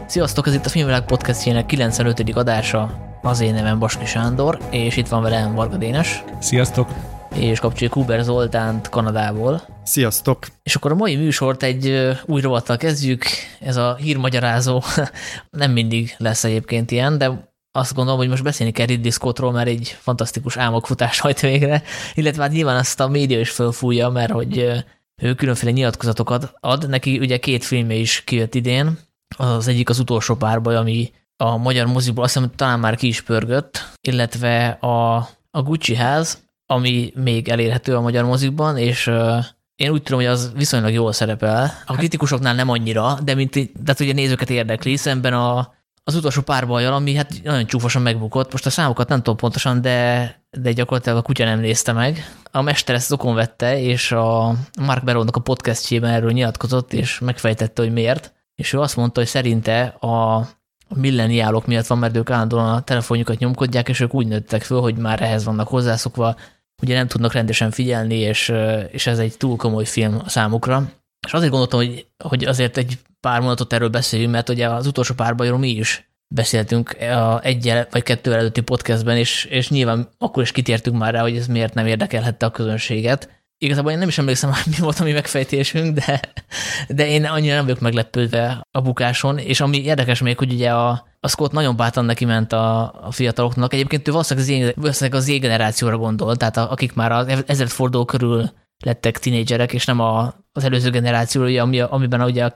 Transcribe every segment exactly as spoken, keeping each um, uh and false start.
Sziasztok, ez itt a Filmvilág podcastjének kilencvenötödik adása. Az én nevem Baski Sándor, és itt van velem Varga Dénes. Sziasztok! És kapcsoljuk Huber Zoltánt Kanadából. Sziasztok! És akkor a mai műsort egy új rovattal kezdjük, ez a hírmagyarázó. Nem mindig lesz egyébként ilyen, de azt gondolom, hogy most beszélni kell Ridley Scottról, mert egy fantasztikus álmokfutás hajt végre, illetve hát nyilván azt a média is fölfújja, mert hogy ő különféle nyilatkozatokat ad. Neki ugye két filmje is kijött idén. Az egyik az utolsó párbaj, ami a magyar moziból azt hiszem talán már ki is pörgött, illetve a, a Gucci ház, ami még elérhető a magyar mozikban, és uh, én úgy tudom, hogy az viszonylag jól szerepel. A kritikusoknál nem annyira, de mint de ugye nézőket érdekli, szemben a, az utolsó párbajjal, ami hát nagyon csúfosan megbukott. Most a számokat nem tudom pontosan, de, de gyakorlatilag a kutya nem nézte meg. A mester ezt okon vette, és a Mark Baronnak a podcastjében erről nyilatkozott, és megfejtette, hogy miért. És ő azt mondta, hogy szerinte a milleniálok miatt van, mert ők állandóan a telefonjukat nyomkodják, és ők úgy nőttek föl, hogy már ehhez vannak hozzászokva, ugye nem tudnak rendesen figyelni, és, és ez egy túl komoly film a számukra. És azért gondoltam, hogy, hogy azért egy pár mondatot erről beszéljünk, mert ugye az utolsó párbajról mi is beszéltünk egyel vagy kettő előtti podcastben, és, és nyilván akkor is kitértünk már rá, hogy ez miért nem érdekelhette a közönséget. Igazából én nem is emlékszem, hogy mi volt a mi megfejtésünk, de, de én annyira nem vagyok meglepődve a bukáson, és ami érdekes még, hogy ugye a, a Scott nagyon bátran neki ment a, a fiataloknak. Egyébként ő valószínűleg az Z generációra gondol, tehát a, akik már az ezredforduló körül lettek tinédzserek, és nem a, az előző generációra, ami, amiben ugye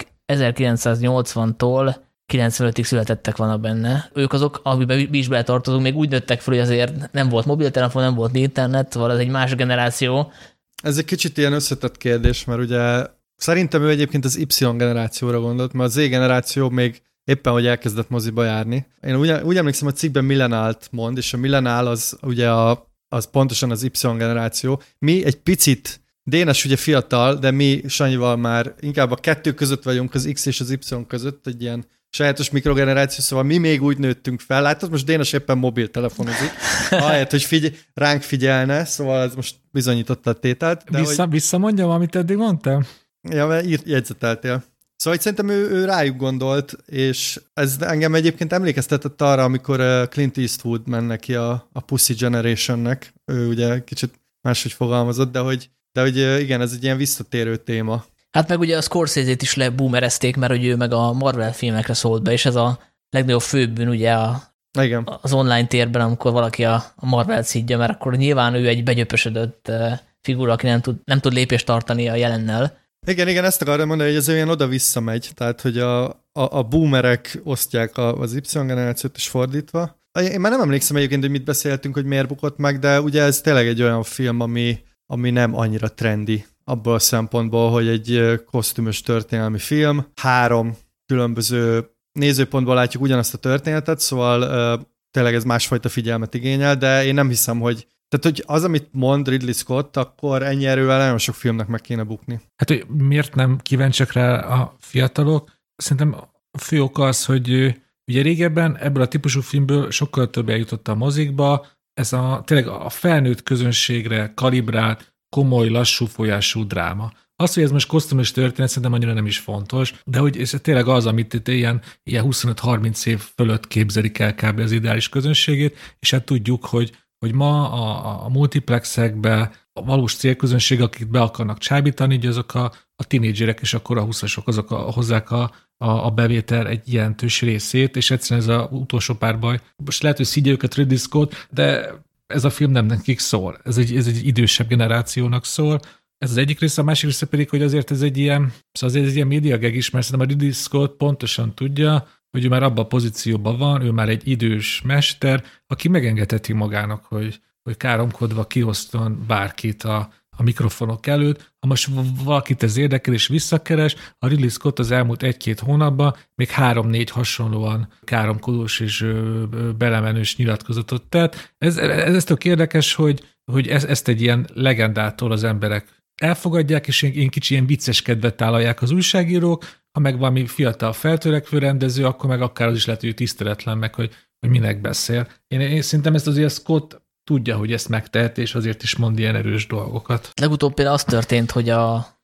ezerkilencszáznyolcvantól kilencvenötig születettek vannak benne. Ők azok, amiben mi is beletartozunk, még úgy nőttek fel, hogy azért nem volt mobiltelefon, nem volt internet, szóval ez egy más generáció. Ez egy kicsit ilyen összetett kérdés, mert ugye szerintem ő egyébként az Y generációra gondolt, mert a Z generáció még éppen, hogy elkezdett moziba járni. Én úgy, úgy emlékszem, a cikkben millenált mond, és a millenál az ugye a, az pontosan az Y generáció. Mi egy picit, Dénes ugye fiatal, de mi Sanyival már inkább a kettő között vagyunk, az X és az Y között, egy ilyen sajátos mikrogeneráció, szóval mi még úgy nőttünk fel. Látod, most Dénes éppen mobiltelefonozik, ahelyett, hogy figy- ránk figyelne, szóval ez most bizonyította a tételt. De Vissza, hogy... Visszamondjam, amit eddig mondtam? Ja, mert írt, jegyzeteltél. Szóval szerintem ő, ő rájuk gondolt, és ez engem egyébként emlékeztetett arra, amikor Clint Eastwood menne ki a, a Pussy Generationnek. Ő ugye kicsit máshogy fogalmazott, de hogy, de hogy igen, ez egy ilyen visszatérő téma. Hát meg ugye a Scorsese-t is leboomerezték, mert hogy ő meg a Marvel filmekre szólt be, és ez a legnagyobb főbűn ugye a, Igen. az online térben, amikor valaki a, a Marvel-t szidja, mert akkor nyilván ő egy begyöpösödött figura, aki nem tud, nem tud lépést tartani a jelennel. Igen, igen, ezt akarom mondani, hogy ez olyan oda-vissza megy, tehát hogy a, a, a boomerek osztják a, az Y generációt is fordítva. Én már nem emlékszem egyébként, hogy mit beszéltünk, hogy miért bukott meg, de ugye ez tényleg egy olyan film, ami, ami nem annyira trendi abból a szempontból, hogy egy kosztümös történelmi film, három különböző nézőpontból látjuk ugyanazt a történetet, szóval uh, tényleg ez másfajta figyelmet igényel, de én nem hiszem, hogy tehát, hogy az, amit mond Ridley Scott, akkor ennyi erővel nagyon sok filmnek meg kéne bukni. Hát, hogy miért nem kíváncsiak rá a fiatalok? Szerintem a fő ok az, hogy ugye régebben ebből a típusú filmből sokkal több eljutott a mozikba, ez a tényleg a felnőtt közönségre kalibrált, komoly, lassú folyású dráma. Az, hogy ez most kosztümös történet, szerintem annyira nem is fontos, de hogy ez tényleg az, amit itt ilyen, ilyen huszonöt-harminc év fölött képzelik el kb. Az ideális közönségét, és hát tudjuk, hogy, hogy ma a, a multiplexekben a valós célközönség, akik be akarnak csábítani, ugye azok a, a tinédzserek és akkor a huszasok, azok a, hozzák a, a, a bevétel egy jelentős részét, és egyszerűen ez az utolsó párbaj. Most lehet, hogy szígye őket Ridley Scott, de ez a film nem nekik szól. Ez egy, ez egy idősebb generációnak szól. Ez az egyik része, a másik része pedig, hogy azért ez egy ilyen, szóval azért ez egy ilyen médiageg is, mert szerintem a Ridley Scott pontosan tudja, hogy ő már abban a pozícióban van, ő már egy idős mester, aki megengedheti magának, hogy, hogy káromkodva kioszton bárkit a, a mikrofonok előtt. Ha most valakit ez érdekel és visszakeres, a Ridley Scott az elmúlt egy-két hónapban még három-négy hasonlóan káromkodós és belemenős nyilatkozatot tett. Ez, ez, ez tök érdekes, hogy, hogy ez, ezt egy ilyen legendától az emberek elfogadják, és ilyen kicsi ilyen vicceskedve tálalják az újságírók, ha meg valami fiatal feltörekvő rendező, akkor meg akár az is lehet, hogy tiszteletlen meg, hogy, hogy minek beszél. Én, én szerintem ezt azért Scott tudja, hogy ezt megtehet, és azért is mond ilyen erős dolgokat. Legutóbb például az történt, hogy a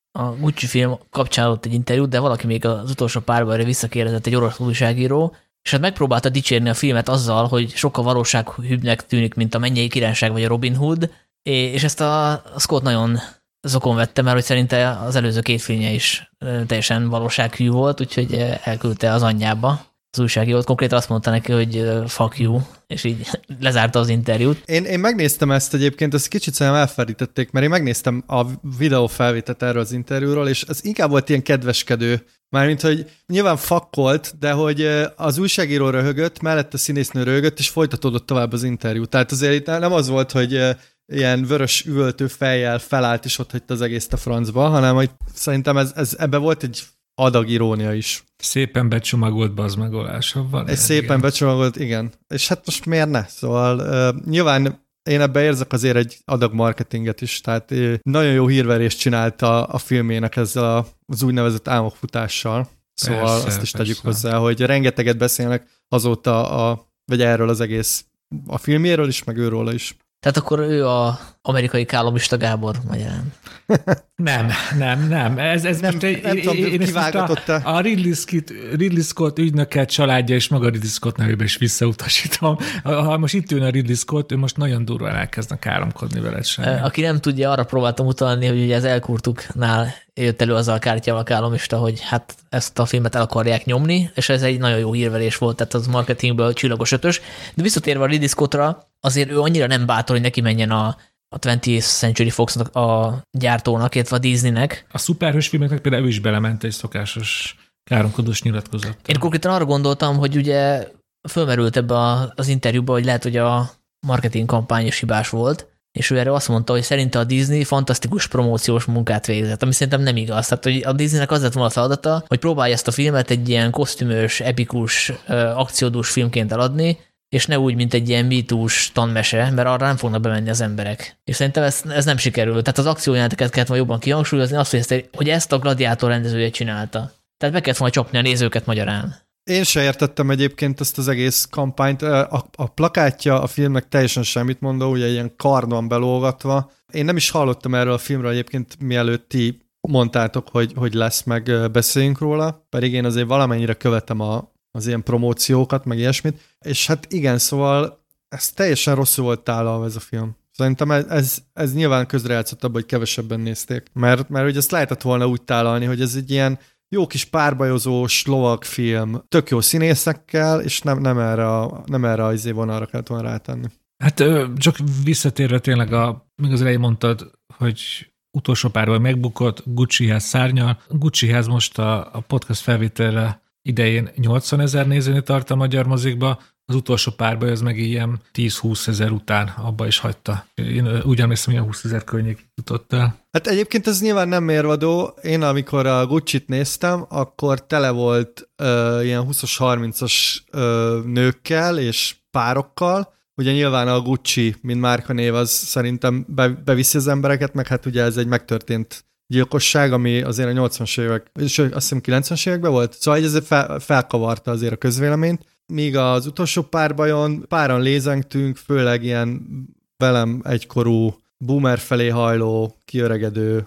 a Gucci film kapcsán ott egy interjút, de valaki még az utolsó párbajra visszakérdezett, egy orosz újságíró, és hát megpróbálta dicsérni a filmet azzal, hogy sokkal valósághűbbnek tűnik, mint a Mennyei Királyság vagy a Robin Hood, és ezt a Scott nagyon zokon vette, mert hogy szerinte az előző két filmje is teljesen valósághű volt, úgyhogy elküldte az anyjába. Az újságírót konkrétan azt mondta neki, hogy fuck you, és így lezárta az interjút. Én, én megnéztem ezt egyébként, ezt kicsit szerintem elfelítették, mert én megnéztem a videó felvételt erről az interjúról, és ez inkább volt ilyen kedveskedő, mármint, hogy nyilván fakkolt, de hogy az újságíró röhögött, mellette a színésznő röhögött, és folytatódott tovább az interjú. Tehát azért itt nem az volt, hogy ilyen vörös üvöltő fejjel felállt, és ott hagyta az egészt a francba, hanem hogy szerintem ez, ez, ebbe volt egy adag irónia is. Szépen becsomagolt bazmegolása van. Egy szépen igen. becsomagolt, igen. És hát most miért ne? Szóval uh, nyilván én ebbe érzek azért egy adag marketinget is, tehát uh, nagyon jó hírverést csinálta a filmének ezzel a, az úgynevezett álmokfutással. Szóval persze, azt is tegyük persze. hozzá, hogy rengeteget beszélnek azóta, a, vagy erről az egész a filmjéről is, meg őről is. Tehát akkor ő a amerikai kálomista Gábor magyarán. Nem, nem, nem. Ez, ez nem, most nem, egy, nem tudom, én kivágatotta. A, a Ridley Scott, Ridley Scott ügynöke, családja és maga Ridley Scott nevében is visszautasítom. Ha most itt ülne a Ridley Scott, ő most nagyon durván elkezdne káromkodni veled sem. Aki nem tudja, arra próbáltam utalni, hogy ugye az elkurtuknál jött elő azzal a kártyával a kálomista, hogy hát ezt a filmet el akarják nyomni, és ez egy nagyon jó hírverés volt, tehát az marketingből csillagos ötös. De visszatérve a Ridley Scottra, azért ő annyira nem bátor, hogy neki menjen a, a twentieth Century Fox-nak a gyártónak, illetve a Disneynek. A szuperhős filmeknek például ő is belement egy szokásos káromkodós nyilatkozat. Én konkrétan arra gondoltam, hogy ugye fölmerült ebbe az interjúba, hogy lehet, hogy a marketing kampány is hibás volt, és ő erre azt mondta, hogy szerinte a Disney fantasztikus promóciós munkát végzett, ami szerintem nem igaz. Tehát, hogy a Disneynek az lett volna a feladata, hogy próbálja ezt a filmet egy ilyen kosztümös, epikus, akciódús filmként eladni, és ne úgy, mint egy ilyen mítús tanmese, mert arra nem fognak bemenni az emberek. És szerintem ez, ez nem sikerült. Tehát az akciójeleneteket kellett volna jobban kihangsúlyozni, azt, hogy ezt, hogy ezt a Gladiátor rendezője csinálta. Tehát be kellett volna csapni a nézőket magyarán. Én se értettem egyébként ezt az egész kampányt. A, a plakátja a filmnek teljesen semmit mondó, ugye ilyen kardon belógatva. Én nem is hallottam erről a filmről egyébként, mielőtt ti mondtátok, hogy, hogy lesz, meg beszéljünk róla. Pedig én azért valamennyire követem a az ilyen promóciókat, meg ilyesmit. És hát igen, szóval ez teljesen rosszul volt tálalva ez a film. Szerintem ez, ez, ez nyilván közrejátszott abban, hogy kevesebben nézték. Mert, mert ugye ezt lehetett volna úgy tálalni, hogy ez egy ilyen jó kis párbajozós lovagfilm, tök jó színészekkel, és nem, nem erre a, nem erre a izé vonalra kellett volna rátenni. Hát csak visszatérve tényleg, a, még az elején mondtad, hogy utolsó párbaj megbukott, Gucciház szárnyal. Gucciház most a, a podcast felvételre idején nyolcvanezer nézőnél tart a magyar mozikba, az utolsó párbaj az meg ilyen tíz-húsz ezer után abba is hagyta. Én úgy emlékszem, hogy a húszezer környék jutott el. Hát egyébként ez nyilván nem mérvadó. Én amikor a Gucci-t néztem, akkor tele volt uh, ilyen húszas-harmincas uh, nőkkel és párokkal. Ugye nyilván a Gucci, mint márkanév, az szerintem be, beviszi az embereket, meg hát ugye ez egy megtörtént gyilkosság, ami azért a nyolcvanas évek, és azt hiszem kilencvenes években volt, szóval ez fel, felkavarta azért a közvéleményt. Míg az utolsó párbajon páran lézengtünk, főleg ilyen velem egykorú, boomer felé hajló, kiöregedő,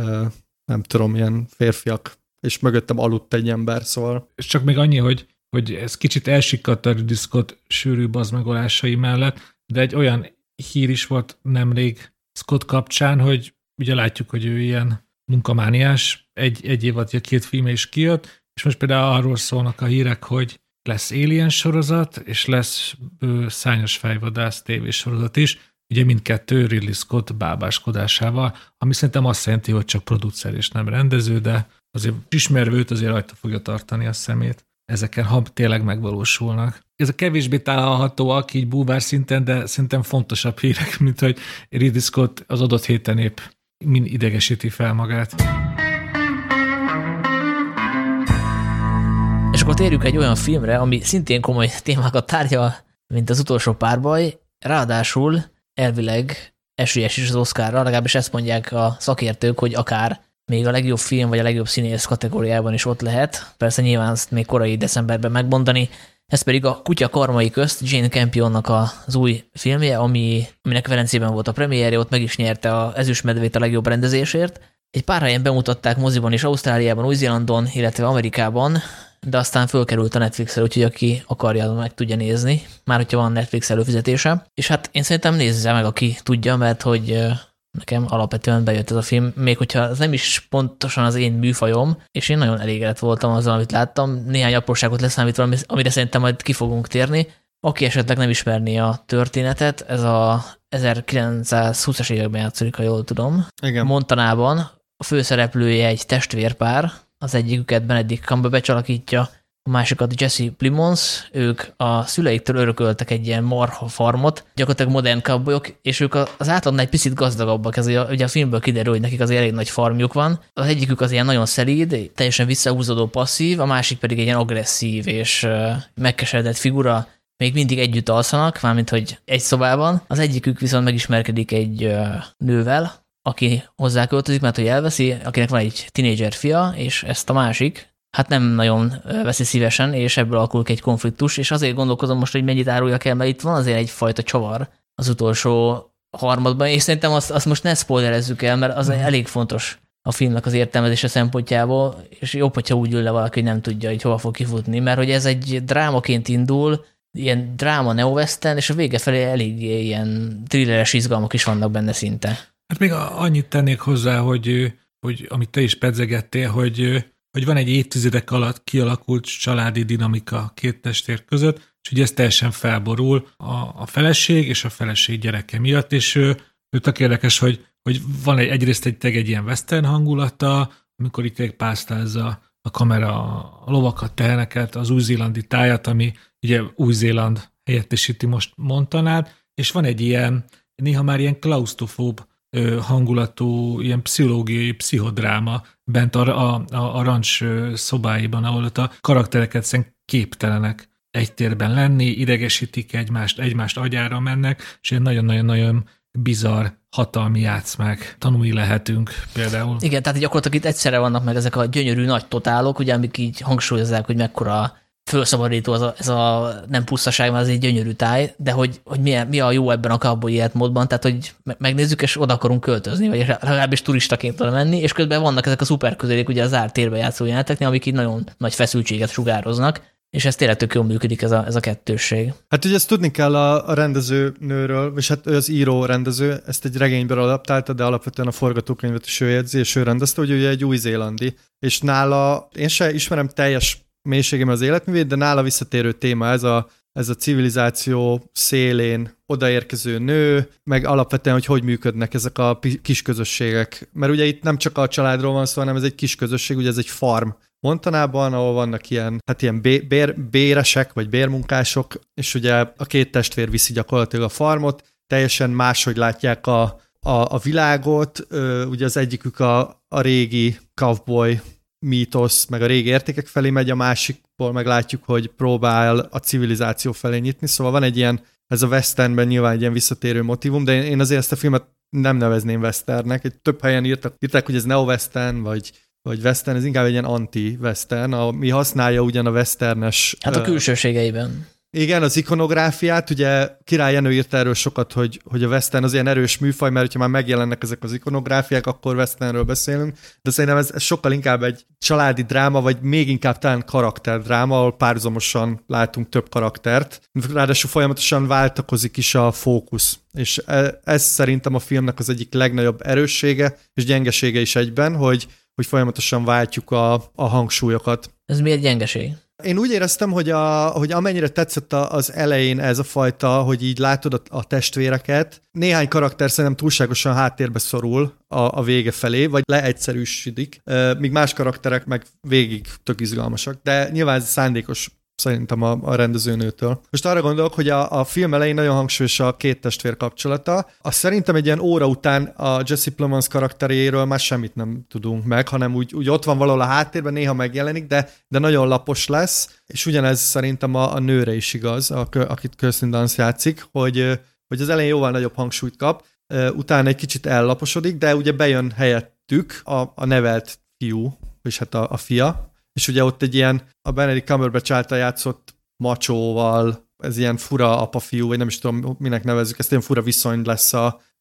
nem tudom, ilyen férfiak, és mögöttem aludt egy ember, szóval. És csak még annyi, hogy, hogy ez kicsit elsikadt a Ridley Scott sűrű bazmegolásai mellett, de egy olyan hír is volt nemrég Scott kapcsán, hogy ugye látjuk, hogy ő ilyen munkamániás, egy, egy év alatt két filme is kijött, és most például arról szólnak a hírek, hogy lesz Alien sorozat, és lesz ö, Szárnyas fejvadász tévésorozat is, ugye mindkettő Ridley Scott bábáskodásával, ami szerintem azt jelenti, hogy csak producer és nem rendező, de azért ismerve őt azért rajta fogja tartani a szemét ezeken, ha tényleg megvalósulnak. Ez a kevésbé találhatóak így búvár szinten, de szerintem fontosabb hírek, mint hogy Ridley Scott az adott héten épp mind idegesíti fel magát. És akkor térjük egy olyan filmre, ami szintén komoly témákat tárgyal, mint az utolsó párbaj, ráadásul elvileg esélyes is az Oscarra, legalábbis ezt mondják a szakértők, hogy akár még a legjobb film vagy a legjobb színész kategóriában is ott lehet. Persze nyilván ezt még korai decemberben megmondani. Ez pedig a Kutya karmai közt Jane Campionnak az új filmje, ami, aminek Velencében volt a premierje, ott meg is nyerte az ezüstmedvét a legjobb rendezésért, Egy pár helyen bemutatták moziban is, Ausztráliában, Új-Zélandon, illetve Amerikában, de aztán fölkerült a Netflixre, úgyhogy aki akarja, meg tudja nézni, már hogyha van Netflix előfizetése. És hát én szerintem nézze meg, aki tudja, mert hogy nekem alapvetően bejött ez a film, még hogyha ez nem is pontosan az én műfajom, és én nagyon elégedett voltam azzal, amit láttam. Néhány apróságot leszámítva, amire szerintem majd ki fogunk térni. Aki esetleg nem ismerné a történetet, ez a ezerkilencszázhúszas években játszik, ha jól tudom. Igen. Montanában a főszereplője egy testvérpár, az egyiküket Benedict Cumberbatch alakítja, a másikat Jesse Plimons, ők a szüleiktől örököltek egy ilyen marha farmot, gyakorlatilag modern cowboyok, és ők az átlagnál egy picit gazdagabbak, ez ugye a filmből kiderül, hogy nekik az elég nagy farmjuk van. Az egyikük az ilyen nagyon szelíd, teljesen visszahúzódó passzív, a másik pedig egy ilyen agresszív és megkeseredett figura, még mindig együtt alszanak, mármint hogy egy szobában. Az egyikük viszont megismerkedik egy nővel, aki hozzá költözik, mert hogy elveszi, akinek van egy tinédzser fia, és ezt a másik, hát nem nagyon veszi szívesen, és ebből alakul egy konfliktus, és azért gondolkozom most, hogy mennyit áruljak el, mert itt van azért egyfajta csavar az utolsó harmadban, és szerintem azt, azt most ne spoilerezzük el, mert az elég fontos a filmnek az értelmezése szempontjából, és jobb, hogyha úgy ül le valaki, hogy nem tudja, hogy hova fog kifutni, mert hogy ez egy drámaként indul, ilyen dráma neo-western, és a vége felé elég ilyen thrilleres izgalmak is vannak benne szinte. Hát még annyit tennék hozzá, hogy, hogy amit te is pedzegettél, hogy, hogy van egy évtizedek alatt kialakult családi dinamika két testvér között, és ugye ez teljesen felborul a, a feleség és a feleség gyereke miatt, és ő, ő tök érdekes, hogy, hogy van egy, egyrészt egy, egy ilyen western hangulata, amikor itt pásztázza a kamera a lovakat, teheneket, az új-zélandi tájat, ami ugye Új-Zéland helyettesíti most Montanát, és van egy ilyen, néha már ilyen klausztrofób hangulatú, ilyen pszichológiai pszichodráma bent a, a, a rancs szobáiban, ahol ott a karaktereket szerint képtelenek egy térben lenni, idegesítik egymást, egymást agyára mennek, és ilyen nagyon-nagyon-nagyon bizarr hatalmi játszmák tanulni lehetünk például. Igen, tehát gyakorlatilag itt egyszerre vannak meg ezek a gyönyörű nagy totálok, ugye, amik így hangsúlyozzák, hogy mekkora fölszabadító az a, ez a nem pusztaság, mert az egy gyönyörű táj, de hogy, hogy mi, mi a jó ebben a cowboy életmódban, tehát hogy megnézzük, és oda akarunk költözni, vagy legalábbis turistaként oda menni, és közben vannak ezek a szuperközelék, ugye a zárt térbe játszó játéknél, amik így nagyon nagy feszültséget sugároznak, és ez tényleg tök jól működik ez a, ez a kettősség. Hát ugye ezt tudni kell a, a rendezőnőről, és hát ő az író rendező, ezt egy regényből adaptálta, de alapvetően a forgatókönyvet is ő jegyzi, és ő rendezte, hogy ugye egy új-zélandi, és nála, én se ismerem teljes mélységében az életművét, de nála visszatérő téma ez a, ez a civilizáció szélén odaérkező nő, meg alapvetően, hogy hogy működnek ezek a kis közösségek. Mert ugye itt nem csak a családról van szó, hanem ez egy kis közösség, ugye ez egy farm Montanában, ahol vannak ilyen, hát ilyen bér, béresek, vagy bérmunkások, és ugye a két testvér viszi gyakorlatilag a farmot, teljesen máshogy látják a, a, a világot, ugye az egyikük a, a régi cowboy mítosz, meg a régi értékek felé megy, a másikból meg látjuk, hogy próbál a civilizáció felé nyitni, szóval van egy ilyen, ez a westernben nyilván egy ilyen visszatérő motivum, de én azért ezt a filmet nem nevezném westernnek, egy több helyen írtak, írták, hogy ez neo-western, vagy, vagy western, ez inkább egy ilyen anti-western, ami használja ugyan a westernes... Hát a külsőségeiben. Igen, az ikonográfiát, ugye Király Jenő írta erről sokat, hogy, hogy a western az ilyen erős műfaj, mert ha már megjelennek ezek az ikonográfiák, akkor westernről beszélünk, de szerintem ez, ez sokkal inkább egy családi dráma, vagy még inkább talán karakterdráma, ahol párhuzamosan látunk több karaktert. Ráadásul folyamatosan váltakozik is a fókusz, és ez szerintem a filmnek az egyik legnagyobb erőssége, és gyengesége is egyben, hogy, hogy folyamatosan váltjuk a, a hangsúlyokat. Ez miért gyengeség? Én úgy éreztem, hogy, a, hogy amennyire tetszett az elején ez a fajta, hogy így látod a, a testvéreket, néhány karakter szerintem túlságosan háttérbe szorul a, a vége felé, vagy leegyszerűsödik, míg más karakterek meg végig tök izgalmasak, de nyilván ez szándékos szerintem a, a rendezőnőtől. Most arra gondolok, hogy a, a film elején nagyon hangsúlyos a két testvér kapcsolata. Azt szerintem egy ilyen óra után a Jesse Plemons karakteréről már semmit nem tudunk meg, hanem úgy, úgy ott van valahol a háttérben, néha megjelenik, de, de nagyon lapos lesz, és ugyanez szerintem a, a nőre is igaz, a, akit Kirsten Dunst játszik, hogy, hogy az elején jóval nagyobb hangsúlyt kap, utána egy kicsit ellaposodik, de ugye bejön helyettük a, a nevelt fiú, és hát a, a fia, és ugye ott egy ilyen, a Benedict Cumberbatch által játszott macsóval, ez ilyen fura apa-fiú, vagy nem is tudom, minek nevezzük, ezt ilyen fura viszony lesz a,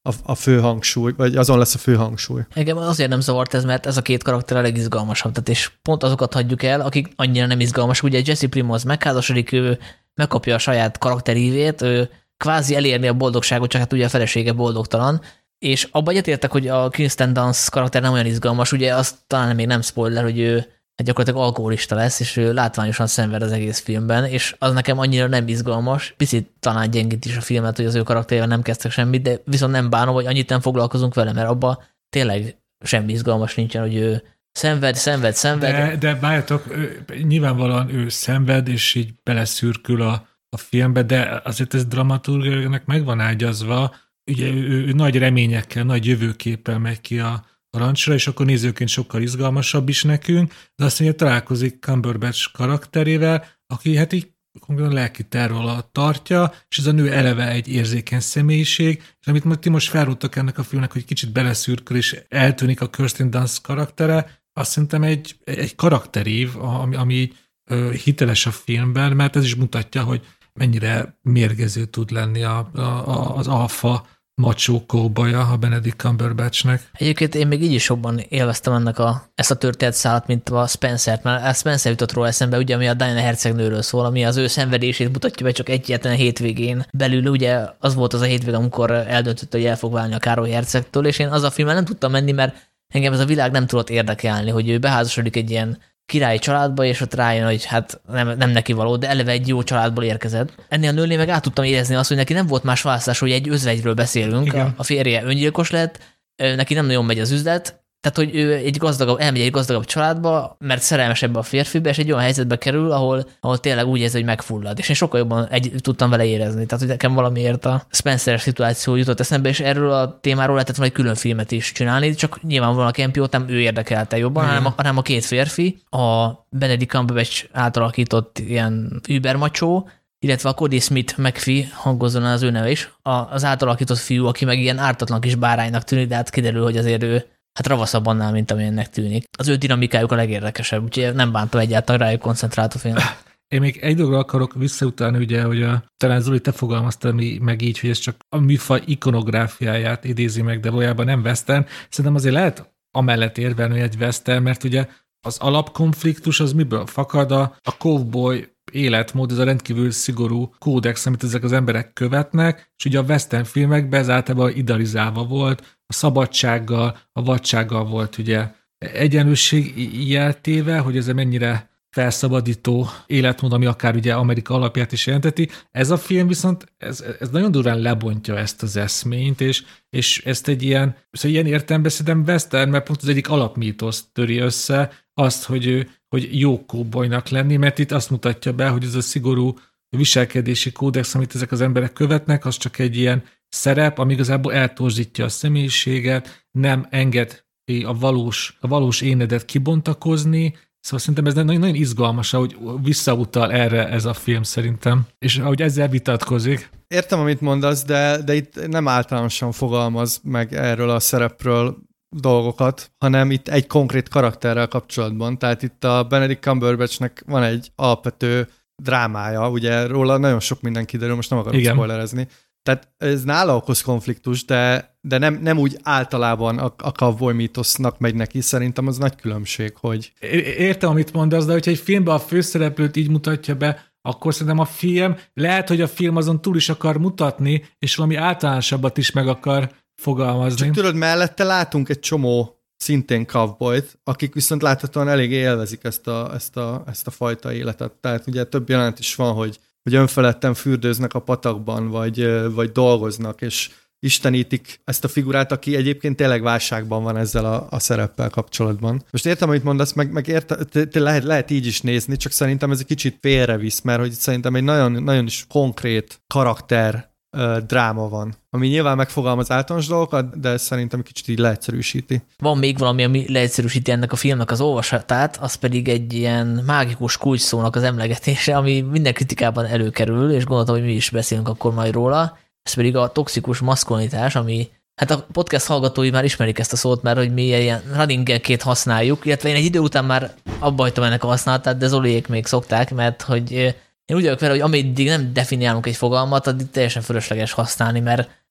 a, a fő hangsúly, vagy azon lesz a fő hangsúly. Engem azért nem zavart ez, mert ez a két karakter a legizgalmasabb, tehát és pont azokat hagyjuk el, akik annyira nem izgalmas. Ugye Jesse Plemons megházasodik, ő megkapja a saját karakterívét, ő kvázi elérni a boldogságot, csak hát ugye a felesége boldogtalan, és abban egyetértek, hogy a Kirsten Dunst karakter nem olyan izgalmas, ugye azt talán még nem spoiler, hogy ő hát gyakorlatilag alkoholista lesz, és ő látványosan szenved az egész filmben, és az nekem annyira nem izgalmas, picit talán gyengít is a filmet, hogy az ő karakterjével nem kezdtek semmit, de viszont nem bánom, hogy annyit nem foglalkozunk vele, mert abban tényleg semmi izgalmas nincsen, hogy ő szenved, szenved, szenved. De, de várjatok, nyilvánvalóan ő szenved, és így beleszürkül a, a filmbe, de azért ez dramaturgnak meg van ágyazva, ugye ő, ő nagy reményekkel, nagy jövőképpel megy ki a a rancsra, és akkor nézőként sokkal izgalmasabb is nekünk, de azt mondja, találkozik Cumberbatch karakterével, aki hát így konkrétan lelki terror alatt tartja, és ez a nő eleve egy érzékeny személyiség, és amit ti most felrúgtak ennek a filmnek, hogy kicsit beleszürkül, és eltűnik a Kirsten Dunst karaktere, azt szerintem egy, egy karakterív, ami, ami így ö, hiteles a filmben, mert ez is mutatja, hogy mennyire mérgező tud lenni a, a, az alfa macsó kóbaja a Benedict Cumberbatchnek. Egyébként én még így is jobban élveztem ennek a, ezt a történetszálat, mint a Spencert, mert a Spencer jutott róla eszembe, ugye, ami a Diana hercegnőről szól, ami az ő szenvedését mutatja be csak egyetlen hétvégén belül, ugye az volt az a hétvég, amikor eldöntött, hogy el fog válni a Károly hercegtől, és én az a filmmel nem tudtam menni, mert engem ez a világ nem tudott érdekelni, hogy ő beházasodik egy ilyen királyi családba, és ott rájön, hogy hát nem, nem neki való, de eleve egy jó családból érkezett. Ennél a nőnél meg át tudtam érezni azt, hogy neki nem volt más választás, hogy egy özvegyről beszélünk, a, a férje öngyilkos lett, neki nem nagyon megy az üzlet, tehát hogy ő egy gazdagabb, elmegy egy gazdagabb családba, mert szerelmesebb a férfibe, és egy olyan helyzetbe kerül, ahol, ahol tényleg úgy érzi, hogy megfullad. És én sokkal jobban egy, tudtam vele érezni. Tehát, hogy nekem valamiért a Spencer szituáció jutott eszembe, és erről a témáról lehetett volna egy külön filmet is csinálni, csak nyilvánvalóan a Campiót nem ő érdekelte jobban, mm. hanem, a, hanem a két férfi, a Benedict Cumberbatch átalakított ilyen übermacsó, illetve a Cody Smith McPhee, hangozzon az ő neve is, az átalakított fiú, aki meg ilyen ártatlan kis báránynak tűnik, de hát kiderül, hogy azért ő hát ravaszabb annál, mint amilyennek tűnik. Az ő dinamikájuk a legérdekesebb, úgyhogy nem bántam egyáltalán rájuk koncentrált a film. Én még egy dologra akarok visszautalni, ugye, hogy a, talán Zoli, te fogalmaztad meg így, hogy ez csak a műfaj ikonográfiáját idézi meg, de valójában nem western. Szerintem azért lehet amellett érvelni egy western, mert ugye az alapkonfliktus az miből fakad, a, a cowboy életmód, ez a rendkívül szigorú kódex, amit ezek az emberek követnek, és ugye a western filmekben ez általában idealizálva volt, a szabadsággal, a vadsággal volt ugye egyenlőség jeltéve, hogy ez mennyire felszabadító életmód, ami akár ugye Amerika alapját is jelenteti. Ez a film viszont ez, ez nagyon durván lebontja ezt az eszményt, és, és ezt egy ilyen, szóval ilyen értelemben szerintem western, mert pont az egyik alapmítoszt töri össze, azt, hogy, hogy jó kóbolynak lenni, mert itt azt mutatja be, hogy ez a szigorú viselkedési kódex, amit ezek az emberek követnek, az csak egy ilyen szerep, ami igazából eltorzítja a személyiséget, nem enged a valós, a valós énedet kibontakozni, szóval szerintem ez nagyon, nagyon izgalmas, ahogy visszautal erre ez a film szerintem, és ahogy ezzel vitatkozik. Értem, amit mondasz, de, de itt nem általánosan fogalmaz meg erről a szerepről dolgokat, hanem itt egy konkrét karakterrel kapcsolatban. Tehát itt a Benedict Cumberbatchnek van egy alapvető drámája, ugye róla nagyon sok minden kiderül, most nem akarok Igen. spoilerezni. Tehát ez nála okoz konfliktus, de, de nem, nem úgy általában a, a cowboy mítosznak megy neki. Szerintem az nagy különbség, hogy... Értem, amit mondasz, de hogyha egy filmben a főszereplőt így mutatja be, akkor szerintem a film, lehet, hogy a film azon túl is akar mutatni, és valami általánosabbat is meg akar fogalmazni. Csak tudod, mellette látunk egy csomó szintén cowboyt, akik viszont láthatóan elég élvezik ezt a, ezt, a, ezt a fajta életet. Tehát ugye több jelent is van, hogy, hogy önfeledten fürdőznek a patakban, vagy, vagy dolgoznak, és istenítik ezt a figurát, aki egyébként tényleg válságban van ezzel a, a szereppel kapcsolatban. Most értem, amit mondasz, meg, meg érte, te, te lehet, lehet így is nézni, csak szerintem ez egy kicsit félrevisz, mert hogy szerintem egy nagyon, nagyon is konkrét karakter uh, dráma van, ami nyilván megfogalmaz általános dolgokat, de szerintem kicsit így leegyszerűsíti. Van még valami, ami leegyszerűsíti ennek a filmnek az olvasatát, az pedig egy ilyen mágikus kulcsszónak az emlegetése, ami minden kritikában előkerül, és gondoltam, hogy mi is beszélünk akkor majd róla. Ez pedig a toxikus maszkulinitás, ami, hát a podcast hallgatói már ismerik ezt a szót, mert hogy mi ilyen runningenként használjuk, illetve én egy idő után már abba hagytam ennek a használatát, de Zoliék még szokták, mert hogy én úgy vagyok vele, hogy ameddig nem definiálunk egy fogalmat, addig teljesen fölösleges használni, mert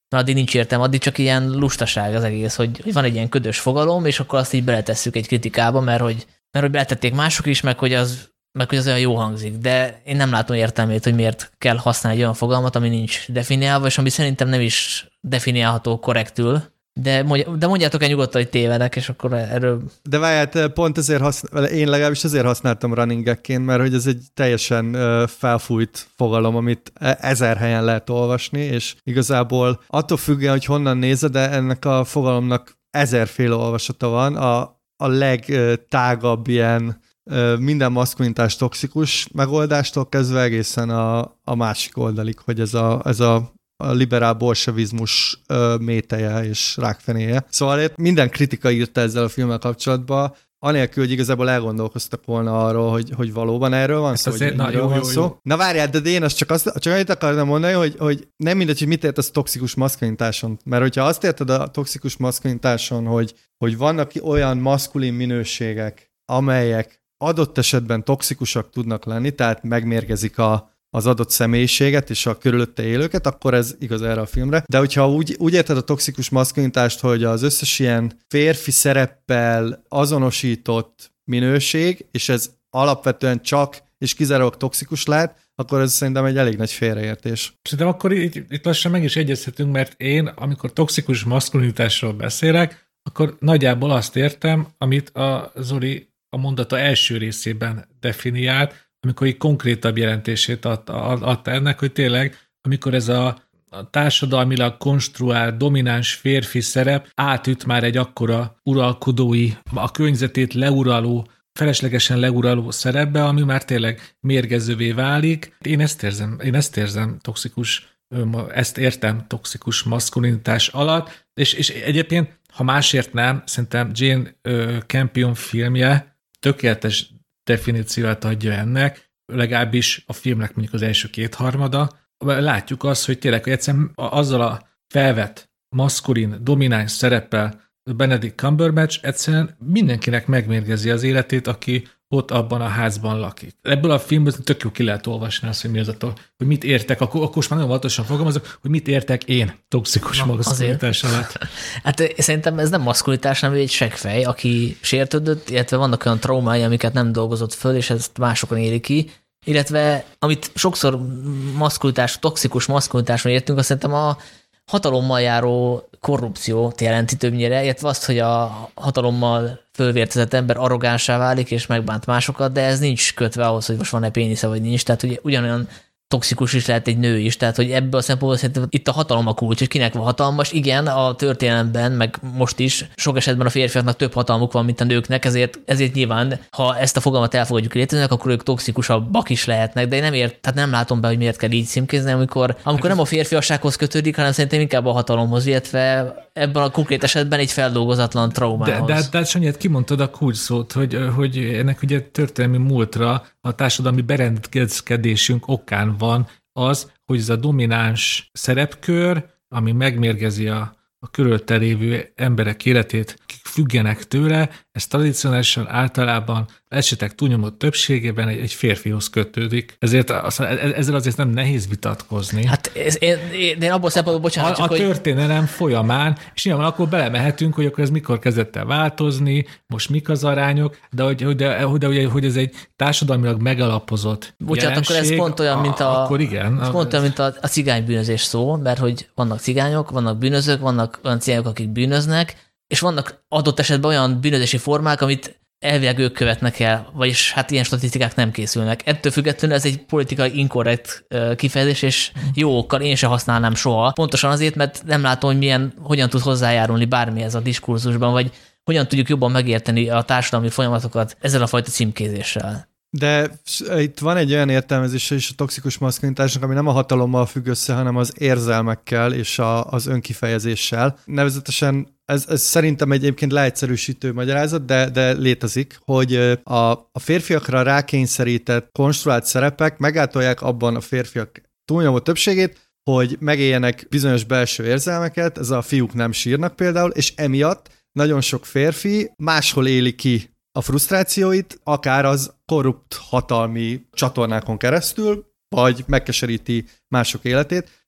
Na, addig nincs értelme, addig csak ilyen lustaság az egész, hogy van egy ilyen ködös fogalom, és akkor azt így beletesszük egy kritikába, mert hogy, mert hogy beletették mások is, meg hogy az meg hogy az olyan jó hangzik, de én nem látom értelmét, hogy miért kell használni egy olyan fogalmat, ami nincs definiálva, és ami szerintem nem is definiálható korrektül, de, mondj, de mondjátok el nyugodtan, hogy tévedek, és akkor erről... De várját, pont ezért használ, én legalábbis ezért használtam running gag-ként, mert hogy ez egy teljesen felfújt fogalom, amit ezer helyen lehet olvasni, és igazából attól függően, hogy honnan nézed, de ennek a fogalomnak ezerféle olvasata van, a, a legtágabb ilyen minden maszkulinitás toxikus megoldástól kezdve egészen a, a másik oldalig, hogy ez a, ez a, a liberál bolsevizmus méteje és rákfenéje. Szóval minden kritika írta ezzel a filmmel kapcsolatban, anélkül, hogy igazából elgondolkoztak volna arról, hogy, hogy valóban erről van szó, hogy na, jó, van jó, szó. Jó. Na várjál, de én azt csak, azt, csak annyit akartam mondani, hogy, hogy nem mindegy, hogy mit értesz toxikus maszkulinitáson. Mert hogyha azt érted a toxikus maszkulinitáson, hogy, hogy vannak olyan maszkulin minőségek, amelyek adott esetben toxikusak tudnak lenni, tehát megmérgezik a, az adott személyiséget és a körülötte élőket, akkor ez igaz erre a filmre. De hogyha úgy, úgy érted a toxikus maszkulinitást, hogy az összes ilyen férfi szereppel azonosított minőség, és ez alapvetően csak és kizárólag toxikus lehet, akkor ez szerintem egy elég nagy félreértés. Szerintem akkor itt, itt lassan meg is egyezhetünk, mert én, amikor toxikus maszkulinitásról beszélek, akkor nagyjából azt értem, amit a Zoli a mondata első részében definiált, amikor így konkrétabb jelentését adta, adta ennek, hogy tényleg, amikor ez a, a társadalmilag konstruált, domináns férfi szerep átüt már egy akkora uralkodói, a környezetét leuraló, feleslegesen leuraló szerepbe, ami már tényleg mérgezővé válik. Én ezt érzem, én ezt érzem toxikus, ezt értem toxikus maszkulinitás alatt, és, és egyébként, ha másért nem, szerintem Jane Campion filmje tökéletes definíciót adja ennek, legalábbis a filmnek mondjuk az első kétharmada. Látjuk azt, hogy tényleg, hogy egyszerűen azzal a felvett, maszkulin, domináns szereppel Benedict Cumberbatch egyszerűen mindenkinek megmérgezi az életét, aki ott abban a házban lakik. Ebből a filmből tök jó ki lehet olvasni azt, hogy mi az a, hogy mit értek, akkor, akkor most már nagyon óvatosan fogalmazok, hogy mit értek én toxikus maszkulinitás alatt. Hát szerintem ez nem maszkulinitás, hanem egy seggfej, aki sértődött, illetve vannak olyan traumái, amiket nem dolgozott föl, és ezt másokon éli ki, illetve amit sokszor maszkulinitás, toxikus maszkulinitáson értünk, azt szerintem a hatalommal járó korrupciót jelenti többnyire, illetve azt, hogy a hatalommal fölvértezett ember arrogánsá válik, és megbánt másokat, de ez nincs kötve ahhoz, hogy most van-e pénisze, vagy nincs. Tehát ugye ugyanolyan toxikus is lehet egy nő is, tehát hogy ebből a szempontból szerintem itt a hatalom a kulcs, és kinek van hatalmas. Igen, a történelemben, meg most is sok esetben a férfiaknak több hatalmuk van, mint a nőknek, ezért, ezért nyilván, ha ezt a fogalmat elfogadjuk létezőnek, akkor ők toxikusabbak is lehetnek, de én nem ért, tehát nem látom be, hogy miért kell így címkézni, amikor, amikor nem a férfiassághoz kötődik, hanem szerintem inkább a hatalomhoz, illetve ebben a konkrét esetben egy feldolgozatlan traumához. De, de, de Sanyát, kimondtad a kulcsszót, hogy, hogy ennek ugye történelmi múltra a társadalmi berendezkedésünk okán van az, hogy ez a domináns szerepkör, ami megmérgezi a, a körülötte lévő emberek életét, akik függenek tőle, ez tradicionálisan általában esetek túlnyomó többségében egy, egy férfihoz kötődik. Ezért az, ezzel azért nem nehéz vitatkozni. Hát ez, én, én, én abból szempontból, bocsánat, a, csak, a hogy... történelem folyamán, és nyilván akkor belemehetünk, hogy akkor ez mikor kezdett el változni, most mik az arányok, de hogy, hogy, de, de, hogy, hogy ez egy társadalmilag megalapozott bocsánat, jelenség, akkor ez pont olyan, mint a, akkor igen, ez pont olyan, mint a, a cigánybűnözés szó, mert hogy vannak cigányok, vannak bűnözők, vannak olyan cigányok, akik bűnöznek, és vannak adott esetben olyan bűnözési formák, amit elvileg ők követnek el, vagyis hát ilyen statisztikák nem készülnek. Ettől függetlenül ez egy politikai inkorrekt kifejezés, és jó okkal én sem használnám soha. Pontosan azért, mert nem látom, hogy milyen, hogyan tud hozzájárulni bármihez a diskurzusban, vagy hogyan tudjuk jobban megérteni a társadalmi folyamatokat ezzel a fajta címkézéssel. De itt van egy olyan értelmezése is a toxikus maszkulinitásnak, ami nem a hatalommal függ össze, hanem az érzelmekkel és a, az önkifejezéssel. Nevezetesen ez, ez szerintem egyébként leegyszerűsítő magyarázat, de, de létezik, hogy a, a férfiakra rákényszerített konstruált szerepek megáltalják abban a férfiak túlnyomó többségét, hogy megéljenek bizonyos belső érzelmeket, ez a fiúk nem sírnak például, és emiatt nagyon sok férfi máshol éli ki a frusztrációit, akár az korrupt hatalmi csatornákon keresztül, vagy megkeseríti mások életét,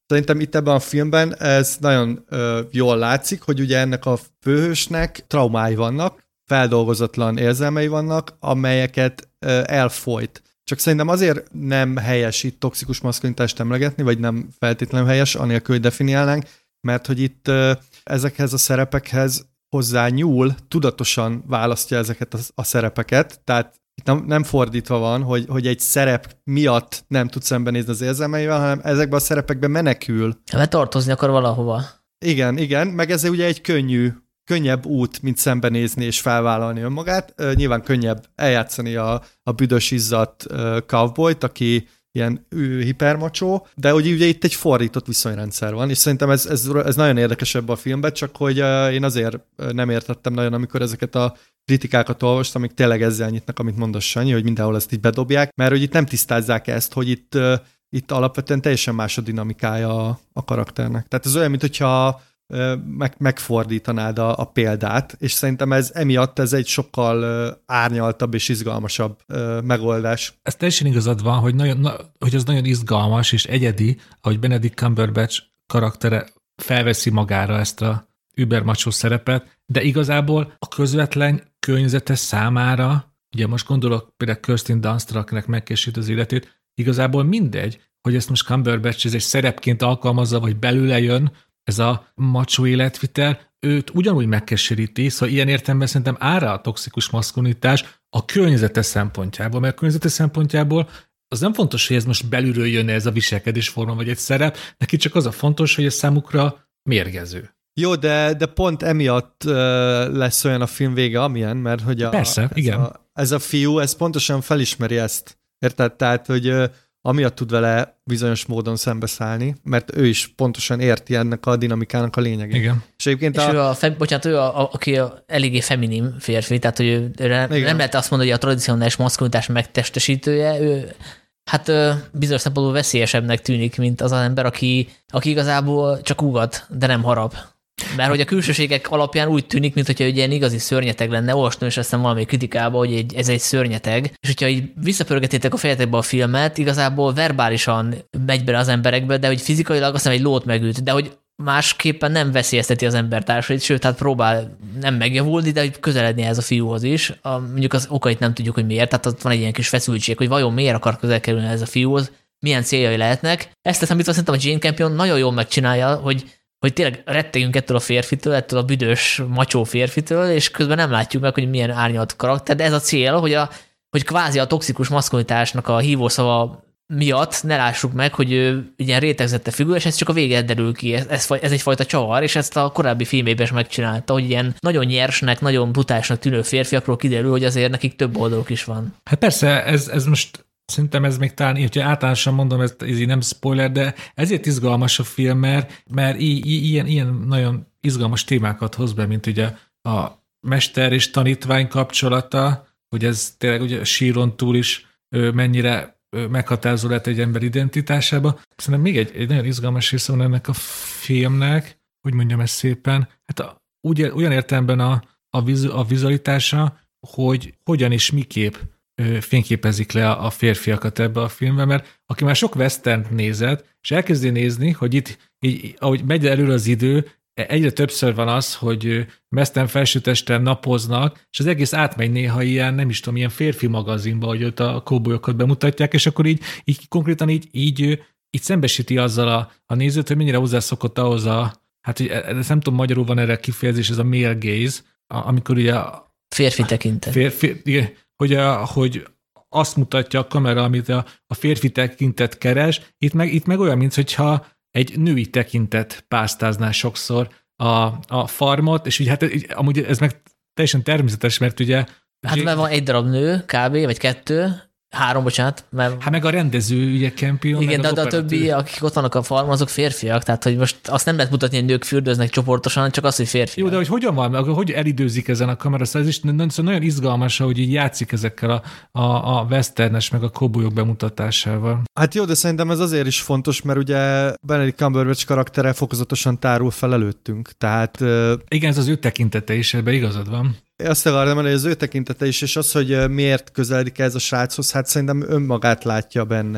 szerintem itt ebben a filmben ez nagyon ö, jól látszik, hogy ugye ennek a főhősnek traumái vannak, feldolgozatlan érzelmei vannak, amelyeket ö, elfolyt. Csak szerintem azért nem helyes itt toxikus maszkulinitást emlegetni, vagy nem feltétlenül helyes, anélkül, hogy definiálnánk, mert hogy itt ö, ezekhez a szerepekhez hozzá nyúl, tudatosan választja ezeket a, a szerepeket, tehát itt nem, nem fordítva van, hogy, hogy egy szerep miatt nem tud szembenézni az érzelmeivel, hanem ezekben a szerepekben menekül. Mert tartozni akar valahova. Igen, igen, meg ez ugye egy könnyű, könnyebb út, mint szembenézni és felvállalni önmagát. Uh, nyilván könnyebb eljátszani a, a büdös izzadt uh, cowboyt, aki ilyen hipermacsó, de ugye, ugye itt egy fordított viszonyrendszer van, és szerintem ez, ez, ez nagyon érdekes ebben a filmben, csak hogy uh, én azért nem értettem nagyon, amikor ezeket a kritikákat olvastam, amik tényleg ezzel nyitnak, amit mondasz, Sanyi, hogy mindenhol ezt így bedobják, mert hogy itt nem tisztázzák ezt, hogy itt, uh, itt alapvetően teljesen más a dinamikája a, a karakternek. Tehát ez olyan, mint hogyha Meg, megfordítanád a, a példát, és szerintem ez emiatt ez egy sokkal uh, árnyaltabb és izgalmasabb uh, megoldás. Ez teljesen igazad van, hogy, nagyon, na, hogy az nagyon izgalmas és egyedi, ahogy Benedict Cumberbatch karaktere felveszi magára ezt a übermacsó szerepet, de igazából a közvetlen környezete számára, ugye most gondolok például Kirsten Dunstra, akinek megkésít az életét, igazából mindegy, hogy ezt most Cumberbatch ez egy szerepként alkalmazza, vagy belőle jön, ez a macsó életvitel, őt ugyanúgy megkeseríti, szóval ilyen értelemben szerintem ára a toxikus maszkulinitás a környezete szempontjából, mert a környezete szempontjából az nem fontos, hogy ez most belülről jönne ez a viselkedésforma vagy egy szerep, neki csak az a fontos, hogy ez számukra mérgező. Jó, de, de pont emiatt uh, lesz olyan a film vége, amilyen, mert hogy a, Persze, ez, igen. A, ez a fiú, ez pontosan felismeri ezt. Érted? Tehát, hogy uh, amiatt tud vele bizonyos módon szembeszállni, mert ő is pontosan érti ennek a dinamikának a lényegét. Igen. És egyébként és a... ő a, fem, bocsánat, ő a, a, aki a eléggé feminin férfi, tehát hogy ő, ő nem lehet azt mondani, hogy a tradicionális maszkulinitás megtestesítője, ő hát bizonyos szempontból veszélyesebbnek tűnik, mint az az ember, aki, aki igazából csak ugat, de nem harap. Mert hogy a külsőségek alapján úgy tűnik, mintha egy ilyen igazi szörnyeteg lenne, olvastam és aztán valami kritikában, hogy egy, ez egy szörnyeteg, és hogyha így visszapörgetétek a fejetekbe a filmet, igazából verbálisan megy bele az emberekbe, de hogy fizikailag aztán egy lót megüt, de hogy másképpen nem veszélyezteti az embertársait, sőt, hát próbál nem megjavulni, de hogy közeledni ez a fiúhoz is. A, mondjuk az okait nem tudjuk, hogy miért, tehát ott van egy ilyen kis feszültség, hogy vajon miért akar közel kerülni ez a fiúhoz, milyen céljai lehetnek. Ezt teszem, amit szerintem a Jane Campion nagyon jól megcsinálja, hogy hogy tényleg rettegünk ettől a férfitől, ettől a büdös, macsó férfitől, és közben nem látjuk meg, hogy milyen árnyalt karakter, de ez a cél, hogy, a, hogy kvázi a toxikus maszkulinitásnak a hívószava miatt ne lássuk meg, hogy ő ilyen rétegzette figura, és ez csak a vége derül ki, ez, ez, ez egyfajta csavar, és ezt a korábbi filmében is megcsinálta, hogy ilyen nagyon nyersnek, nagyon brutálisnak tűnő férfiakról kiderül, hogy azért nekik több oldaluk is van. Hát persze, ez, ez most szerintem ez még talán, hogyha általánosan mondom, ez, ez így nem spoiler, de ezért izgalmas a film, mert, mert i, i, ilyen, ilyen nagyon izgalmas témákat hoz be, mint ugye a mester és tanítvány kapcsolata, hogy ez tényleg ugye síron túl is mennyire meghatározó lehet egy ember identitásába. Szerintem még egy, egy nagyon izgalmas része van ennek a filmnek, hogy mondjam ezt szépen, hát a, úgy, olyan értelemben a, a, vizu, a vizualitása, hogy hogyan és miképp fényképezik le a férfiakat ebbe a filmbe, mert aki már sok westernt nézett, és elkezdi nézni, hogy itt, így, ahogy megy előre az idő, egyre többször van az, hogy mesztelen felsőtesten napoznak, és az egész átmegy néha ilyen, nem is tudom, ilyen férfi magazinba, hogy ott a kóbolyokat bemutatják, és akkor így, így konkrétan így, így, így szembesíti azzal a, a nézőt, hogy mennyire hozzászokott ahhoz a, hát hogy ez nem tudom, magyarul van erre a kifejezés, ez a male gaze, amikor ugye a férfi tekintet. Férfi, igen, hogy, a, hogy azt mutatja a kamera, amit a, a férfi tekintet keres, itt meg, itt meg olyan, mintha egy női tekintet pásztázná sokszor a, a farmot, és ugye hát amúgy ez meg teljesen természetes, mert ugye... Hát mert van egy darab nő, kb. Vagy kettő, három, bocsánat. Mert... Hát meg a rendező, ugye Campion. Igen, de, de a többi, akik ott vannak a farmon, azok férfiak, tehát hogy most azt nem lehet mutatni, hogy nők fürdőznek csoportosan, csak az, hogy férfiak. Jó, de hogy hogyan van, hogy elidőzik ezen a kamera, szóval ez is nagyon izgalmas, hogy így játszik ezekkel a, a, a westernes, meg a kóbolyok bemutatásával. Hát jó, de szerintem ez azért is fontos, mert ugye Benedict Cumberbatch karaktere fokozatosan tárul fel előttünk, tehát... Igen, ez az ő tekintete is, ebben igazad van. Azt akarom mondani, hogy az ő tekintete is, és az, hogy miért közeledik ez a sráchoz, hát szerintem önmagát látja benne.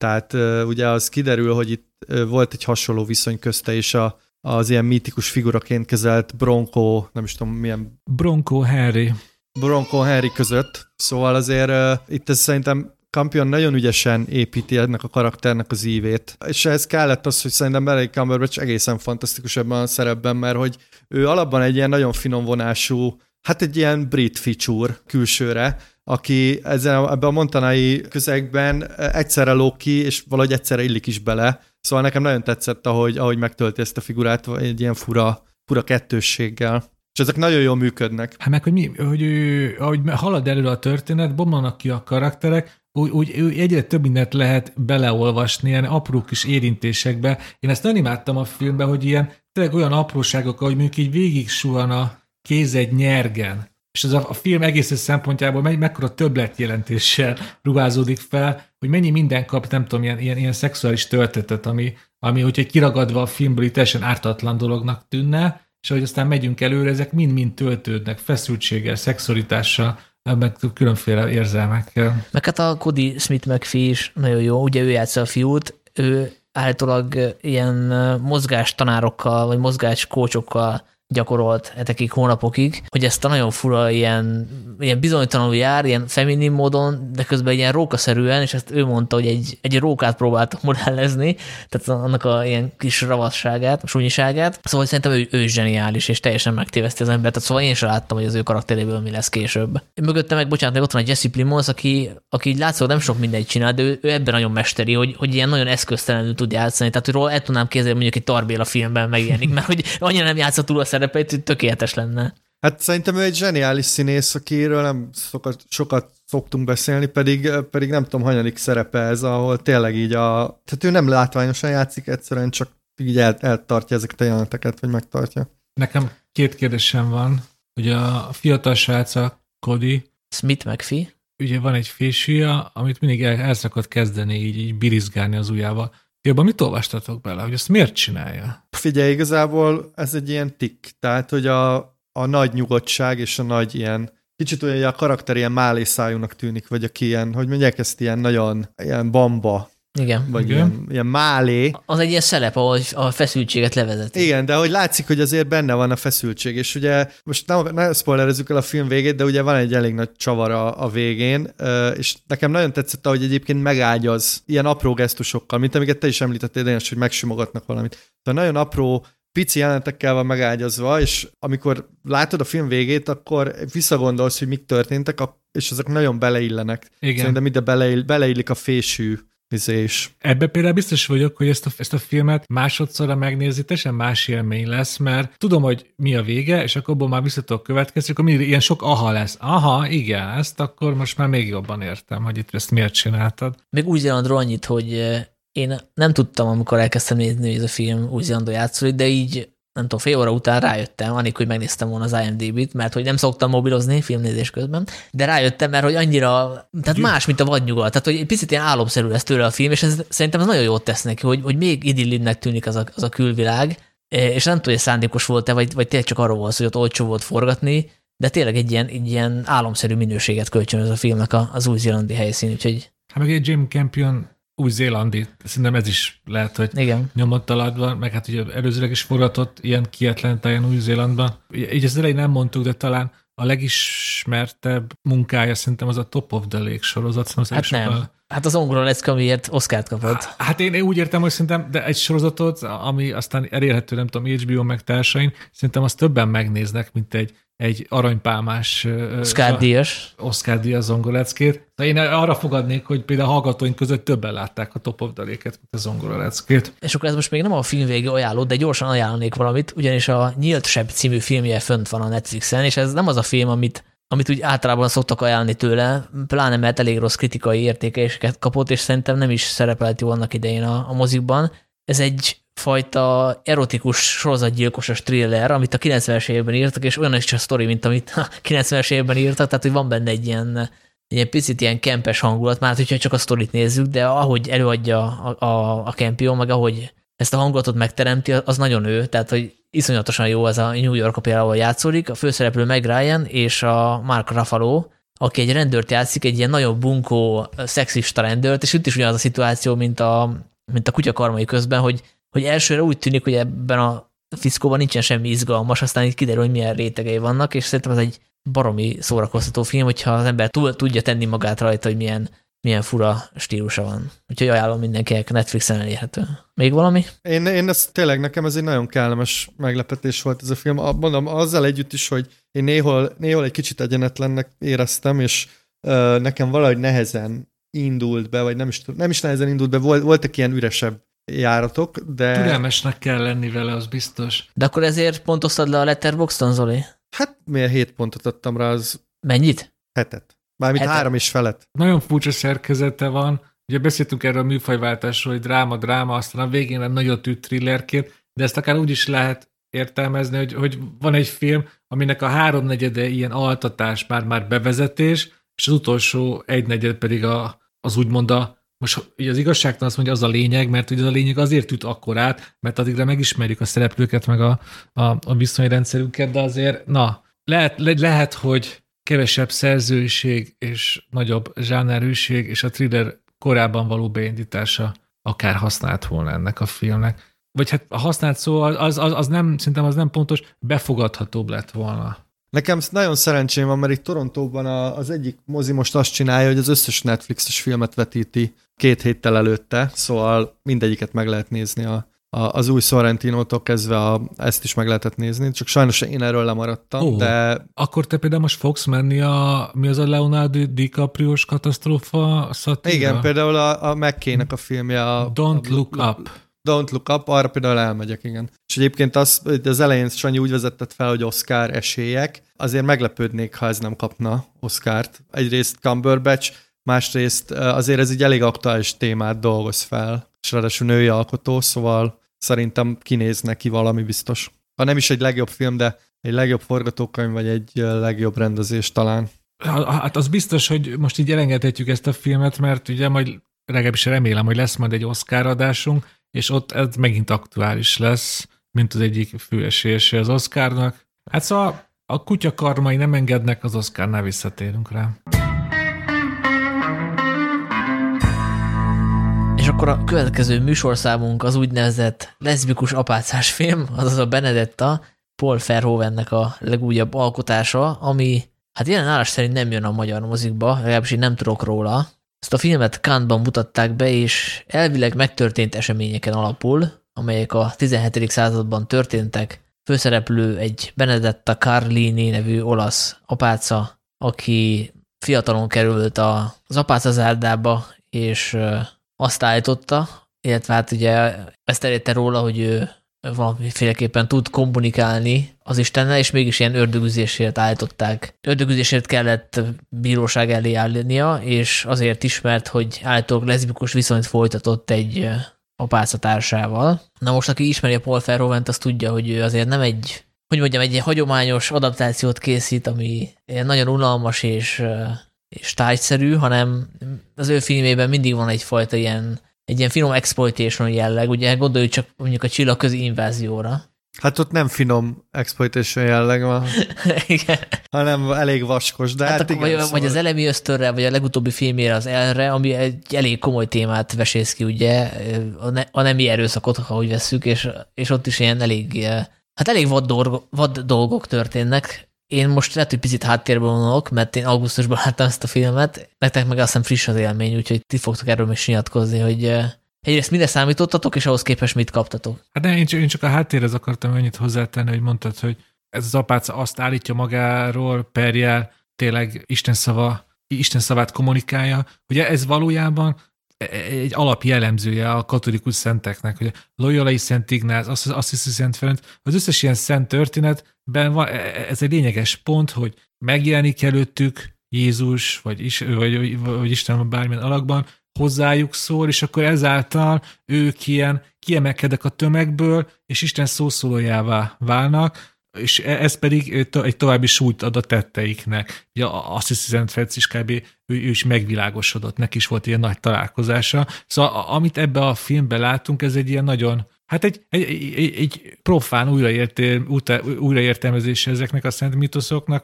Tehát ugye az kiderül, hogy itt volt egy hasonló viszony közte és a, az ilyen mítikus figuraként kezelt Bronco, nem is tudom milyen... Bronco Henry. Bronco Henry között. Szóval azért uh, itt ez szerintem Campion nagyon ügyesen építi ennek a karakternek az ívét. És ehhez kellett az, hogy szerintem Benedict Cumberbatch egészen fantasztikus ebben a szerepben, mert hogy ő alapban egy ilyen nagyon finom vonású, hát egy ilyen brit feature külsőre, aki ezen, ebben a montanai közegben egyszerre lóg ki, és valahogy egyszerre illik is bele. Szóval nekem nagyon tetszett, ahogy, ahogy megtölti ezt a figurát egy ilyen fura, fura kettősséggel. És ezek nagyon jól működnek. Hát meg, hogy, mi, hogy ő, ahogy halad előre a történet, bomlanak ki a karakterek, úgy, úgy, úgy egyre több mindent lehet beleolvasni, ilyen apró kis érintésekbe. Én ezt nagyon imádtam a filmben, hogy ilyen tényleg olyan apróságok, ahogy mondjuk így végig suhan a kéz egy nyergen. És ez a, a film egész szempontjából meg, mekkora többletjelentéssel ruházódik fel, hogy mennyi minden kap, nem tudom, ilyen, ilyen, ilyen szexuális töltetet, ami, ami hogyha kiragadva a filmből itt teljesen ártatlan dolognak tűnne, és ahogy aztán megyünk előre, ezek mind-mind töltődnek, feszültséggel, szexualitással, meg különféle érzelmekkel. Meg hát a Cody Smith-McPhee is nagyon jó, ugye ő játsza a fiút, ő állítólag ilyen mozgástanárokkal, vagy mozgáskócsokkal gyakorolt hetekig, hónapokig, hogy ezt a nagyon fura ilyen, ilyen bizonytalanul jár, ilyen feminin módon, de közben ilyen rókaszerűen, és ezt ő mondta, hogy egy, egy rókát próbáltak modellezni, tehát annak a ilyen kis ravasságát, súnyiságát. Szóval szerintem ő, ő zseniális, és teljesen megtéveszti az embert, tehát szóval én sem láttam, hogy az ő karakteréből mi lesz később. Mögötte meg, bocsánat, meg ott van a Jesse Plimons, aki, aki így látszott, nem sok mindent csinál, de ő, ő ebben nagyon mesteri, hogy, hogy ilyen nagyon eszköztelenül tud játszani. Tehát hogy róla el tudnám képzelni, mondjuk egy Tarbéla filmben megjelenik, mert hogy annyira nem játszott túl a szerepeit, hogy tökéletes lenne. Hát szerintem ő egy zseniális színész, akiről nem sokat, sokat szoktunk beszélni, pedig, pedig nem tudom, hanyadik szerepe ez, ahol tényleg így a... Tehát ő nem látványosan játszik, egyszerűen csak így el, eltartja ezeket a jeleneteket, vagy megtartja. Nekem két kérdésem van, hogy a fiatal srác, a Cody Smith-McPhee, ugye van egy fésűja, amit mindig el, el szokott kezdeni így, így birizgálni az ujjával. Jobban mit olvastatok bele, hogy ezt miért csinálja? Figyelj, igazából ez egy ilyen tikk, tehát hogy a, a nagy nyugodtság és a nagy ilyen, kicsit olyan, hogy a karakter ilyen málészájúnak tűnik, vagy aki ilyen, hogy mondják ezt ilyen nagyon, ilyen bamba. Igen. Vagy Igen. Ilyen, ilyen málé. Az egy ilyen szelep, ahol a feszültséget levezeti. Igen, de hogy látszik, hogy azért benne van a feszültség, és ugye most nem, ne spoilerezzük el a film végét, de ugye van egy elég nagy csavar a, a végén, és nekem nagyon tetszett, ahogy egyébként megágyaz ilyen apró gesztusokkal, mint amiket te is említettél, Dénes, hogy megsimogatnak valamit. Tehát nagyon apró, pici jelenetekkel van megágyazva, és amikor látod a film végét, akkor visszagondolsz, hogy mik történtek, és ezek nagyon beleillenek. Igen. Szerintem ide beleill, beleillik a fésű is. Ebben például biztos vagyok, hogy ezt a, ezt a filmet másodszorra megnézi, teljesen más élmény lesz, mert tudom, hogy mi a vége, és akkor abból már vissza tudok következni, akkor mindig ilyen sok aha lesz. Aha, igen, ezt akkor most már még jobban értem, hogy itt ezt miért csináltad. Még Új-Zélandról annyit, hogy én nem tudtam, amikor elkezdtem nézni, hogy ez a film Új-Zélandon játszódik, de így nem tudom, fél óra után rájöttem, anélkül, hogy megnéztem volna az IMDb-t, mert hogy nem szoktam mobilozni filmnézés közben, de rájöttem, mert hogy annyira, tehát más, mint a vadnyugat, tehát hogy egy picit ilyen álomszerű lesz tőle a film, és ez, szerintem ez nagyon jót tesz neki, hogy, hogy még idillibbnek tűnik az a, az a külvilág, és nem tudom, hogy szándékos volt-e, vagy, vagy tényleg csak arról volt, hogy ott olcsó volt forgatni, de tényleg egy ilyen, egy ilyen álomszerű minőséget kölcsönöz a filmnek az új-zélandi helyszín, úgyhogy... Hát meg egy James Campion új-zélandi, szerintem ez is lehet, hogy igen. Nyomott alatt van, meg hát ugye előzőleg is forgatott ilyen kiatlantáján Új-Zélandban. Így ezt elején nem mondtuk, de talán a legismertebb munkája szerintem az a Top of the Lake sorozat. Hát nem. Sokkal... Hát az Ongora Lecke, amiért Oscart kapott. Hát én úgy értem, hogy szerintem, de egy sorozatot, ami aztán elérhető, nem tudom, há bé ó meg társain, szerintem azt többen megnéznek, mint egy egy aranypálmás Oscar-díjas Oscar-díjas Zongoraleckét. Én arra fogadnék, hogy például a hallgatóink között többen látták a Top of the Lake-et, mint a Zongoraleckét. És akkor ez most még nem a film vége ajánló, de gyorsan ajánlanék valamit, ugyanis a Nyílt Seb című filmje fönt van a Netflixen, és ez nem az a film, amit, amit úgy általában szoktak ajánlani tőle, pláne mert elég rossz kritikai értékeléseket kapott, és szerintem nem is szerepelt jó annak idején a, a mozikban. Ez egy fajta erotikus sorozatgyilkosos thriller, amit a kilencvenes években írtak, és olyan is a sztori, mint amit a kilencvenes években írtak, tehát hogy van benne egy ilyen, egy ilyen picit ilyen kempes hangulat, már hogyha csak a sztorit nézzük, de ahogy előadja a, a, a Campion, meg ahogy ezt a hangulatot megteremti, az nagyon ő, tehát hogy iszonyatosan jó ez a New York például játszódik, a főszereplő Meg Ryan és a Mark Ruffalo, aki egy rendőrt játszik, egy ilyen nagyon bunkó, szexista rendőrt, és itt is ugyanaz a szituáció, mint a, mint a Kutya Karmai közben, hogy, hogy elsőre úgy tűnik, hogy ebben a fickóban nincsen semmi izgalmas, aztán itt kiderül, hogy milyen rétegei vannak, és szerintem ez egy baromi szórakoztató film, hogyha az ember túl tudja tenni magát rajta, hogy milyen, milyen fura stílusa van. Úgyhogy ajánlom mindenkinek, Netflixen elérhető. Még valami? Én, én ez tényleg, nekem ez egy nagyon kellemes meglepetés volt ez a film. Mondom, azzal együtt is, hogy én néhol, néhol egy kicsit egyenetlennek éreztem, és uh, nekem valahogy nehezen indult be, vagy nem is, nem is nehezen indult be, volt, voltak ilyen üresebb járatok, de... Türelmesnek kell lenni vele, az biztos. De akkor ezért pontoztad le a Letterboxdon, Zoli? Hát miért hét pontot adtam rá, az... Mennyit? Hetet. Mármint Hetet. három és felett. Nagyon furcsa szerkezete van. Ugye beszéltünk erről a műfajváltásról, hogy dráma, dráma, aztán a végén egy nagyot üt thrillerként, de ezt akár úgy is lehet értelmezni, hogy, hogy van egy film, aminek a háromnegyede ilyen altatás, már-már bevezetés, és az utolsó egynegyed pedig a, az úgymond a, most az igazságtalan azt mondja, az a lényeg, mert ugye az a lényeg azért üt akkor át, mert addigra megismerjük a szereplőket, meg a, a, a viszonyrendszerünket, de azért, na, lehet, le, lehet, hogy kevesebb szerzőség és nagyobb zsánerűség, és a thriller korábban való beindítása akár használt volna ennek a filmnek. Vagy hát a használt szó az, az, az nem, szerintem az nem pontos, befogadhatóbb lett volna. Nekem nagyon szerencsém van, mert itt Torontóban az egyik mozi most azt csinálja, hogy az összes Netflixes filmet vetíti két héttel előtte, szóval mindegyiket meg lehet nézni, a, a, az új Sorrentinótól kezdve a, ezt is meg lehetett nézni, csak sajnos én erről lemaradtam, oh, de... Akkor te például most fogsz menni a, mi az a Leonardo DiCaprio-s katasztrófa szatíra? Igen, például a, a McKay-nek a filmje a... Don't a, Look Up. Don't Look Up, arra például elmegyek, igen. És egyébként az, az elején Sanyi úgy vezetett fel, hogy Oscar esélyek, azért meglepődnék, ha ez nem kapna Oscart. Egyrészt Cumberbatch, másrészt azért ez egy elég aktuális témát dolgoz fel, és ráadásul női alkotó, szóval szerintem kinéz neki valami biztos. Ha nem is egy legjobb film, de egy legjobb forgatókönyv, vagy egy legjobb rendezés talán. Hát az biztos, hogy most így elengedhetjük ezt a filmet, mert ugye majd legalábbis remélem, hogy lesz majd egy Oscar adásunk, és ott ez megint aktuális lesz, mint az egyik fő esélyese az Oscarnak. Hát szóval a Kutya Karmai nem engednek, az Oscarnál visszatérünk rá. És akkor a következő műsorszámunk az úgynevezett leszbikus apácás film, azaz a Benedetta, Paul Verhoevennek a legújabb alkotása, ami hát jelen állás szerint nem jön a magyar mozikba, legalábbis én nem tudok róla. Ezt a filmet Cannes-ban mutatták be, és elvileg megtörtént eseményeken alapul, amelyek a tizenhetedik században történtek. Főszereplő egy Benedetta Carlini nevű olasz apáca, aki fiatalon került az apáca zárdába, és azt állította, illetve hát ugye ezt terjedte róla, hogy ő valamiféleképpen tud kommunikálni az Istennel, és mégis ilyen ördögüzésért állították. Ördögüzésért kellett bíróság elé állnia, és azért ismert, hogy állítólag leszbikus viszonyt folytatott egy apácatársával. Na most, aki ismeri a Paul Verhoevent, az tudja, hogy ő azért nem egy, hogy mondjam, egy hagyományos adaptációt készít, ami nagyon unalmas és, és tájszerű, hanem az ő filmében mindig van egyfajta ilyen egy ilyen finom exploitation jelleg, ugye gondoljuk csak mondjuk a Csillagközi invázióra. Hát ott nem finom exploitation jelleg van, igen. hanem elég vaskos, de hát, hát igen. Vagy, szóval... vagy az Elemi Ösztönre, vagy a legutóbbi filmére, az Elre, ami egy elég komoly témát vesész ki, ugye, a, ne, a nemi erőszakot, ha úgy vesszük, és, és ott is ilyen elég, hát elég vad, dolgok, vad dolgok történnek. Én most lehet, hogy picit háttérben vonulok, mert én augusztusban láttam ezt a filmet, nektek meg azt hiszem friss az élmény, úgyhogy ti fogtok erről még nyilatkozni, hogy egyrészt mire számítottatok, és ahhoz képest mit kaptatok. Hát de én csak, én csak a háttérhez akartam annyit hozzátenni, hogy mondtad, hogy ez az apáca azt állítja magáról, perjel, tényleg Isten szava, Isten szavát kommunikálja. Ugye ez valójában egy alapjellemzője a katolikus szenteknek, hogy Loyolai Szent Ignác, Assisi Szent Ferenc, az összes ilyen szent történetben van, ez egy lényeges pont, hogy megjelenik előttük Jézus, vagy, is, vagy, vagy Isten bármilyen alakban, hozzájuk szól, és akkor ezáltal ők ilyen kiemelkednek a tömegből, és Isten szószólójává válnak, és ez pedig egy további súlyt ad a tetteiknek. Ugye azt hiszi Szent Ferenc is kb. Ő, ő is megvilágosodott, neki is volt ilyen nagy találkozása. Szóval amit ebbe a filmben látunk, ez egy ilyen nagyon, hát egy, egy, egy, egy profán újraértelmezése ezeknek a szent mitoszoknak, mert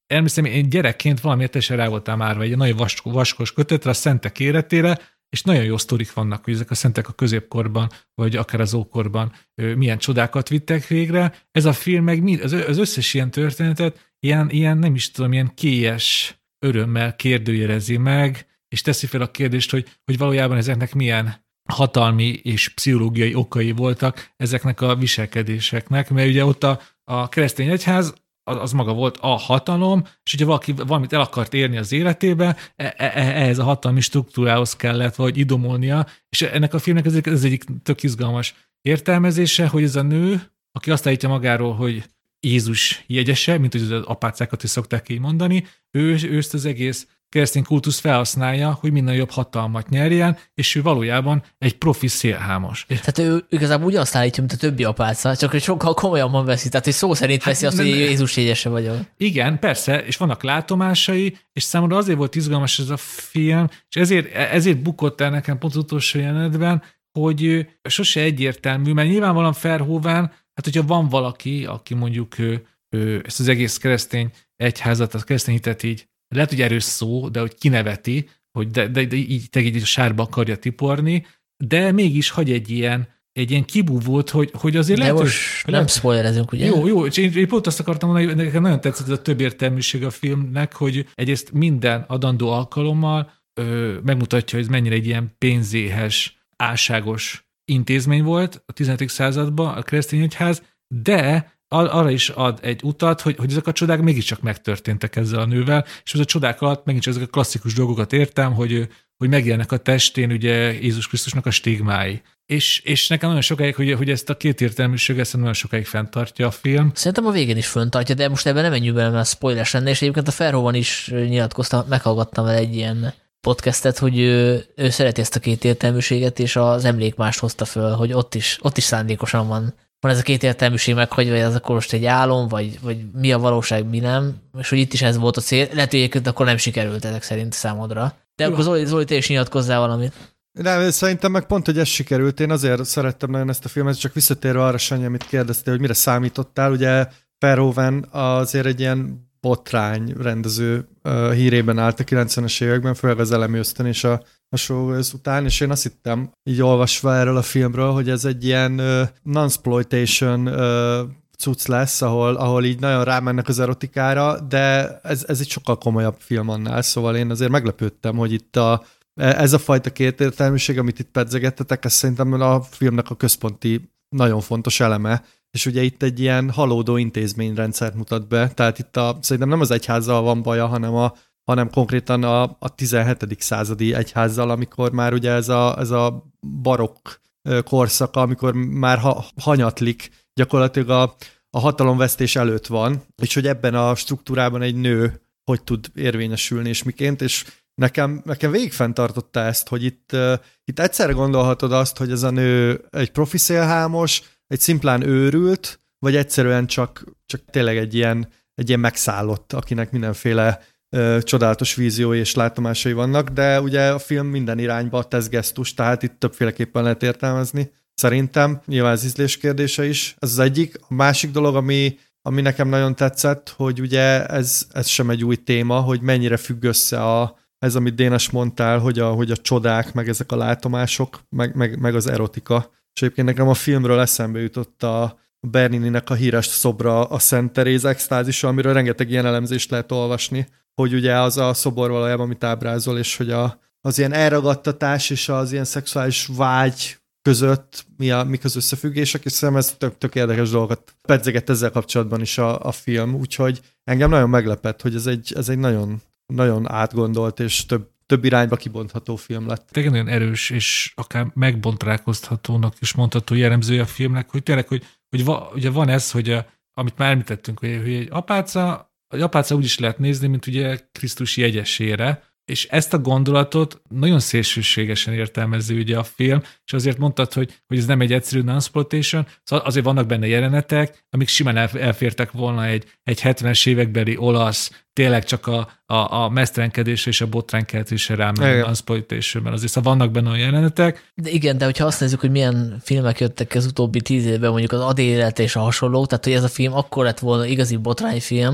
elmészem, én gyerekként valamiért teljesen rá voltam árva egy nagyon vas, vaskos kötetre, a szentek életére, és nagyon jó sztorik vannak, hogy ezek a szentek a középkorban, vagy akár az ókorban milyen csodákat vittek végre. Ez a film meg mind, az összes ilyen történetet ilyen, ilyen, nem is tudom, ilyen kélyes örömmel kérdőjelezi meg, és teszi fel a kérdést, hogy, hogy valójában ezeknek milyen hatalmi és pszichológiai okai voltak ezeknek a viselkedéseknek, mert ugye ott a, a keresztény egyház az maga volt a hatalom, és hogyha valaki valamit el akart érni az életébe, ehhez a hatalmi struktúrához kellett vagy idomolnia, és ennek a filmnek ez, ez egyik tök izgalmas értelmezése, hogy ez a nő, aki azt állítja magáról, hogy Jézus jegyese, mint hogy az apácákat is szokták így mondani, ő, ő ezt az egész keresztény kultusz felhasználja, hogy minél jobb hatalmat nyerjen, és ő valójában egy profi szélhámos. Tehát ő igazából ugyanazt állítja, mint a többi apáca, csak hogy sokkal komolyabban veszi, tehát hogy szó szerint veszi hát, azt, hogy Jézus jegyese vagyok. Igen, persze, és vannak látomásai, és számomra azért volt izgalmas ez a film, és ezért, ezért bukott el nekem pont az utolsó jelenetben, hogy sose egyértelmű, mert nyilvánvalóan Verhoeven, hát hogyha van valaki, aki mondjuk ő, ő, ezt az egész keresztény egyházat, a keresztény hitet így lehet, hogy erős szó, de hogy kineveti, hogy de, de, de így, így a sárba akarja tiporni, de mégis hagy egy ilyen, egy ilyen kibúvót, hogy, hogy azért de lehet, most hogy... nem spoilerezünk, ugye? Jó, jó, és én, én pont azt akartam mondani, hogy nekem nagyon tetszett ez a több értelműség a filmnek, hogy egyrészt minden adandó alkalommal ö, megmutatja, hogy ez mennyire egy ilyen pénzéhes, álságos intézmény volt a tizenedik században, a keresztény egyház, de arra is ad egy utat, hogy, hogy ezek a csodák mégiscsak megtörténtek ezzel a nővel, és az a csodák alatt megint csak ezek a klasszikus dolgokat értem, hogy, hogy megjelennek a testén ugye Jézus Krisztusnak a stigmái. És, és nekem nagyon sokáig, hogy, hogy ezt a kétértelműséget ezt nagyon sokáig fenntartja a film. Szerintem a végén is fenntartja, de most ebben nem menjünk bele, mert spoileres lenne, és egyébként a Verhoeven is nyilatkozta, meghallgattam vele egy ilyen podcastet, hogy ő, ő szereti ezt a kétértelműséget, és az emlékmást hozta föl, hogy ott is, ott is szándékosan van. Van ez a két értelműség meg, hogy ez akkor most egy álom, vagy, vagy mi a valóság, mi nem, és hogy itt is ez volt a cél. Lehet, hogy egyébként akkor nem sikerült ezek szerint számodra. De akkor Zoli, Zoli, te is nyilatkozzál valamit. De szerintem meg pont, hogy ez sikerült. Én azért szerettem nagyon ezt a filmet, csak visszatérve arra, Sanyi, amit kérdeztél, hogy mire számítottál. Ugye Verhoeven azért egy ilyen botrány rendező uh, hírében állt a kilencvenes években, főleg az Elemi Ösztön és a, a Showgirls után, és én azt hittem, így olvasva erről a filmről, hogy ez egy ilyen uh, non-sploitation uh, cucc lesz, ahol, ahol így nagyon rámennek az erotikára, de ez, ez egy sokkal komolyabb film annál, szóval én azért meglepődtem, hogy itt a, ez a fajta kétértelműség, amit itt pedzegettetek, ez szerintem a filmnek a központi, nagyon fontos eleme, és ugye itt egy ilyen halódó intézményrendszert mutat be, tehát itt a, szerintem nem az egyházzal van baja, hanem, a, hanem konkrétan a, a tizenhetedik századi egyházzal, amikor már ugye ez a, ez a barokk korszaka, amikor már ha, hanyatlik, gyakorlatilag a, a hatalomvesztés előtt van, és hogy ebben a struktúrában egy nő hogy tud érvényesülni, és miként, és nekem, nekem végig fenntartotta ezt, hogy itt, uh, itt egyszerre gondolhatod azt, hogy ez a nő egy profi szélhámos, egy szimplán őrült, vagy egyszerűen csak, csak tényleg egy ilyen, egy ilyen megszállott, akinek mindenféle ö, csodálatos víziói és látomásai vannak, de ugye a film minden irányba tesz gesztus, tehát itt többféleképpen lehet értelmezni. Szerintem nyilván az ízlés kérdése is. Ez az egyik. A másik dolog, ami, ami nekem nagyon tetszett, hogy ugye ez, ez sem egy új téma, hogy mennyire függ össze a, ez, amit Dénes mondtál, hogy a, hogy a csodák, meg ezek a látomások, meg, meg, meg az erotika. És egyébként nekem a filmről eszembe jutott a Bernininek a híres szobra, a Szent Teréz extázisa, amiről rengeteg ilyen elemzést lehet olvasni, hogy ugye az a szobor valójában mit ábrázol, és hogy a, az ilyen elragadtatás és az ilyen szexuális vágy között mi a, mik az összefüggések, és szerintem ez tök, tök érdekes dolgokat pedzegett ezzel kapcsolatban is a, a film, úgyhogy engem nagyon meglepett, hogy ez egy, ez egy nagyon, nagyon átgondolt és több több irányba kibontható film lett. Tényleg nagyon erős, és akár megbontrákozhatónak is mondható jellemzője a filmnek, hogy tényleg, hogy, hogy va, ugye van ez, hogy a, amit már említettünk, hogy, hogy egy apáca, egy apáca úgy is lehet nézni, mint ugye Krisztus jegyesére, és ezt a gondolatot nagyon szélsőségesen értelmezi ugye a film, és azért mondtad, hogy, hogy ez nem egy egyszerű non-sploitation, szóval azért vannak benne jelenetek, amik simán elfértek volna egy, egy hetvenes évekbeli olasz, tényleg csak a, a, a mesztelenkedésre és a botránykeltésre rámenő non-sploitationben. Azért szóval vannak benne a jelenetek. De igen, de hogyha azt nézzük, hogy milyen filmek jöttek az utóbbi tíz évben, mondjuk az Adélet és a hasonlók, tehát hogy ez a film akkor lett volna igazi botrányfilm,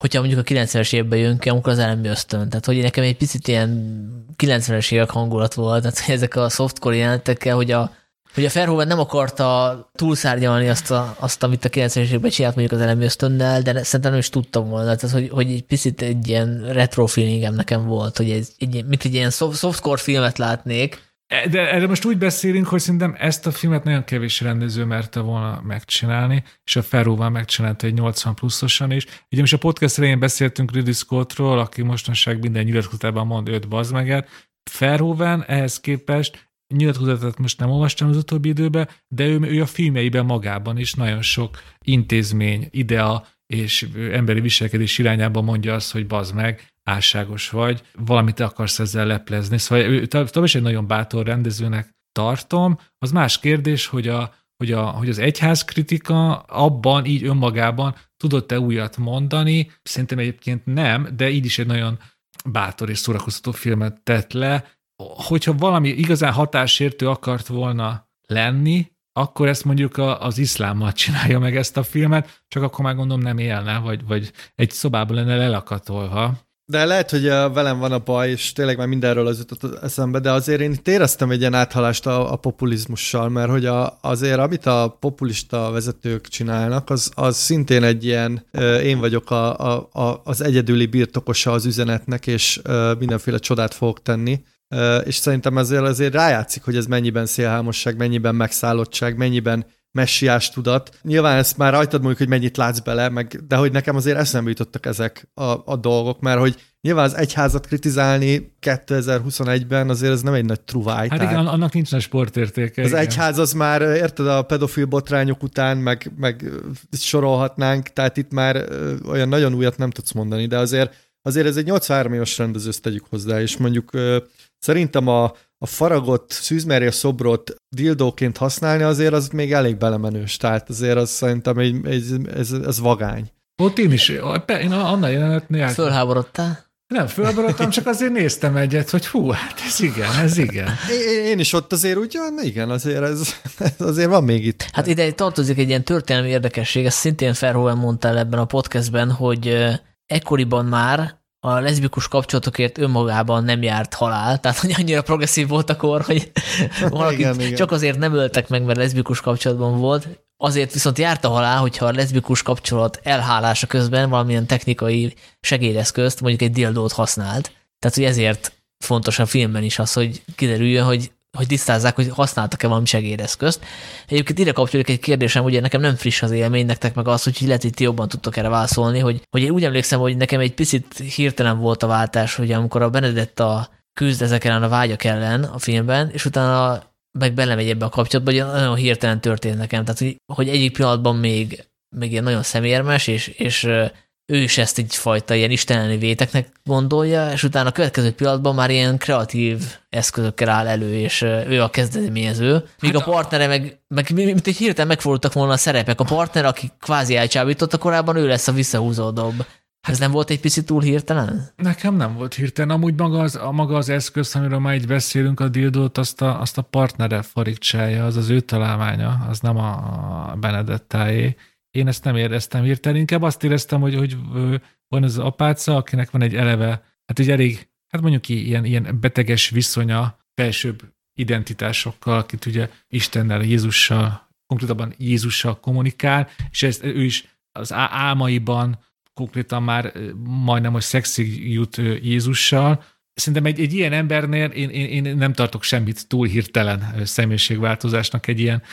hogyha mondjuk a kilencvenes évben jön ki, amikor az elemi ösztön. Tehát, hogy nekem egy picit ilyen kilencvenes évek hangulat volt, tehát ezek a softcore jelentekkel, hogy a, hogy a Verhoeven nem akarta túlszárnyalni azt, a, azt, amit a kilencvenes években csinált mondjuk az elemi ösztönnel, de szerintem nem is tudtam volna. Tehát, hogy, hogy egy picit egy ilyen retro feelingem nekem volt, hogy ez, egy, mint egy ilyen softcore filmet látnék. De erre most úgy beszélünk, hogy szerintem ezt a filmet nagyon kevés rendező merte volna megcsinálni, és a Verhoeven megcsinálta egy nyolcvan pluszosan is. Ugye most a podcast elején beszéltünk Ridley Scottról, aki mostanság minden nyilatkozatában mond öt bazd meget. Verhoeven ehhez képest nyilatkozatot most nem olvastam az utóbbi időben, de ő, ő a filmjeiben magában is nagyon sok intézmény, idea és emberi viselkedés irányában mondja azt, hogy bazd meg, álságos vagy, valamit akarsz ezzel leplezni. Szóval ő tovább is egy nagyon bátor rendezőnek tartom. Az más kérdés, hogy, a, hogy, a, hogy az egyház kritika abban így önmagában tudott-e újat mondani. Szerintem egyébként nem, de így is egy nagyon bátor és szórakoztató filmet tett le. Hogyha valami igazán hatásértő akart volna lenni, akkor ezt mondjuk az iszlámmal csinálja meg ezt a filmet, csak akkor már gondolom nem élne, vagy, vagy egy szobában lenne lelakatolva. De lehet, hogy velem van a baj, és tényleg már mindenről az jutott eszembe, de azért én itt éreztem egy ilyen áthalást a, a populizmussal, mert hogy a, azért, amit a populista vezetők csinálnak, az, az szintén egy ilyen, én vagyok a, a, a, az egyedüli birtokosa az üzenetnek, és mindenféle csodát fogok tenni. És szerintem ezért azért rájátszik, hogy ez mennyiben szélhámosság, mennyiben megszállottság, mennyiben messiás tudat. Nyilván ezt már rajtad mondjuk, hogy mennyit látsz bele, meg, de hogy nekem azért eszembe jutottak ezek a, a dolgok, mert hogy nyilván az egyházat kritizálni kétezer-huszonegyben azért ez nem egy nagy truváj. Hát igen, annak nincs nagy sportértéke. Az igen. egyház az már, érted, a pedofil botrányok után, meg, meg sorolhatnánk, tehát itt már olyan nagyon újat nem tudsz mondani, de azért, azért ez egy nyolcvanhárom éves rendező, ezt tegyük hozzá, és mondjuk szerintem a, a faragott Szűz Mária szobrot dildóként használni azért az még elég belemenős, tehát azért az szerintem egy, egy, ez, ez vagány. Ott én is, én annál jelenetnél... Fölháborodtál? Nem, fölháborodtam, csak azért néztem egyet, hogy hú, hát ez igen, ez igen. Én, én is ott azért úgy, igen, azért ez, azért van még itt. Hát ide tartozik egy ilyen történelmi érdekesség, ezt szintén Verhoeven mondta el ebben a podcastben, hogy ekkoriban már a leszbikus kapcsolatokért önmagában nem járt halál, tehát hogy annyira progresszív volt a kor, hogy valakit igen, csak igen. azért nem öltek meg, mert leszbikus kapcsolatban volt, azért viszont járt a halál, hogyha a leszbikus kapcsolat elhálása közben valamilyen technikai segédeszközt, mondjuk egy dildót használt. Tehát, hogy ezért fontos a filmben is az, hogy kiderüljön, hogy hogy tisztázzák, hogy használtak-e valami segédeszközt. Egyébként ide kapcsolódik egy kérdésem, ugye nekem nem friss az élmény, nektek meg az, hogy lehet, hogy ti jobban tudtok erre válaszolni, hogy, hogy én úgy emlékszem, hogy nekem egy picit hirtelen volt a váltás, hogy amikor a Benedetta küzd ezek ellen a vágyak ellen a filmben, és utána meg belemegy ebbe a kapcsolatba, hogy nagyon hirtelen történt nekem. Tehát, hogy, hogy egyik pillanatban még, még ilyen nagyon szemérmes, és, és ő is ezt egyfajta ilyen istenelni véteknek gondolja, és utána a következő pillanatban már ilyen kreatív eszközökkel áll elő, és ő a kezdeményező. Míg hát a partnere meg, meg mint egy hirtelen megfordultak volna a szerepek. A partner, aki kvázi elcsábította korábban, ő lesz a visszahúzódóbb. Ez nem volt egy picit túl hirtelen? Nekem nem volt hirtelen. Amúgy maga az, a maga az eszköz, amiről már így beszélünk, a dildót, azt a, azt a partnere farigcsája, az az ő találmánya, az nem a Benedettáé. Én ezt nem éreztem hirtelen, inkább azt éreztem, hogy, hogy van az apáca, akinek van egy eleve, hát egy elég, hát mondjuk ilyen, ilyen beteges viszonya felsőbb identitásokkal, akit ugye Istennel, Jézussal, konkrétabban Jézussal kommunikál, és ezt ő is az álmaiban konkrétan már majdnem, hogy szexig jut Jézussal. Szerintem egy, egy ilyen embernél én, én, én nem tartok semmit túl hirtelen személyiségváltozásnak egy ilyen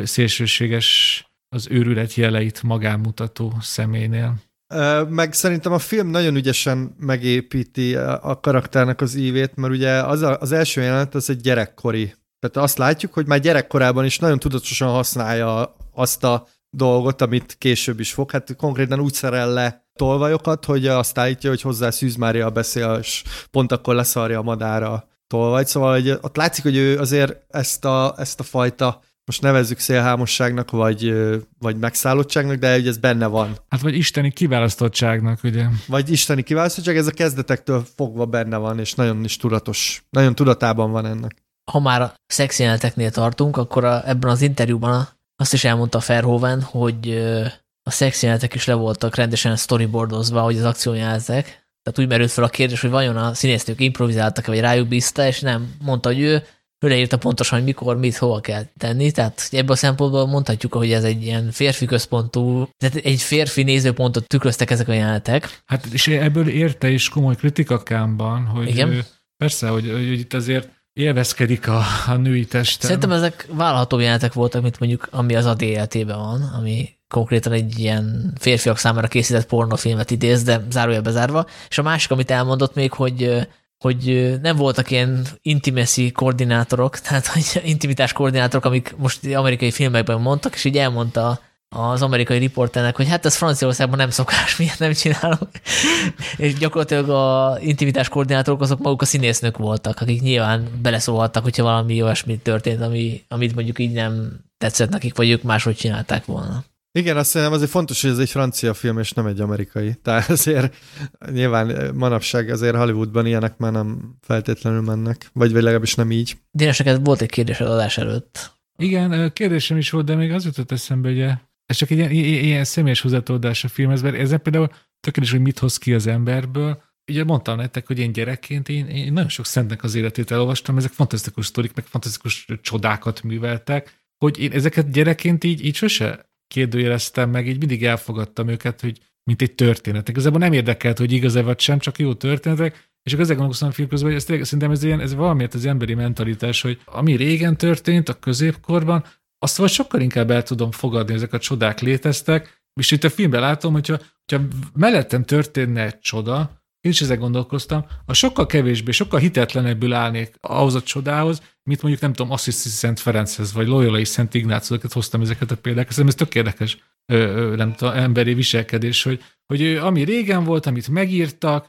szélsőséges az őrület jeleit magán mutató személynél. Meg szerintem a film nagyon ügyesen megépíti a karakternek az ívét, mert ugye az, a, az első jelenet az egy gyerekkori. Tehát azt látjuk, hogy már gyerekkorában is nagyon tudatosan használja azt a dolgot, amit később is fog. Hát konkrétan úgy szerel le tolvajokat, hogy azt állítja, hogy hozzá Szűz Mária beszél, és pont akkor leszarja a madára tolvajt. Szóval hogy ott látszik, hogy ő azért ezt a, ezt a fajta, most nevezzük szélhámosságnak, vagy, vagy megszállottságnak, de ugye ez benne van. Hát vagy isteni kiválasztottságnak, ugye? Vagy isteni kiválasztottság, ez a kezdetektől fogva benne van, és nagyon is tudatos, nagyon tudatában van ennek. Ha már a szexjeleneteknél tartunk, akkor a, ebben az interjúban a, azt is elmondta Verhoeven, hogy a szexjelenetek is le voltak rendesen storyboardozva, hogy az akciójelenetek. Tehát úgy merült fel a kérdés, hogy vajon a színésznők improvizáltak-e, vagy rájuk bízta, és nem mondta, hogy ő, ő leírta pontosan, hogy mikor, mit, hova kell tenni. Tehát ebből a szempontból mondhatjuk, hogy ez egy ilyen férfi központú, tehát egy férfi nézőpontot tükröztek ezek a jelenetek. Hát és ebből érte is komoly kritikakámban, hogy igen? persze, hogy, hogy itt azért élvezkedik a, a női testem. Szerintem ezek vállalható jelenetek voltak, mint mondjuk, ami az Adi életében van, ami konkrétan egy ilyen férfiak számára készített pornófilmet idéz, de zárójelbe zárva. És a másik, amit elmondott még, hogy, hogy nem voltak ilyen intimacy koordinátorok, tehát hogy intimitás koordinátorok, amik most amerikai filmekben mondtak, és így elmondta az amerikai riporternek, hogy hát ez Franciaországban nem szokás, miért nem csinálok. És gyakorlatilag a intimitás koordinátorok azok maguk a színésznők voltak, akik nyilván beleszólhattak, hogyha valami olyasmi történt, ami, amit mondjuk így nem tetszett nekik, vagy ők máshogy csinálták volna. Igen, azt hiszem azért fontos, hogy ez egy francia film, és nem egy amerikai. Tehát azért nyilván manapság azért Hollywoodban ilyenek már nem feltétlenül mennek, vagy legalábbis nem így. Dénes, neked volt egy kérdésed adás előtt. Igen, kérdésem is volt, de még az jutott eszembe, ugye, ez csak egy ilyen, ilyen személyes hozzátoldás a filmhez, mert ezen például tökéletes, hogy mit hoz ki az emberből. Ugye mondtam nektek, hogy én gyerekként én, én nagyon sok szentnek az életét elolvastam, ezek fantasztikus sztorik, meg fantasztikus csodákat műveltek, hogy én ezeket gyerekként így, így sose kérdőjeleztem meg, így mindig elfogadtam őket, hogy mint egy történet. Igazából nem érdekelt, hogy igaz-e vagy sem, csak jó történetek, és akkor ezzel gondolkoztam a film közben, hogy ez tényleg, szerintem ez, ilyen, ez valamiért az emberi mentalitás, hogy ami régen történt a középkorban, azt vagy sokkal inkább el tudom fogadni, ezek a csodák léteztek, és itt a filmben látom, hogyha, hogyha mellettem történne egy csoda, én is ezzel gondolkoztam, a sokkal kevésbé, sokkal hitetlenebbül állnék ahhoz a csodához, mint mondjuk nem tudom, Assisi Szent Ferenchez, vagy Loyolai Szent Ignáciokat hoztam ezeket a példákat. Szerintem ez tök érdekes ö, ö, nem tudom, emberi viselkedés, hogy, hogy ö, ami régen volt, amit megírtak,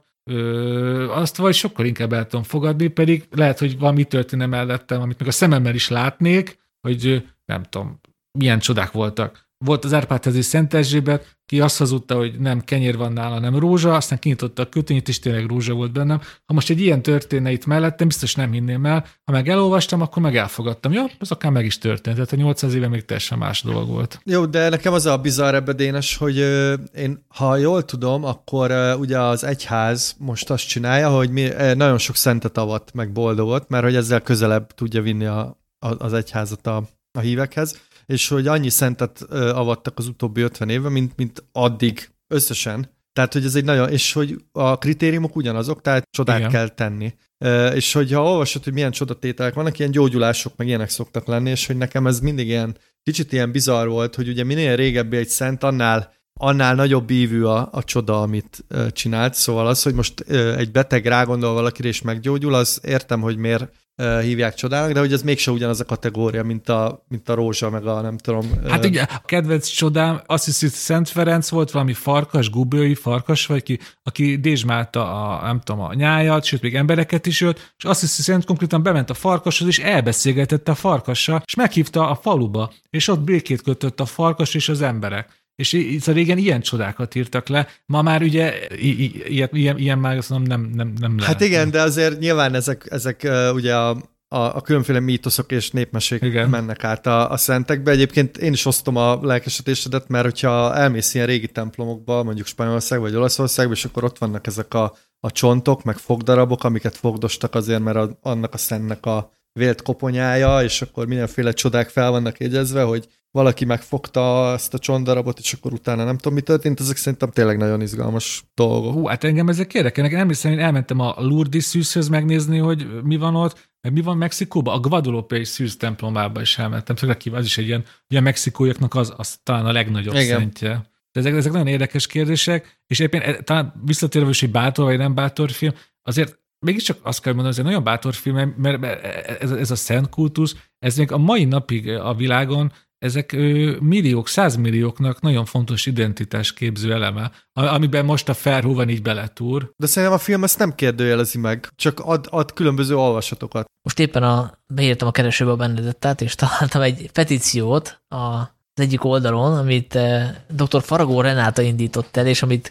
ö, azt vagy sokkal inkább el tudom fogadni, pedig lehet, hogy valami történne mellettem, amit meg a szememmel is látnék, hogy ö, nem tudom, milyen csodák voltak. Volt az Árpád-házi Szent Erzsébet, ki azt hazudta, hogy nem kenyér van nála, nem rózsa, aztán kinyitotta a kötényt, és tényleg rózsa volt bennem. Ha most egy ilyen történne itt mellettem, biztos nem hinném el. Ha meg elolvastam, akkor meg elfogadtam. Jó, az akár meg is történt. Tehát a nyolcszáz éve még teljesen más dolog volt. Jó, de nekem az a bizarr ebbe, Dénes, hogy ö, én, ha jól tudom, akkor ö, ugye az egyház most azt csinálja, hogy mi, ö, nagyon sok szentet avat, meg boldogot, mert hogy ezzel közelebb tudja vinni a, a, az egyházat a, a hívekhez, és hogy annyi szentet avattak az utóbbi ötven évben, mint, mint addig összesen. Tehát, hogy ez egy nagyon, és hogy a kritériumok ugyanazok, tehát csodát igen. kell tenni. És hogyha olvasod, hogy milyen csodatételek vannak, ilyen gyógyulások, meg ilyenek szoktak lenni, és hogy nekem ez mindig ilyen, kicsit ilyen bizarr volt, hogy ugye minél régebbi egy szent, annál, annál nagyobb ívű a, a csoda, amit csinált. Szóval az, hogy most egy beteg rágondol valakire és meggyógyul, az értem, hogy miért hívják csodának, de hogy ez mégse ugyanaz a kategória, mint a, mint a rózsa, meg a nem tudom. Hát ugye a kedvenc csodám, azt hiszi, Szent Ferenc volt, valami farkas, gubői farkas, vagy ki, aki dézsmálta a, nem tudom, a nyájat, sőt, még embereket is ölt, és azt hiszi, Szent konkrétan bement a farkashoz, és elbeszélgetette a farkassal, és meghívta a faluba, és ott békét kötött a farkas és az emberek. És itt a régen ilyen csodákat írtak le, ma már ugye i- i- ilyen, ilyen már azt mondom, nem, nem, nem lehet. Hát igen, de azért nyilván ezek, ezek uh, ugye a, a, a különféle mítoszok és népmesék igen. mennek át a, a szentekbe. Egyébként én is osztom a lelkesedésedet, mert hogyha elmész ilyen régi templomokba, mondjuk Spanyolországba vagy Olaszországba, és akkor ott vannak ezek a, a csontok, meg fogdarabok, amiket fogdostak azért, mert a, annak a szentnek a vélt koponyája, és akkor mindenféle csodák fel vannak jegyezve, hogy valaki megfogta ezt a csontdarabot, és akkor utána nem tudom, mi történt, ezek szerintem tényleg nagyon izgalmas dolgok. Hú, hát engem ezek érdekelnek. Emlékszem, én elmentem a Lourdes szűzhöz megnézni, hogy mi van ott, meg mi van Mexikóban, a Guadalupe szűz templomába is elmentem. Szóval az is egy ilyen, ilyen mexikóiaknak az, az talán a legnagyobb igen. szentje. De ezek, ezek nagyon érdekes kérdések, és éppen talán visszatérve is egy bátor vagy nem bátor film, azért mégiscsak azt kell mondani, hogy ez egy nagyon bátor film, mert ez, ez a szent kultusz, ez még a mai napig a világon ezek ö, milliók, százmillióknak nagyon fontos identitásképző eleme, amiben most a Fairhue van így beletúr. De szerintem a film ezt nem kérdőjelezi meg, csak ad, ad különböző olvasatokat. Most éppen a, beírtam a keresőbe a Benedettát, és találtam egy petíciót az egyik oldalon, amit dr. Faragó Renáta indított el, és amit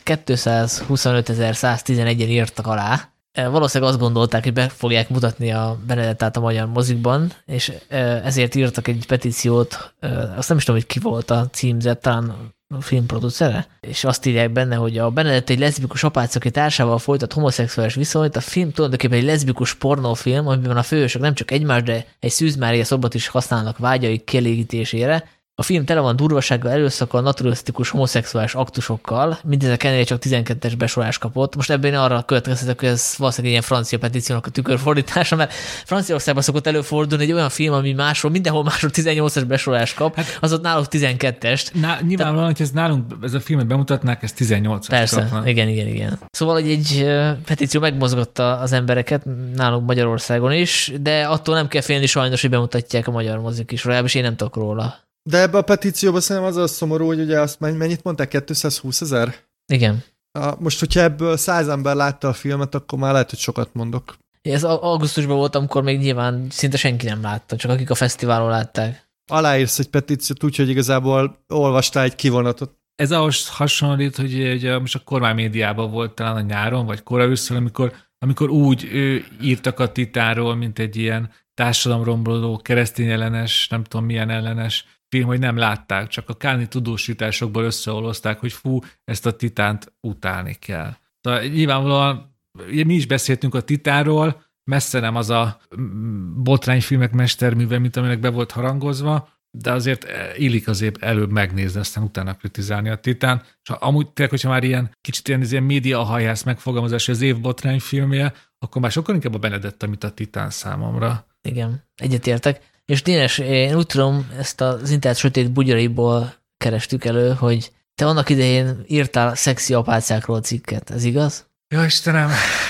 kétszázhuszonötezer-száztizenegyen írtak alá. Valószínűleg azt gondolták, hogy be fogják mutatni a Benedettát a magyar mozikban, és ezért írtak egy petíciót, azt nem is tudom, hogy ki volt a címzet, talán filmproducere, és azt írják benne, hogy a Benedett egy leszbikus apác, aki társával folytat homoszexuális viszonyt, a film tulajdonképpen egy leszbikus pornófilm, amiben a főhősök nem csak egymás, de egy Szűz Mária szobrot is használnak vágyaik kielégítésére. A film tele van durvasággal, erőszakkal, naturalisztikus homoszexuális aktusokkal, mindezek ellenére csak tizenkettes besorolás kapott. Most ebben arra következtetek, hogy ez valószínűleg ilyen francia petíciónak a tükörfordítása, mert Franciaországban szokott előfordulni egy olyan film, ami máshol, mindenhol máshol tizennyolcas besorolást kap, hát, az ott náluk tizenkettest. Ná, nyilvánvalóan, hogy ez nálunk, ez a filmet bemutatnák, ez tizennyolcas. Persze, kapna. igen, igen, igen. Szóval egy, egy petíció megmozgatta az embereket nálunk Magyarországon is, de attól nem kell félni sajnos, hogy bemutatják a magyar mozik is, legalábbis én nem tudok róla. De ebbe a petícióban szerintem az a szomorú, hogy ugye azt mennyit mondták, kétszázhúszezer? Igen. Most, hogyha ebből száz ember látta a filmet, akkor már lehet, hogy sokat mondok. Ez augusztusban volt, amikor még nyilván szinte senki nem látta, csak akik a fesztiválon látták. Aláírsz egy petíciót úgy, hogy igazából olvastál egy kivonatot. Ez ahhoz hasonlít, hogy ugye most a kormánymédiában volt talán a nyáron, vagy koraősszel, amikor, amikor úgy ő, írtak a Titánról, mint egy ilyen társadalomromboló, keresztény ellenes, nem tudom milyen ellenes film, hogy nem látták, csak a káni tudósításokból összeolozták, hogy fú, ezt a Titánt utálni kell. Tehát nyilvánvalóan ugye mi is beszéltünk a Titánról, messze nem az a botrányfilmek mesterműve, mint aminek be volt harangozva, de azért illik azért előbb megnézni, aztán utána kritizálni a Titán. És amúgy tényleg, hogyha már ilyen kicsit ilyen, ilyen média hajász megfogalmazás, hogy az év botrányfilmje, akkor már sokkal inkább a Benedett, mint a Titán számomra. Igen, egyetértek. És Dénes, én úgy tudom, ezt az internet sötét bugyaraiból kerestük elő, hogy te annak idején írtál szexi apácákról cikket, ez igaz? Ja, Istenem!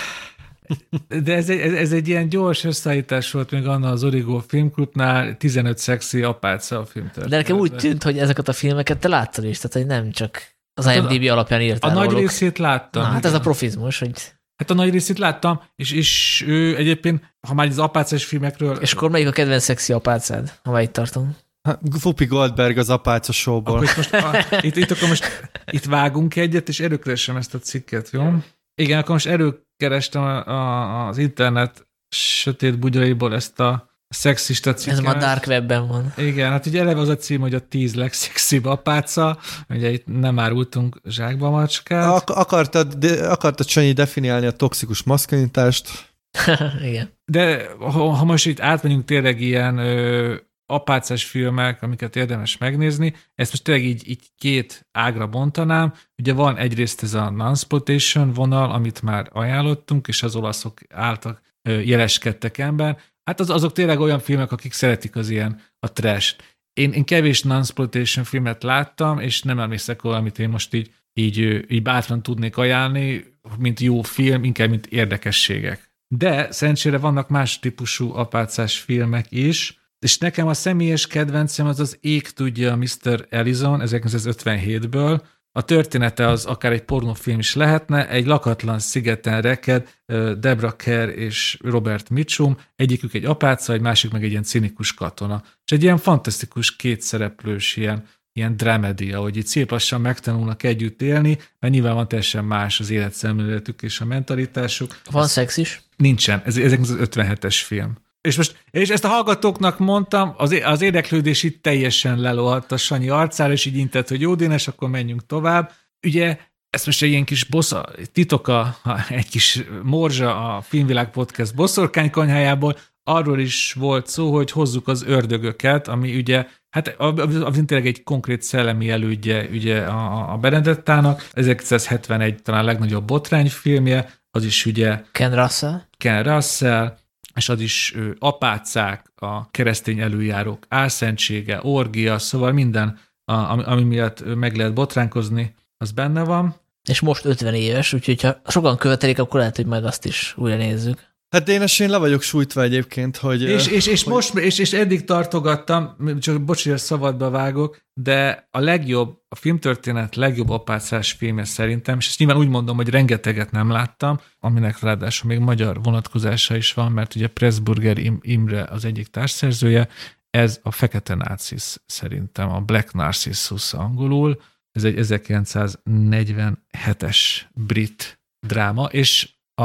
De ez egy, ez egy ilyen gyors összeállítás volt még annak az Origo Filmklubnál, tizenöt szexi apáca a filmtől. De nekem úgy tűnt, hogy ezeket a filmeket te láttad is, tehát hogy nem csak az I M D B alapján írtál A róluk. nagy részét láttam. Na, hát ez a profizmus, hogy... Hát a nagy részét láttam, és, és ő egyébként, ha már az apácás filmekről... És akkor melyik a kedvenc szexi apácád, ha már itt tartunk? Whoopi Goldberg az apáca showból. Akkor itt, most, a, itt, itt, akkor most itt vágunk egyet, és előkeresem ezt a cikket, jó? Igen, akkor most előkerestem a, a, az internet sötét bugyraiból ezt a szexista cikket. Ez már dark webben van. Igen, hát ugye eleve az a cím, hogy a tíz legszexibb apáca, ugye itt nem árultunk zsákba macskát. Ak- akartad, de, akartad Sanyi definiálni a toxikus maszkulinitást? Igen. De ha, ha most itt átmegyünk tényleg ilyen ö, apácás filmek, amiket érdemes megnézni, ezt most tényleg így, így két ágra bontanám. Ugye van egyrészt ez a non-sploitation vonal, amit már ajánlottunk, és az olaszok által ö, jeleskedtek ember. Hát az, azok tényleg olyan filmek, akik szeretik az ilyen a trash-t. Én, én kevés non-sploitation filmet láttam, és nem emlékszek róla, amit én most így, így, így bátran tudnék ajánlani, mint jó film, inkább mint érdekességek. De szerencsére vannak más típusú apácás filmek is, és nekem a személyes kedvencem az az Ég tudja miszter Ellison ezerkilencszázötvenhétből. A története az akár egy pornófilm is lehetne, egy lakatlan szigeten reked Deborah Kerr és Robert Mitchum, egyikük egy apáca, egy másik meg egy ilyen cinikus katona. És egy ilyen fantasztikus kétszereplős ilyen, ilyen dramedia, hogy így szép lassan megtanulnak együtt élni, mert nyilván van teljesen más az életszemléletük és a mentalitásuk. Van szex is? Nincsen, ez, ez az ötvenhetes film. És most, és ezt a hallgatóknak mondtam, az, az érdeklődés itt teljesen lelohadt a Sanyi arcára, és így intett, hogy jó, Dénes, akkor menjünk tovább. Ugye, ezt most egy ilyen kis bossza, titoka, egy kis morzsa a Filmvilág Podcast boszorkánykonyhájából, arról is volt szó, hogy hozzuk az ördögöket, ami ugye, hát az tényleg egy konkrét szellemi elődje ugye a, a Benedettának, ezerkilencszázhetvenegy talán a legnagyobb botrányfilmje, az is ugye Ken Russell. Ken Russell, és az is ő, apácák, a keresztény előjárók álszentsége, orgia, szóval minden, a, ami, ami miatt meg lehet botránkozni, az benne van. És most ötven éves, úgyhogy ha sokan követelik, akkor lehet, hogy majd azt is újra nézzük. Hát Dénes, én le vagyok sújtva egyébként, hogy... És, és, és hogy... most, és, és eddig tartogattam, csak bocs, hogy a szabadba vágok, de a legjobb, a filmtörténet legjobb apácás filmje szerintem, és ezt nyilván úgy mondom, hogy rengeteget nem láttam, aminek ráadásul még magyar vonatkozása is van, mert ugye Pressburger Imre az egyik társszerzője, ez a Fekete Narcisz szerintem, a Black Narcissus angolul, ez egy ezerkilencszáznegyvenhetes brit dráma, és a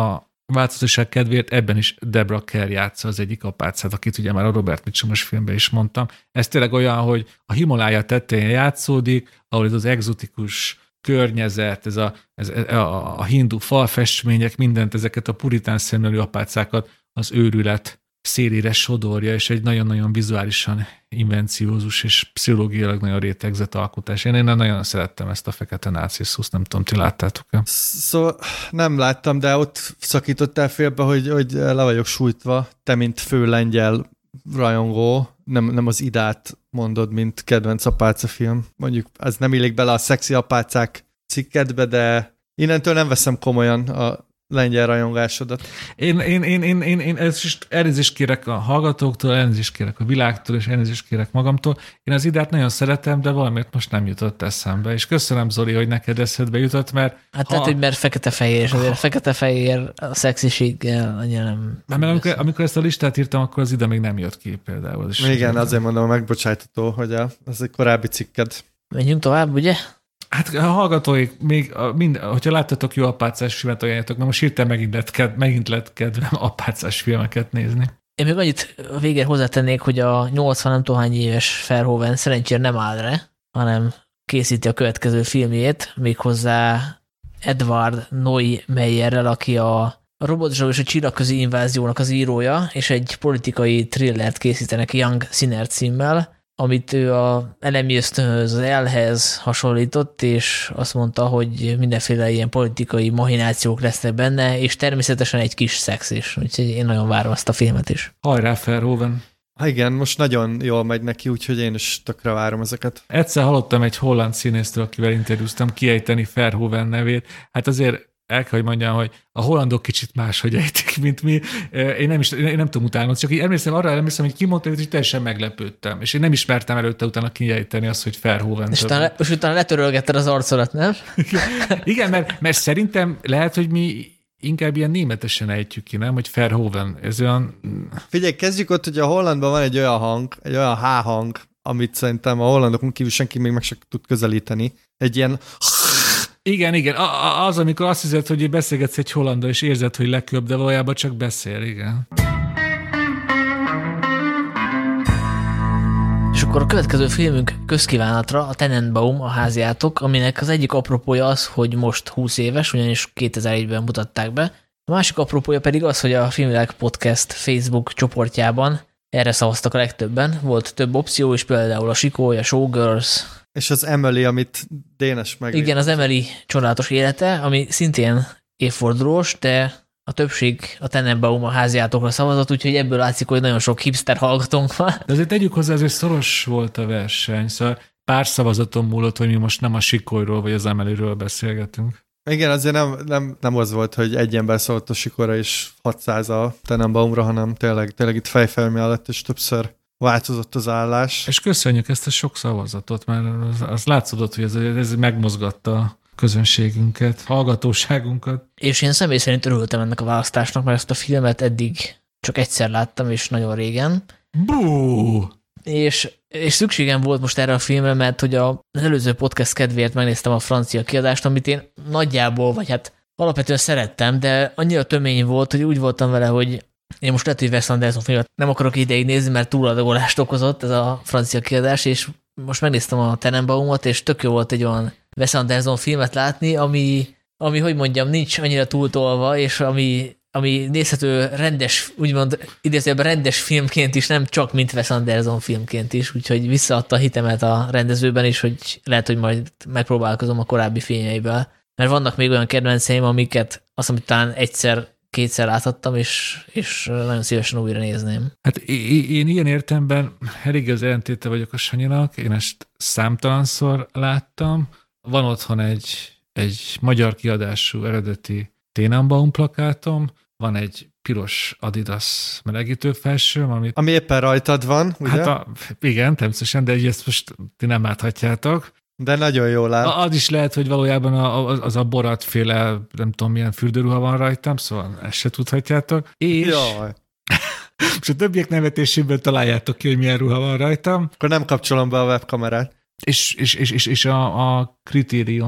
változatosság kedvéért ebben is Deborah Kerr játsza az egyik apácát, akit ugye már a Robert Mitchum-os filmben is mondtam. Ez tényleg olyan, hogy a Himalája tetején játszódik, ahol ez az egzotikus környezet, ez a, ez a, a hindu falfestmények, mindent, ezeket a puritán szemlélő apácákat az őrület szélére sodorja, és egy nagyon-nagyon vizuálisan invenciózus és pszichológiailag nagyon rétegzett alkotás. Én, én nagyon szerettem ezt a Fekete Narcisszuszt, nem tudom, ti láttátok-e? Szóval nem láttam, de ott szakítottál félbe, hogy, hogy le vagyok sújtva, te, mint fő lengyel rajongó, nem, nem az Idát mondod, mint kedvenc apáca film. Mondjuk ez nem illik bele a szexi apácák cikkedbe, de innentől nem veszem komolyan a lengyel rajongásodat. Én, én, én, én, én, én elnézést kérek a hallgatóktól, elnézést kérek a világtól, és elnézést kérek magamtól. Én az Idát nagyon szeretem, de valamiért most nem jutott eszembe. És köszönöm, Zoli, hogy neked eszedbe jutott, mert... Hát tehát, hogy mert fekete-fehér, és azért fekete-fehér a szexiséggel annyira nem... Mert amikor, amikor ezt a listát írtam, akkor az Ida még nem jött ki például. Igen, azért mondom, megbocsájtató, hogy a, ez egy korábbi cikked. Menjünk tovább, ugye? Hát a hallgatóik, még a, mind, hogyha láttatok jó apácás filmet, ajánljátok, mert most hirtelen megint lett, ked, megint lett kedvem apácás filmeket nézni. Én még annyit a végén hozzátennék, hogy a nyolcvan nem tudom hány éves Verhoeven szerencsére nem áll re, hanem készíti a következő filmjét, méghozzá Edward Noy Meyerrel, aki a A Robotzsó és a Csillagközi Inváziónak az írója, és egy politikai thrillert készítenek Young Sinner címmel, amit ő a elemi ösztönhöz, az elhez hasonlított, és azt mondta, hogy mindenféle ilyen politikai mahinációk lesznek benne, és természetesen egy kis szex is. Úgyhogy én nagyon várom azt a filmet is. Hajrá, Verhoeven! Ha igen, most nagyon jól megy neki, úgyhogy én is tökre várom ezeket. Egyszer hallottam egy holland színésztől, akivel interjúztam, kiejteni Verhoeven nevét. Hát azért el kell, hogy mondjam, hogy a hollandok kicsit máshogy ejtik, mint mi. Én nem, is, én nem tudom utána, csak így emlékszem, arra emlékszem, hogy kimondtam, hogy teljesen meglepődtem. És én nem ismertem előtte utána kiejteni azt, hogy Verhoeven. És utána, és utána letörölgetted az arcodat, nem? Igen, mert, mert szerintem lehet, hogy mi inkább ilyen németesen ejtjük ki, nem? Hogy Verhoeven. Ez olyan... Figyelj, kezdjük ott, hogy a Hollandban van egy olyan hang, egy olyan H-hang, amit szerintem a hollandokon kívül senki még meg sem tud közelíteni. Egy ilyen... Igen, igen. Az, amikor azt hiszed, hogy beszélgetsz egy hollandal, és érzed, hogy leköp, de valójában csak beszél, igen. És akkor a következő filmünk közkívánatra a Tenenbaum, a háziátok, aminek az egyik apropója az, hogy most húsz éves, ugyanis kétezer-egyben mutatták be. A másik apropója pedig az, hogy a Filmvilág Podcast Facebook csoportjában erre szavaztak a legtöbben. Volt több opció is, például a Sikoly, a Showgirls. És az Emily, amit Dénes meg. Igen, az Emily csodálatos élete, ami szintén évfordulós, de a többség a Tenenbaum a háziátokra szavazott, úgyhogy ebből látszik, hogy nagyon sok hipster hallgatónk van. De azért tegyük hozzá, azért szoros volt a verseny, szóval pár szavazaton múlott, hogy mi most nem a Sikolyról vagy az Emilyről beszélgetünk. Igen, azért nem, nem, nem az volt, hogy egy ember szólt a Sikolyra és hatszáz a Tenenbaumra, hanem tényleg, tényleg itt fejfelmi alatt is többször változott az állás. És köszönjük ezt a sok szavazatot, mert az, az látszódott, hogy ez, ez megmozgatta a közönségünket, hallgatóságunkat. És én személy szerint örültem ennek a választásnak, mert ezt a filmet eddig csak egyszer láttam, és nagyon régen. Bú! És, és szükségem volt most erre a filmre, mert hogy a, az előző podcast kedvéért megnéztem a francia kiadást, amit én nagyjából, vagy hát alapvetően szerettem, de annyira tömény volt, hogy úgy voltam vele, hogy én most lehet, hogy Wes Anderson filmet nem akarok ideig nézni, mert túladagolást okozott ez a francia kiadás, és most megnéztem a Tenenbaumot, és tök jó volt egy olyan Wes Anderson filmet látni, ami, ami hogy mondjam, nincs annyira túltolva, és ami, ami nézhető rendes, úgymond idézőjelben rendes filmként is, nem csak mint Wes Anderson filmként is, úgyhogy visszaadta a hitemet a rendezőben is, hogy lehet, hogy majd megpróbálkozom a korábbi filmjeivel. Mert vannak még olyan kedvenceim, amiket azt mondom, talán egyszer kétszer láthattam, és, és nagyon szívesen újra nézném. Hát én ilyen értelemben elég az ellentéte vagyok a Sanyinak, én ezt számtalanszor láttam. Van otthon egy, egy magyar kiadású eredeti Tenenbaum plakátom, van egy piros Adidas melegítő felsőm, amit... Ami éppen rajtad van, ugye? Hát a, igen, természetesen, de ezt most ti nem láthatjátok. De nagyon jól lát. Az is lehet, hogy valójában az a boratféle, nem tudom milyen fürdőruha van rajtam, szóval ezt se tudhatjátok. És, Jaj. és a többiek nevetésében találjátok ki, hogy milyen ruha van rajtam. Akkor nem kapcsolom be a webkamerát. És, és, és, és, és a, a Criterion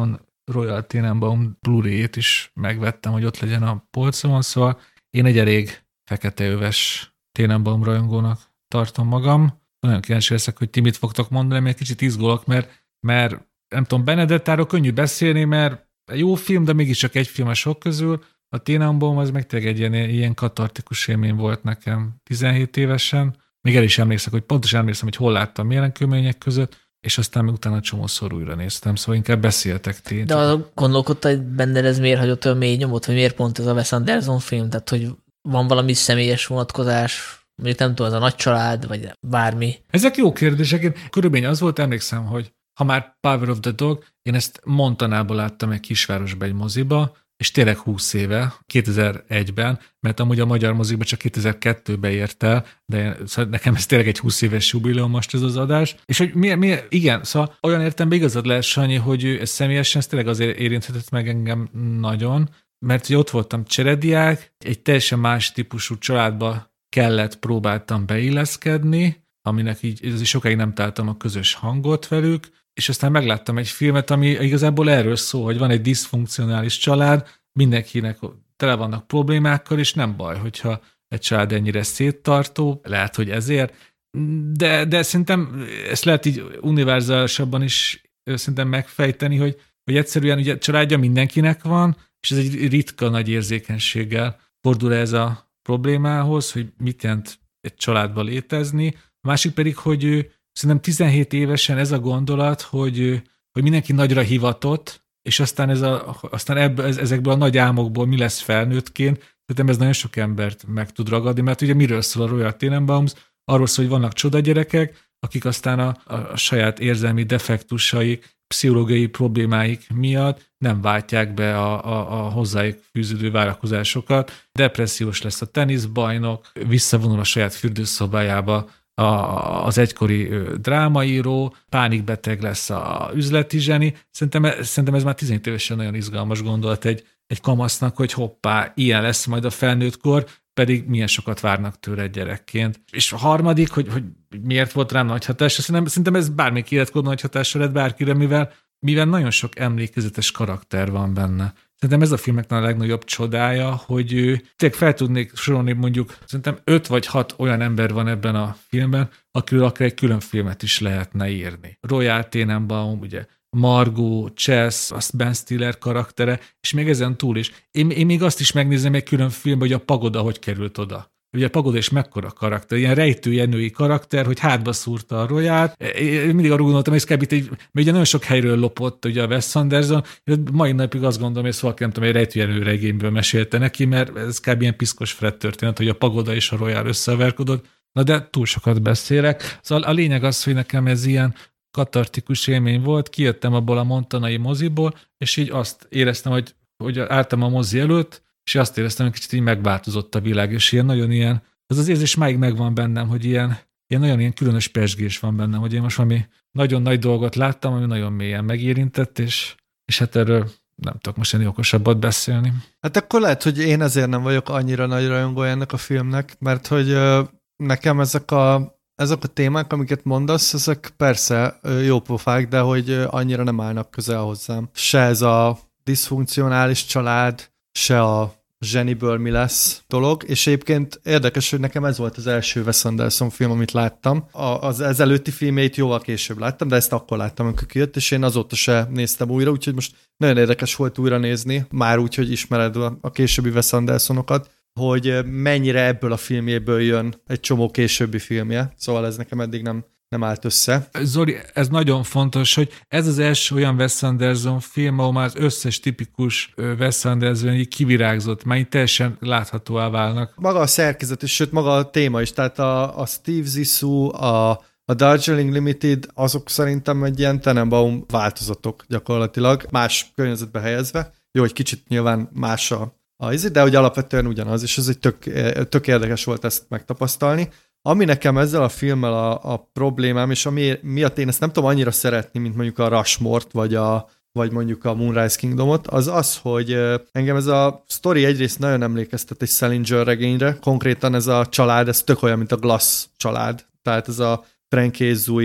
Royal Tenenbaum Blu-ray-ét is megvettem, hogy ott legyen a polcomon, szóval én egy elég feketeöves Tenenbaum rajongónak tartom magam. Nagyon kíváncsi leszek, hogy ti mit fogtok mondani, mert kicsit izgulok, mert, mert nem tudom, Benedettáról könnyű beszélni, mert jó film, de mégiscsak egy film a sok közül. A Tenenbaum az meg tényleg egy ilyen, ilyen katartikus élmény volt nekem tizenhét évesen. Még el is emlékszek, hogy pontosan emlékszem, hogy hol láttam milyen körülmények között, és aztán még utána csomószor újra néztem, szóval inkább beszéltek ti. De gondolkodtál, hogy benned ez miért hagyott olyan mély nyomot, vagy miért pont ez a Wes Anderson film? Tehát, hogy van valami személyes vonatkozás, mondjuk nem tudom, ez a nagy család, vagy bármi. Ezek jó kérdések. Én körülbelül az volt, emlékszem, hogy ha már Power of the Dog, én ezt Montanába láttam egy kisvárosba, egy moziba, és tényleg húsz éve, kétezer-egyben, mert amúgy a magyar mozikban csak kétezer-kettőben ért el, de én, szóval nekem ez tényleg egy húsz éves jubileum most ez az adás. És hogy mi, mi, igen, szóval olyan értelemben igazad lehet, Sanyi, hogy ez személyesen ez tényleg azért érinthetett meg engem nagyon, mert hogy ott voltam cserediák, egy teljesen más típusú családba kellett, próbáltam beilleszkedni, aminek így, így sokáig nem találtam a közös hangot velük, és aztán megláttam egy filmet, ami igazából erről szól, hogy van egy diszfunkcionális család, mindenkinek tele vannak problémákkal, és nem baj, hogyha egy család ennyire széttartó, lehet, hogy ezért, de, de szerintem ezt lehet így univerzálisabban is szerintem megfejteni, hogy, hogy egyszerűen ugye családja mindenkinek van, és ez egy ritka nagy érzékenységgel fordul ez a problémához, hogy mit jelent egy családban létezni. A másik pedig, hogy ő szerintem tizenhét évesen ez a gondolat, hogy, hogy mindenki nagyra hivatott, és aztán, ez a, aztán ebből, ezekből a nagy álmokból mi lesz felnőttként, szerintem ez nagyon sok embert meg tud ragadni, mert ugye miről szól a Royal Tenenbaums? Arról szól, hogy vannak csodagyerekek, akik aztán a, a saját érzelmi defektusaik, pszichológiai problémáik miatt nem váltják be a, a, a hozzájuk fűződő várakozásokat. Depressziós lesz a teniszbajnok, visszavonul a saját fürdőszobájába a, az egykori drámaíró, pánikbeteg lesz a üzleti zseni. Szerintem, szerintem ez már tizenhét évesen nagyon izgalmas gondolat egy, egy kamasznak, hogy hoppá, ilyen lesz majd a felnőttkor, pedig milyen sokat várnak tőle gyerekként. És a harmadik, hogy, hogy miért volt rám nagy hatása, szerintem, szerintem ez bármelyik életkorban nagy hatása lett bárkire, mivel, mivel nagyon sok emlékezetes karakter van benne. Szerintem ez a filmnek a legnagyobb csodája, hogy tényleg fel tudnék sorolni mondjuk, szerintem öt vagy hat olyan ember van ebben a filmben, akiről akár egy külön filmet is lehetne írni. Royal Tenenbaum, ugye Margot, Chess, a Ben Stiller karaktere, és még ezen túl is. Én, én még azt is megnézem egy külön filmben, hogy a pagoda hogy került oda. Ugye a pagoda is mekkora karakter, ilyen rejtőjenői karakter, hogy hátba szúrta a Royalt. Én mindig arra gondoltam, hogy ez kb. Egy, mert ugye nagyon sok helyről lopott ugye a Wes Anderson, mai napig azt gondolom, hogy ezt valaki nem tudom, egy rejtőjenő regényből mesélte neki, mert ez kb. Ilyen piszkos Fred történet, hogy a pagoda és a Royal összeverkodott. Na de túl sokat beszélek. Szóval a lényeg az, hogy nekem ez ilyen katartikus élmény volt, kijöttem abból a montanai moziból, és így azt éreztem, hogy, hogy álltam a mozi előtt, és azt éreztem, hogy kicsit így megváltozott a világ, és ilyen nagyon ilyen, ez az érzés máig megvan bennem, hogy ilyen, ilyen nagyon ilyen különös pezsgés van bennem, hogy én most valami nagyon nagy dolgot láttam, ami nagyon mélyen megérintett, és, és hát erről nem tudok most ennél okosabbat beszélni. Hát akkor lehet, hogy én ezért nem vagyok annyira nagy rajongója ennek a filmnek, mert hogy nekem ezek a Ezek a témák, amiket mondasz, ezek persze jó pofák, de hogy annyira nem állnak közel hozzám. Se ez a diszfunkcionális család, se a zseniből mi lesz dolog, és egyébként érdekes, hogy nekem ez volt az első Wes Anderson film, amit láttam. A, az ezelőtti filmjeit jóval később láttam, de ezt akkor láttam, amikor kijött, és én azóta se néztem újra, úgyhogy most nagyon érdekes volt újra nézni, már úgy, hogy ismered a, a későbbi Wes Andersonokat, hogy mennyire ebből a filmjéből jön egy csomó későbbi filmje. Szóval ez nekem eddig nem, nem állt össze. Zoli, ez nagyon fontos, hogy ez az első olyan Wes Anderson film, ahol már az összes tipikus Wes Anderson így kivirágzott, már így teljesen láthatóvá válnak. Maga a szerkezet is, sőt maga a téma is, tehát a, a Steve Zissou, a, a Darjeeling Limited, azok szerintem egy ilyen Tenenbaum változatok gyakorlatilag, más környezetbe helyezve. Jó, hogy kicsit nyilván más a Az, de hogy alapvetően ugyanaz, és ez egy tök, tök érdekes volt ezt megtapasztalni. Ami nekem ezzel a filmmel a, a problémám, és ami miatt én ezt nem tudom annyira szeretni, mint mondjuk a Rushmore-t, vagy, a, vagy mondjuk a Moonrise Kingdomot, az az, hogy engem ez a sztori egyrészt nagyon emlékeztet egy Salinger regényre, konkrétan ez a család, ez tök olyan, mint a Glass család, tehát ez a Frank és Zooey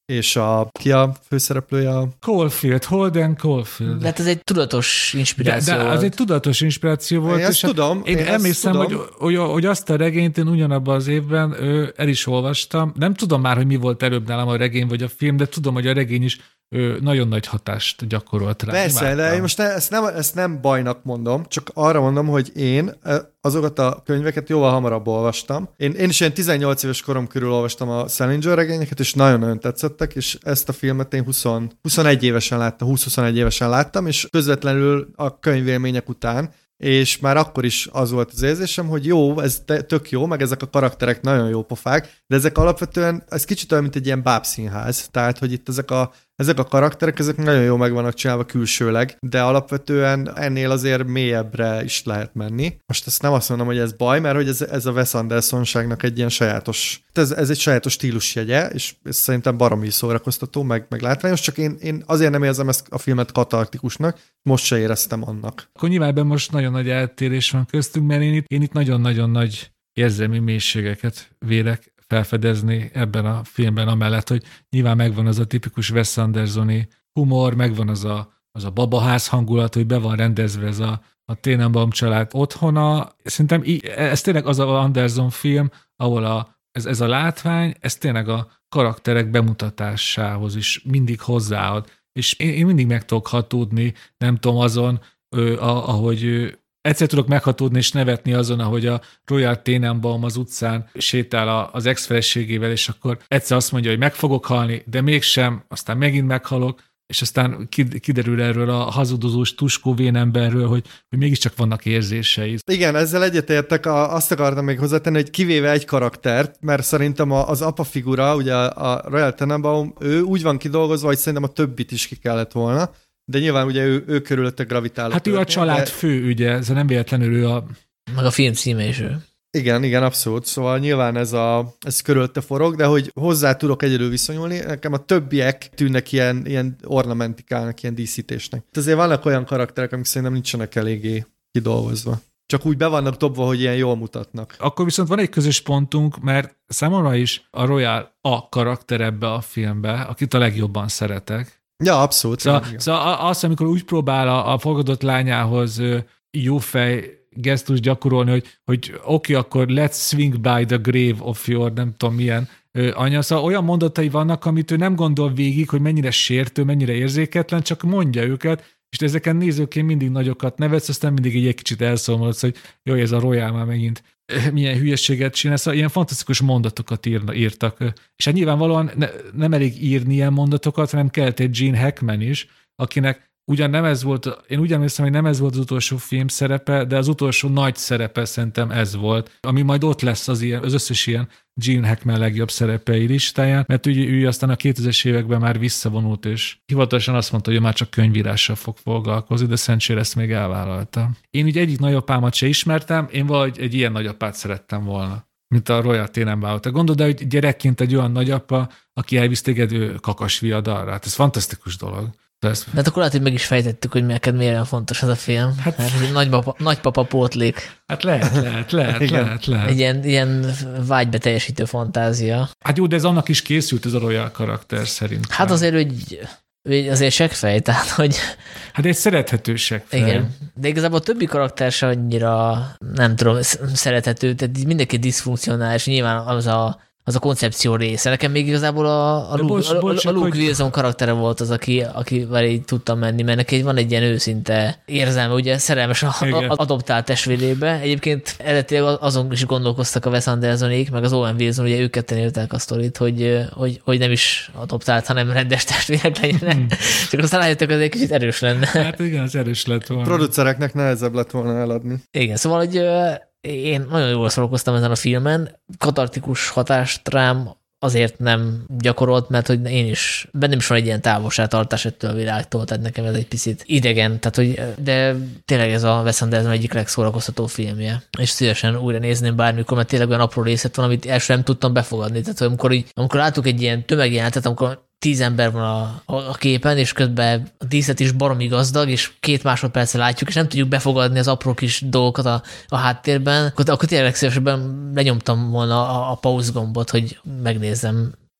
és a, ki a főszereplője? Caulfield, Holden Caulfield. De hát ez egy tudatos inspiráció De, de az egy tudatos inspiráció volt. Én ezt tudom. Én, én emlékszem, tudom. hogy, hogy, hogy azt a regényt én ugyanabban az évben ő, el is olvastam. Nem tudom már, hogy mi volt előbb nálam, a regény vagy a film, de tudom, hogy a regény is ő, nagyon nagy hatást gyakorolt rá. Persze, imádtam. De én most ne, ezt, nem, ezt nem bajnak mondom, csak arra mondom, hogy én azokat a könyveket jóval hamarabb olvastam. Én, én is ilyen tizennyolc éves korom körül olvastam a Salinger regényeket, és nagyon-nagyon tetszettek, és ezt a filmet én húsz, huszonegy évesen láttam, húsz-huszonegy évesen láttam, és közvetlenül a könyvélmények után, és már akkor is az volt az érzésem, hogy jó, ez tök jó, meg ezek a karakterek nagyon jó pofák, de ezek alapvetően, ez kicsit olyan, mint egy ilyen bábszínház, tehát, hogy itt ezek a, ezek a karakterek, ezek nagyon jó meg vannak csinálva külsőleg, de alapvetően ennél azért mélyebbre is lehet menni. Most ezt nem azt mondom, hogy ez baj, mert hogy ez, ez a Wes Andersonságnak egy ilyen sajátos, ez, ez egy sajátos stílusjegye, és ez szerintem baromi szórakoztató, meg, meg látványos, csak én, én azért nem érzem ezt a filmet katartikusnak, most se éreztem annak. Akkor nyilván ebben most nagyon nagy eltérés van köztünk, mert én itt, én itt nagyon-nagyon nagy érzelmi mélységeket vélek felfedezni ebben a filmben, amellett, hogy nyilván megvan az a tipikus Wes Andersoni humor, megvan az a, az a babaház hangulat, hogy be van rendezve ez a, a Tenenbaum család otthona. Szerintem ez tényleg az a Anderson film, ahol a, ez, ez a látvány, ez tényleg a karakterek bemutatásához is mindig hozzáad. És én, én mindig meg tudok hatódni, nem tudom, azon, ö, ahogy ö, egyszer tudok meghatódni és nevetni azon, ahogy a Royal Tenenbaum az utcán sétál az ex-feleségével, és akkor egyszer azt mondja, hogy meg fogok halni, de mégsem, aztán megint meghalok, és aztán kiderül erről a hazudozós tuskó vénemberről, hogy, hogy mégiscsak vannak érzései. Igen, ezzel egyetértek, azt akartam még hozzátenni, hogy kivéve egy karaktert, mert szerintem az apa figura, ugye a Royal Tenenbaum, ő úgy van kidolgozva, hogy szerintem a többit is ki kellett volna, de nyilván ugye ő, ő körülötte gravitál. Hát ő a család de... fő ügye, ez nem véletlenül ő a... Meg a film címe is ő. Igen, igen, abszolút. Szóval nyilván ez, a, ez körülötte forog, de hogy hozzá tudok egyedül viszonyulni, nekem a többiek tűnnek ilyen, ilyen ornamentikának, ilyen díszítésnek. Azért vannak olyan karakterek, amik szerintem nincsenek eléggé kidolgozva. Csak úgy be vannak dobva, hogy ilyen jól mutatnak. Akkor viszont van egy közös pontunk, mert számomra is a Royal a karakter ebbe a filmbe, akit a legjobban szeretek. Ja, abszolút. Szóval, szóval az, amikor úgy próbál a, a fogadott lányához jófej gesztus gyakorolni, hogy, hogy oké, okay, akkor let's swing by the grave of your, nem tudom milyen ö, anya. Szóval olyan mondatai vannak, amit ő nem gondol végig, hogy mennyire sértő, mennyire érzéketlen, csak mondja őket, és ezeken nézőként mindig nagyokat nevetsz, aztán mindig így egy kicsit elszomorodsz, hogy jó, ez a Royal már megint milyen hülyeséget csinál, szóval ilyen fantasztikus mondatokat írna, írtak. És hát nyilvánvalóan ne, nem elég írni ilyen mondatokat, hanem kellett egy Gene Hackman is, akinek ugyan nem ez volt, én úgy emlékszem, hogy nem ez volt az utolsó film szerepe, de az utolsó nagy szerepe szerintem ez volt, ami majd ott lesz az, ilyen, az összes ilyen Gene Hackman legjobb szerepei listáján, mert ugye ő aztán a kétezres években már visszavonult, és hivatalosan azt mondta, hogy ő már csak könyvírással fog foglalkozni, de Szentsér ezt még elvállalta. Én úgy egyik nagyapámat se ismertem, én valahogy egy ilyen nagyapát szerettem volna, mint a Royal Tenenbaum. Te gondolod, de hogy gyerekként egy olyan nagyapa, aki elvisz téged ő kakas viadalra. Hát ez fantasztikus dolog. De hát akkor lehet, hogy meg is fejtettük, hogy neked miért fontos ez a film. Hát, hát egy nagypapa, nagypapa pótlék. Hát lehet, lehet, lehet, lehet, lehet. Egy ilyen, ilyen vágybeteljesítő fantázia. Hát jó, de ez annak is készült, ez a Royal karakter szerint. Hát azért, hogy, hogy azért seggfej, tehát, hogy... Hát egy szerethető seggfej. Igen, de igazából a többi karakter se annyira, nem tudom, szerethető, tehát mindenki diszfunkcionális, nyilván az a az a koncepció része. Nekem még igazából a, a, Luke, bocs, a, bocs, a Luke hogy... Wilson karaktere volt az, aki, akivel így tudtam menni, mert neki van egy ilyen őszinte érzelme, ugye szerelmes a, a, adoptált testvérébe. Egyébként eredetileg azon is gondolkoztak a Wes Andersonék, meg az Owen Wilson, ugye ők ketten írták a sztorit, hogy, hogy, hogy nem is adoptált, hanem rendes testvérek legyenek. Hmm. Csak aztán rájöttek, hogy ez egy kicsit erős lenne. Hát igen, az erős lett volna. A producereknek nehezebb lett volna eladni. Igen, szóval, hogy én nagyon jól szórakoztam ezen a filmen, katartikus hatást rám azért nem gyakorolt, mert hogy én is, bennem is van egy ilyen távolságtartás ettől a világtól, tehát nekem ez egy picit idegen, tehát hogy, de tényleg ez a Wes Anderson egyik legszórakoztató filmje, és szívesen újra nézném bármikor, mert tényleg olyan apró részlet van, amit első nem tudtam befogadni, tehát hogy amikor, így, amikor látok egy ilyen tömegjelenetet, amikor tíz ember van a, a képen, és közben a díszlet is baromi gazdag, és két másodperccel látjuk, és nem tudjuk befogadni az apró kis dolgokat a, a háttérben, akkor, akkor tényleg szívesebben lenyomtam volna a, a pause gombot, hogy megnézzem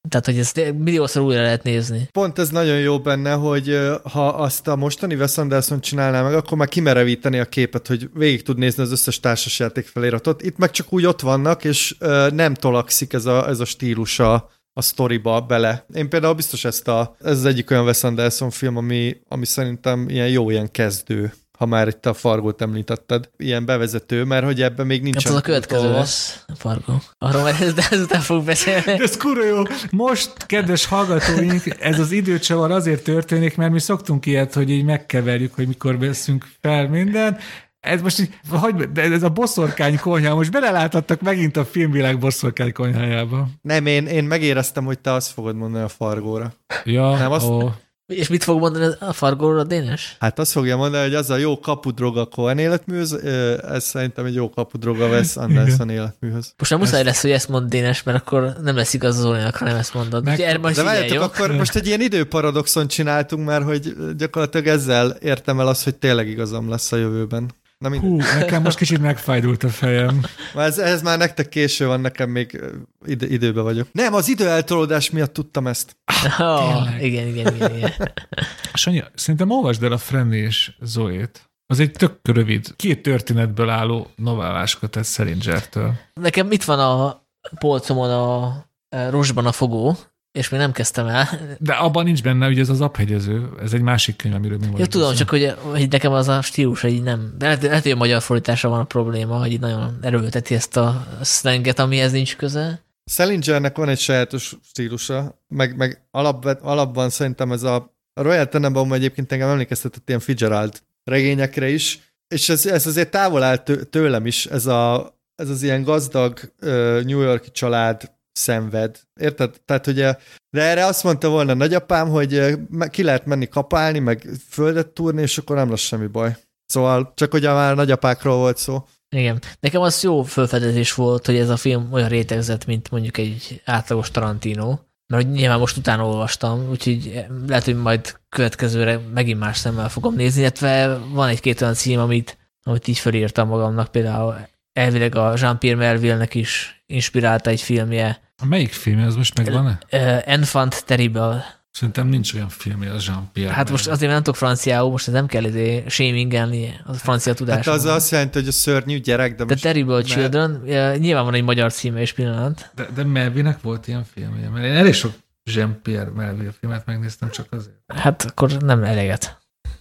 Tehát, hogy ezt milliószor újra lehet nézni. Pont ez nagyon jó benne, hogy ha azt a mostani Wes Anderson csinálná meg, akkor már kimerevíteni a képet, hogy végig tud nézni az összes társasjáték feliratot. Itt meg csak úgy ott vannak, és nem tolakszik ez a, ez a stílusa a sztoriba bele. Én például biztos ezt a, ez az egyik olyan Wes Anderson film, ami, ami szerintem ilyen jó, ilyen kezdő, ha már itt a Fargót említetted, ilyen bevezető, mert hogy ebben még nincsen... Hát az a következő lesz, a Fargó. Arról majd ezután fog beszélni. De ez kurva jó. Most, kedves hallgatóink, ez az időcsavar azért történik, mert mi szoktunk ilyet, hogy így megkeverjük, hogy mikor veszünk fel minden. Ez most így, hogy, de ez a boszorkány konyha, most beleláthattak megint a filmvilág boszorkány konyhájába. Nem, én, én megéreztem, hogy te azt fogod mondani a Fargóra. Ja, nem, azt... ó. És mit fog mondani a Fargóra, Dénes? Hát azt fogja mondani, hogy az a jó kapudrog a Coen életműhöz, ez szerintem egy jó kapudrog a Wes Anderson életműhöz. Most nem muszáj lesz, hogy ezt mond Dénes, mert akkor nem lesz igaz az Zolinak, ha nem ezt mondod. Meg... De várjátok, akkor most egy ilyen időparadoxon csináltunk már, hogy gyakorlatilag ezzel értem el azt, hogy tényleg igazam lesz a jövőben. Na, Hú, nekem most kicsit megfájdult a fejem. Ez, ez már nektek késő van, nekem még id- időben vagyok. Nem, az időeltolódás miatt tudtam ezt. Oh, igen, igen, igen, igen. Sanyi, szerintem olvasd el a Frenny és Zoét. Az egy tök rövid, két történetből álló novelláskötet Salingertől. Nekem itt van a polcomon a Rosban a fogó, és még nem kezdtem el. De abban nincs benne, ugye ez az Aphegyező, ez egy másik könyv, amiről mi Ja, tudom, csak hogy, hogy nekem az a stílus, hogy nem. De lehet, lehet, hogy a magyar fordítása van a probléma, hogy így nagyon erőlteti ezt a szlenget, amihez nincs köze. Salingernek van egy sajátos stílusa, meg, meg alap, alapban szerintem ez a, a Royal Tenenbaum egyébként engem emlékeztetett ilyen Fitzgerald regényekre is, és ez, ez azért távol áll tőlem is, ez, a, ez az ilyen gazdag uh, New York-i család szenved. Érted? Tehát ugye, de erre azt mondta volna nagyapám, hogy ki lehet menni kapálni, meg földet túrni, és akkor nem lesz semmi baj. Szóval csak ugye már nagyapákról volt szó. Igen. Nekem az jó felfedezés volt, hogy ez a film olyan rétegzett, mint mondjuk egy átlagos Tarantino, mert hogy nyilván most utána olvastam, úgyhogy lehet, hogy majd következőre megint más szemmel fogom nézni, illetve van egy-két olyan cím, amit, amit így felírtam magamnak, például elvileg a Jean-Pierre Melville-nek is inspirálta egy filmje. A melyik filmje, az most megvan-e? Uh, Enfant Terrible. Szerintem nincs olyan filmje az Jean-Pierre. Hát most azért nem tudok franciául, most ez nem kell ezért shamingelni a francia tudásom. Hát az azt jelenti, hogy a szörnyű gyerek, de The most... Terrible Children, uh, nyilván van egy magyar címe és pillanat. De, de Melville-nek volt ilyen filmje, mert én elég sok Jean-Pierre Melville filmet megnéztem csak azért. Hát akkor nem eleget.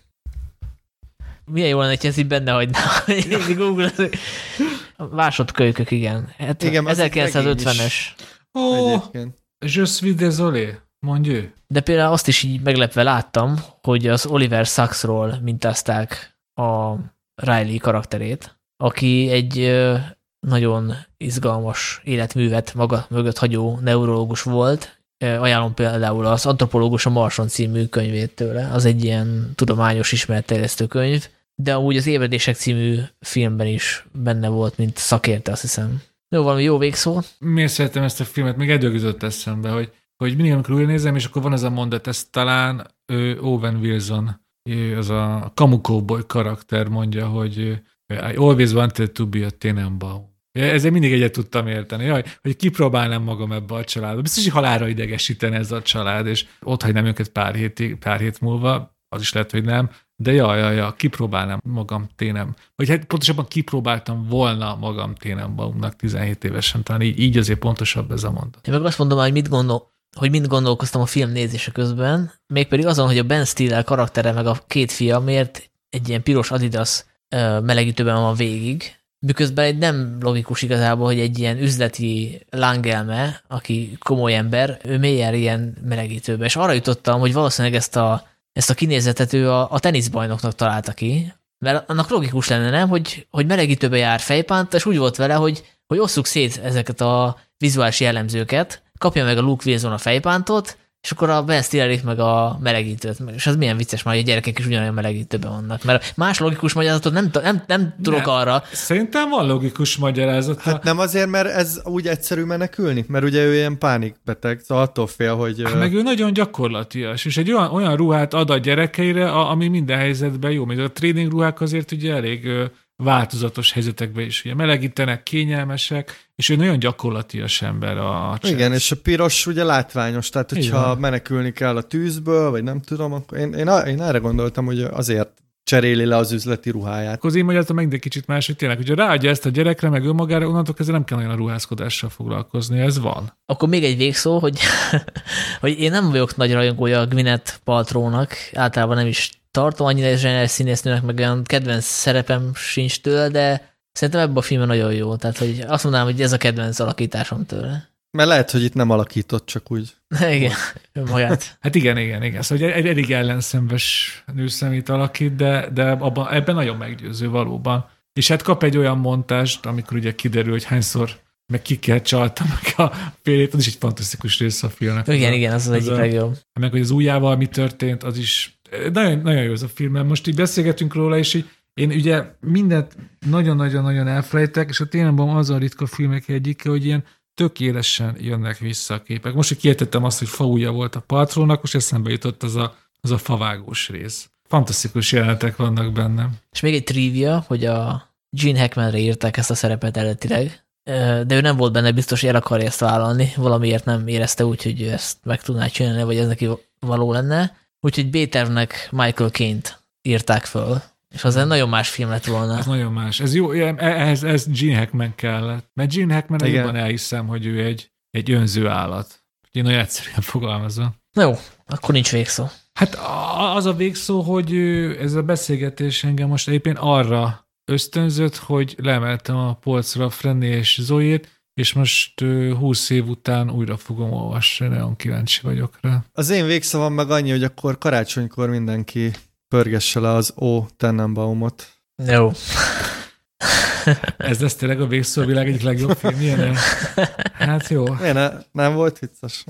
Milyen jó lenne, hogy ez így benne hagyna, hogy Google másodkölykök, igen. Hát igen, ezerkilencszázötvenes. Ó, Je suis désolé, mondj ő. De például azt is így meglepve láttam, hogy az Oliver Sacksról mintázták a Riley karakterét, aki egy nagyon izgalmas életművet maga mögött hagyó neurológus volt. Ajánlom például az Antropológus a Marson című könyvét tőle, az egy ilyen tudományos ismeretterjesztő könyv, de amúgy az Ébredések című filmben is benne volt, mint szakértő, azt hiszem. Jó, valami jó végszó. Miért szeretem ezt a filmet? Még edőgözött eszembe, hogy, hogy mindig, amikor újra nézem, és akkor van ez a mondat, ez talán ő, Owen Wilson, ő, az a Camu Cowboy karakter mondja, hogy I always wanted to be a Tenenbaum. Ezzel mindig egyet tudtam érteni, jaj, hogy kipróbálnám magam ebbe a családba. Biztos, hogy halálra idegesítene ez a család, és ott hagynám őket pár, hétig, pár hét múlva, az is lehet, hogy nem, de jaj, jaj, jaj, kipróbálnám magam Ténem. Vagy hát pontosabban kipróbáltam volna magam Tenenbaumnak tizenhét évesen, talán így, így azért pontosabb ez a mondat. Én meg azt mondom, hogy mit, gondol, hogy mind gondolkoztam a film nézése közben, mégpedig azon, hogy a Ben Stiller karaktere meg a két fia miért egy ilyen piros Adidas melegítőben van végig, miközben egy nem logikus igazából, hogy egy ilyen üzleti lángelme, aki komoly ember, ő mélyen ilyen melegítőbe. És arra jutottam, hogy valószínűleg ezt a, ezt a kinézetet ő a, a teniszbajnoknak találta ki, mert annak logikus lenne, nem, hogy, hogy melegítőbe jár fejpánt, és úgy volt vele, hogy, hogy osszuk szét ezeket a vizuális jellemzőket, kapja meg a Luke Wilson a fejpántot, és akkor a Ben Stillerék meg a melegítőt. És az milyen vicces már, hogy a gyerekek is ugyanolyan melegítőben vannak. Mert más logikus magyarázatot nem, nem, nem tudok nem. arra. Szerintem van logikus magyarázat. Hát nem azért, mert ez úgy egyszerű menekülni, mert ugye ő ilyen pánikbeteg, szóval attól fél, hogy... Hát meg ő nagyon gyakorlatias, és egy olyan, olyan ruhát ad a gyerekeire, ami minden helyzetben jó. Még a tréning ruhák azért ugye elég változatos helyzetekben is ugye melegítenek, kényelmesek, és ő nagyon gyakorlatias ember a, a Igen, és a piros ugye látványos, tehát hogyha Igen. menekülni kell a tűzből, vagy nem tudom, akkor én, én, én erre gondoltam, hogy azért cseréli le az üzleti ruháját. Akkor én magyaráztam meg, de kicsit más, hogy tényleg, hogyha ráadja ezt a gyerekre, meg önmagára, onnantól kezdve nem kell olyan a ruházkodással foglalkozni, ez van. Akkor még egy végszó, hogy, hogy én nem vagyok nagy rajongója a Gwyneth Paltrownak, általában nem is tartom annyira zseniális színésznőnek, meg olyan kedvenc szerepem sincs tőle, de szerintem ebben a filmben nagyon jó. Tehát hogy azt mondanám, hogy ez a kedvenc alakításom tőle. Mert lehet, hogy itt nem alakított, csak úgy. Igen, önmagát. Hát igen, igen, igen. Szóval egy elég ellenszembes nőszemét alakít, de, de abban, ebben nagyon meggyőző valóban. És hát kap egy olyan montást, amikor ugye kiderül, hogy hányszor meg kikkel csalta meg a férjét, az is egy fantasztikus része a filmnek. Igen, az igen, az az, az egyik a, legjobb. Meg hogy az ujjával mi történt, az is nagyon, nagyon jó ez a film, mert most így beszélgetünk róla, és így én ugye mindent nagyon-nagyon-nagyon elfelejtek, és a tényleg az a ritka filmek egyike, hogy ilyen tökéletesen jönnek vissza a képek. Most, hogy kiértettem azt, hogy faújja volt a Paltrownak, most eszembe jutott az a, az a favágós rész. Fantasztikus jelenetek vannak benne. És még egy trivia, hogy a Gene Hackmanre írták ezt a szerepet eredetileg, de ő nem volt benne biztos, hogy el akarja ezt vállalni, valamiért nem érezte úgy, hogy ezt meg tudná csinálni, vagy ez neki való lenne. Úgyhogy B-tervnek Michael Caine-t írták föl, és az egy nagyon más film lett volna. Ez nagyon más. Ez jó, ez, ez Gene Hackman kellett. Mert Gene Hackman jobban elhiszem, hogy ő egy, egy önző állat. Én nagyon egyszerűen fogalmazom. Na jó, akkor nincs végszó. Hát az a végszó, hogy ez a beszélgetés engem most éppen arra ösztönzött, hogy leemeltem a polcra Frenny és Zoét, és most húsz év után újra fogom olvasni, nagyon kíváncsi vagyok rá. Az én végszavam meg annyi, hogy akkor karácsonykor mindenki pörgesse le az Ó. Tenenbaumot. Jó. Ez lesz tényleg a végszó, a világ egyik legjobb filmje? Hát jó. Miért ne, nem volt vicces?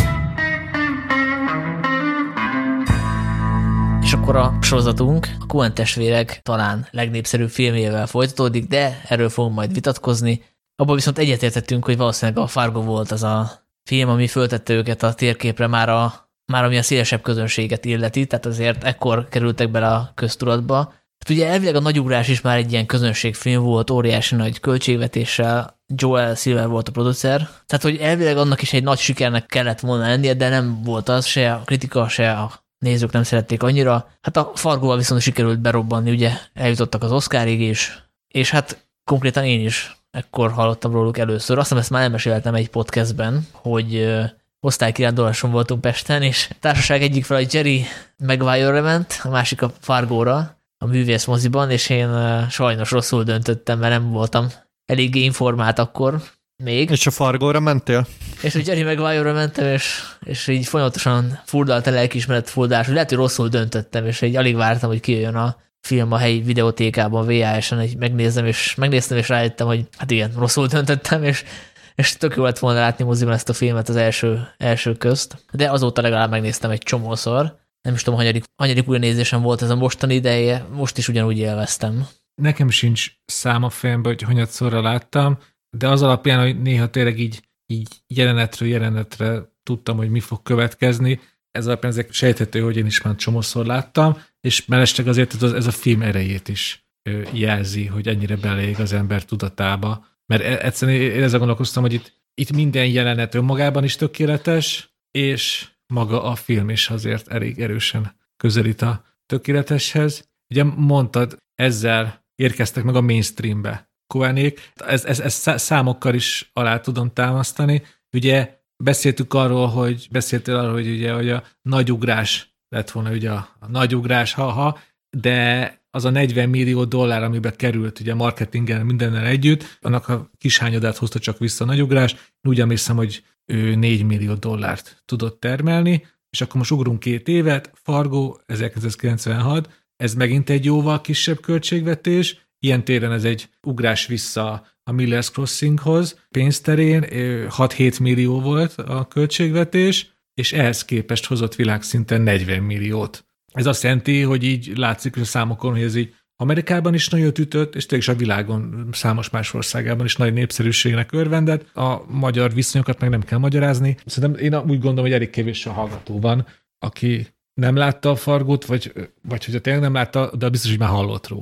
És akkor a sorozatunk a Coen testvérek talán legnépszerűbb filmjével folytatódik, de erről fogunk majd vitatkozni. Abban viszont egyetértettünk, hogy valószínűleg a Fargo volt az a film, ami föltette őket a térképre már, a, már ami a szélesebb közönséget illeti, tehát azért ekkor kerültek bele a köztudatba. Hát ugye elvileg a Nagy ugrás is már egy ilyen közönségfilm volt, óriási nagy költségvetéssel, Joel Silver volt a producer, tehát hogy elvileg annak is egy nagy sikernek kellett volna lennie, de nem volt az, se a kritika, se a nézők nem szerették annyira. Hát a Fargóval viszont sikerült berobbanni, ugye eljutottak az Oscarig is, és hát konkrétan én is ekkor hallottam róluk először. Azt hiszem, ezt már elmeséltem egy podcastben, hogy uh, osztálykiránduláson voltunk Pesten, és a társaság egyik fel a Jerry Maguire-re ment, a másik a Fargóra, a művész moziban, és én uh, sajnos rosszul döntöttem, mert nem voltam eléggé informált akkor még. És a Fargóra mentél? És a Jerry Maguire-ra mentem, és, és így folyamatosan furdalt a lelkiismeret furdalás, hogy lehet, hogy rosszul döntöttem, és így alig vártam, hogy kijöjjön a film a helyi videótékában, vé há es-en, hogy megnézem, és megnéztem, és rájöttem, hogy hát igen, rosszul döntöttem, és, és tök jó lett volna látni moziban ezt a filmet az első, első közt. De azóta legalább megnéztem egy csomószor. Nem is tudom, hanyadik, hanyadik újra nézésem volt ez a mostani ideje, most is ugyanúgy élveztem. Nekem sincs szám a fejemben, hogy hanyatszorra láttam, de az alapján, hogy néha tényleg így, így jelenetről jelenetre tudtam, hogy mi fog következni, ez alapján ezek sejthető, hogy én is már csomószor láttam, és mellesleg azért ez, ez a film erejét is jelzi, hogy ennyire beleég az ember tudatába. Mert egyszerűen én ezzel gondolkoztam, hogy itt, itt minden jelenet önmagában is tökéletes, és maga a film is azért elég erősen közelít a tökéleteshez. Ugye mondtad, ezzel érkeztek meg a mainstreambe Coenék. Ez, ez, ez számokkal is alá tudom támasztani. Ugye beszéltük arról, hogy beszéltél arról, hogy ugye hogy a nagy ugrás lett volna ugye a, a nagy ugrás, ha-ha, de az a negyven millió dollár, amiben került ugye marketingen mindennel együtt, annak a kis hányadát hozta csak vissza a nagy ugrás. Én úgy emlékszem, hogy ő négy millió dollárt tudott termelni, és akkor most ugrunk két évet, Fargo ezerkilencszázkilencvenhat, ez megint egy jóval kisebb költségvetés, ilyen téren ez egy ugrás vissza a Miller's Crossinghoz, pénzterén hat-hét millió volt a költségvetés, és ehhez képest hozott világszinten negyven milliót. Ez azt jelenti, hogy így látszik a számokon, hogy ez így Amerikában is nagyot ütött, és tényleg a világon számos más országában is nagy népszerűségnek örvendett. A magyar viszonyokat meg nem kell magyarázni. Szerintem én úgy gondolom, hogy elég kevés a hallgató van, aki nem látta a Fargót, vagy, vagy hogyha tényleg nem látta, de biztos, hogy már hallott róla.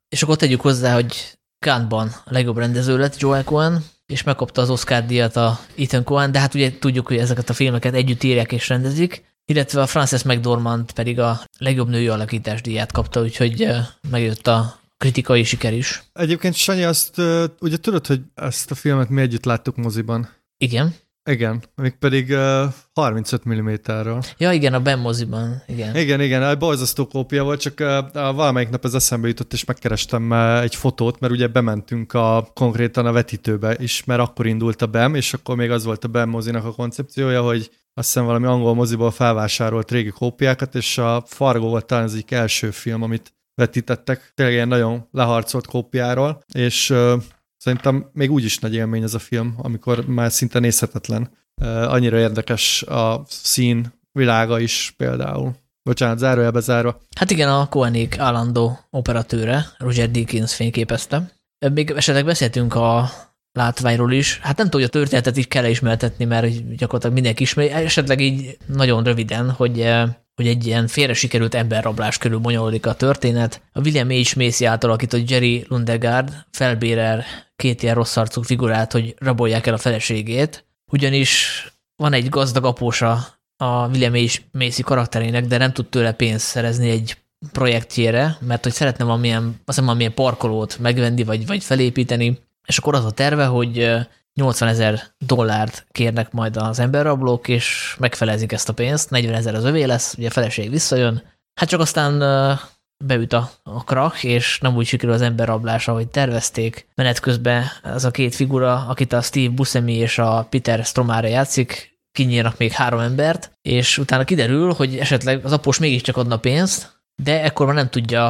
És akkor tegyük hozzá, hogy Cannes-ban a legjobb rendező lett Joel Coen, és megkapta az Oscar-díjat a Ethan Coen, de hát ugye tudjuk, hogy ezeket a filmeket együtt írják és rendezik, illetve a Frances McDormand pedig a legjobb női alakítás díját kapta, úgyhogy megjött a kritikai siker is. Egyébként, Sanyi, azt ugye tudod, hogy ezt a filmet mi együtt láttuk moziban? Igen. Igen, még pedig uh, harmincöt milliméterről. Ja, igen, a Ben moziban, igen. Igen, igen, egy borzasztó kópia volt, csak uh, valamelyik nap ez eszembe jutott, és megkerestem uh, egy fotót, mert ugye bementünk a, konkrétan a vetítőbe is, mert akkor indult a BEM, és akkor még az volt a BEM mozinak a koncepciója, hogy azt hiszem valami angol moziból felvásárolt régi kópiákat, és a Fargo volt talán az egyik első film, amit vetítettek, tényleg ilyen nagyon leharcolt kópiáról, és uh, szerintem még úgy is nagy élmény ez a film, amikor már szinte nézhetetlen. Uh, annyira érdekes a szín világa is például. Bocsánat, zárójelbe zárva. Hát igen, a Coenék állandó operatőre, Roger Deakins fényképezte. Még esetleg beszéltünk a látványról is. Hát nem tudom, hogy a történetet is kell ismertetni, mert gyakorlatilag mindenki ismeri. Esetleg így nagyon röviden, hogy, hogy egy ilyen félre sikerült emberrablás körül bonyolódik a történet. A William H. Macy által alakított Jerry Lundegaard felbérel két ilyen rossz arcú figurát, hogy rabolják el a feleségét, ugyanis van egy gazdag apósa a William H. Macy karakterének, de nem tud tőle pénzt szerezni egy projektjére, mert hogy szeretne valamilyen, azt hiszem, valamilyen parkolót megvenni, vagy, vagy felépíteni, és akkor az a terve, hogy nyolcvanezer dollárt kérnek majd az emberrablók, és megfelezik ezt a pénzt, negyvenezer az övé lesz, ugye a feleség visszajön. Hát csak aztán beüt a, a krach, és nem úgy sikerül az emberrablása, ahogy tervezték. Menet közben az a két figura, akit a Steve Buscemi és a Peter Stormare játszik, kinyírnak még három embert, és utána kiderül, hogy esetleg az após mégiscsak adna pénzt, de ekkor már nem tudja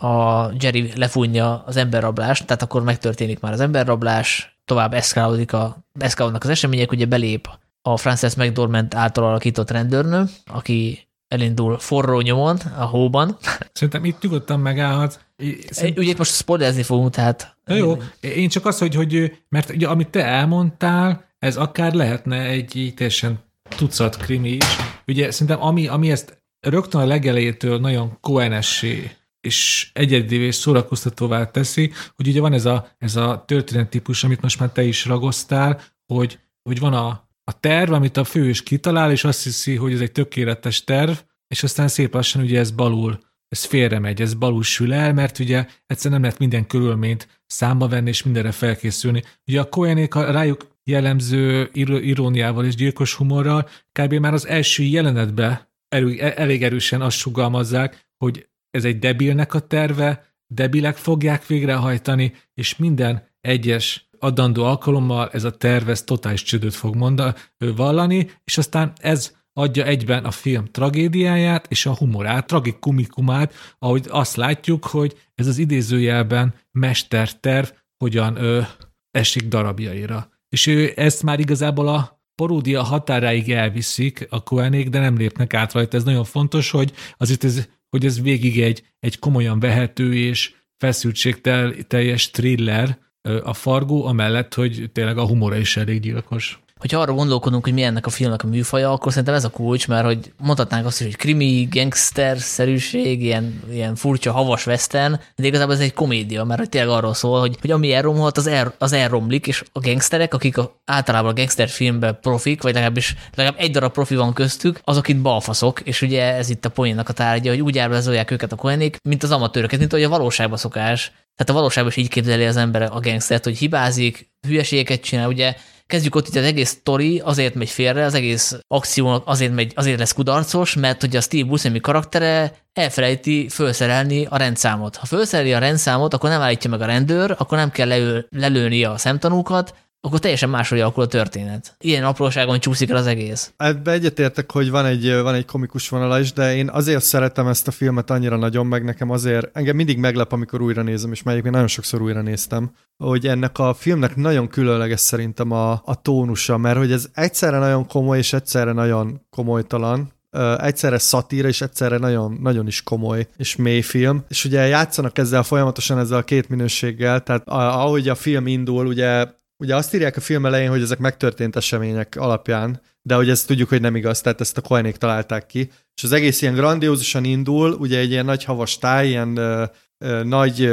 a Jerry lefújja az emberrablást, tehát akkor megtörténik már az emberrablás, tovább eszkálódik a, eszkálódnak az események, ugye belép a Frances McDormand által alakított rendőrnő, aki elindul forró nyomon a hóban. Szerintem itt nyugodtan megállhat. Szerintem... Ugye itt most spoilerezni fogunk, tehát... Na jó, én csak az, hogy, hogy mert ugye, amit te elmondtál, ez akár lehetne egy így teljesen tucat krimi is. Ugye szerintem ami, ami ezt rögtön a legelejétől nagyon Coen-essé és egyedivé és szórakoztatóvá teszi, hogy ugye van ez a, ez a történettípus, amit most már te is ragoztál, hogy, hogy van a, a terv, amit a főhős kitalál, és azt hiszi, hogy ez egy tökéletes terv, és aztán szép lassan ugye ez balul, ez félremegy, ez balul sül el, mert ugye egyszerűen nem lehet minden körülményt számba venni, és mindenre felkészülni. Ugye a Coenék a rájuk jellemző iróniával és gyilkos humorral kb. Már az első jelenetben elég erősen azt sugalmazzák, hogy ez egy debilnek a terve, debilek fogják végrehajtani, és minden egyes adandó alkalommal ez a terv, ez totális csődöt fog mondani, vallani, és aztán ez adja egyben a film tragédiáját és a humorát, tragikumikumát, ahogy azt látjuk, hogy ez az idézőjelben mesterterv hogyan ö, esik darabjaira. És ő ezt már igazából a paródia határáig elviszik a Coenék, de nem lépnek át rajta. Ez nagyon fontos, hogy azért ez, hogy ez végig egy, egy komolyan vehető és feszültségteljes thriller a Fargo, amellett, hogy tényleg a humora is elég gyilkos. Hogyha arra gondolkodunk, hogy mi ennek a filmnek a műfaja, akkor szerintem ez a kulcs, mert hogy mondhatnánk azt is, hogy krimi, gangster-szerűség, ilyen, ilyen furcsa, havas western, de igazából ez egy komédia, mert hogy tényleg arról szól, hogy, hogy ami elromlott, az, el, az elromlik, és a gangsterek, akik a, általában a gangster filmben profik, vagy legalábbis legalább egy darab profi van köztük, azok itt balfaszok, és ugye ez itt a poénnak a tárgya, hogy úgy ábrázolják őket a Coenék, mint az amatőröket, mint ahogy a valóságban szokás. Tehát a valóságban is így képzeli az ember a gangstert, hogy hibázik, hülyeségeket csinál, ugye. Kezdjük ott, itt az egész sztori azért megy félre, az egész akció azért, megy, azért lesz kudarcos, mert hogy a Steve Buscemi karaktere elfelejti felszerelni a rendszámot. Ha felszereli a rendszámot, akkor nem állítja meg a rendőr, akkor nem kell leül, lelőni a szemtanúkat, akkor teljesen máshogy alakul a történet. Ilyen apróságon csúszik el az egész. Ebben egyetértek, hogy van egy, van egy komikus vonala is, de én azért szeretem ezt a filmet annyira nagyon, meg nekem azért, engem mindig meglep, amikor újra nézem, és melyik még nagyon sokszor újra néztem, hogy ennek a filmnek nagyon különleges szerintem a, a tónusa, mert hogy ez egyszerre nagyon komoly, és egyszerre nagyon komolytalan, Uh, egyszerre szatíra, és egyszerre nagyon, nagyon is komoly és mély film. És ugye játszanak ezzel folyamatosan ezzel a két minőséggel, tehát ahogy a film indul, ugye Ugye azt írják a film elején, hogy ezek megtörtént események alapján, de hogy ezt tudjuk, hogy nem igaz, tehát ezt a Coenék találták ki. És az egész ilyen grandiózusan indul, ugye egy ilyen nagy havas táj, ilyen ö, ö, nagy ö,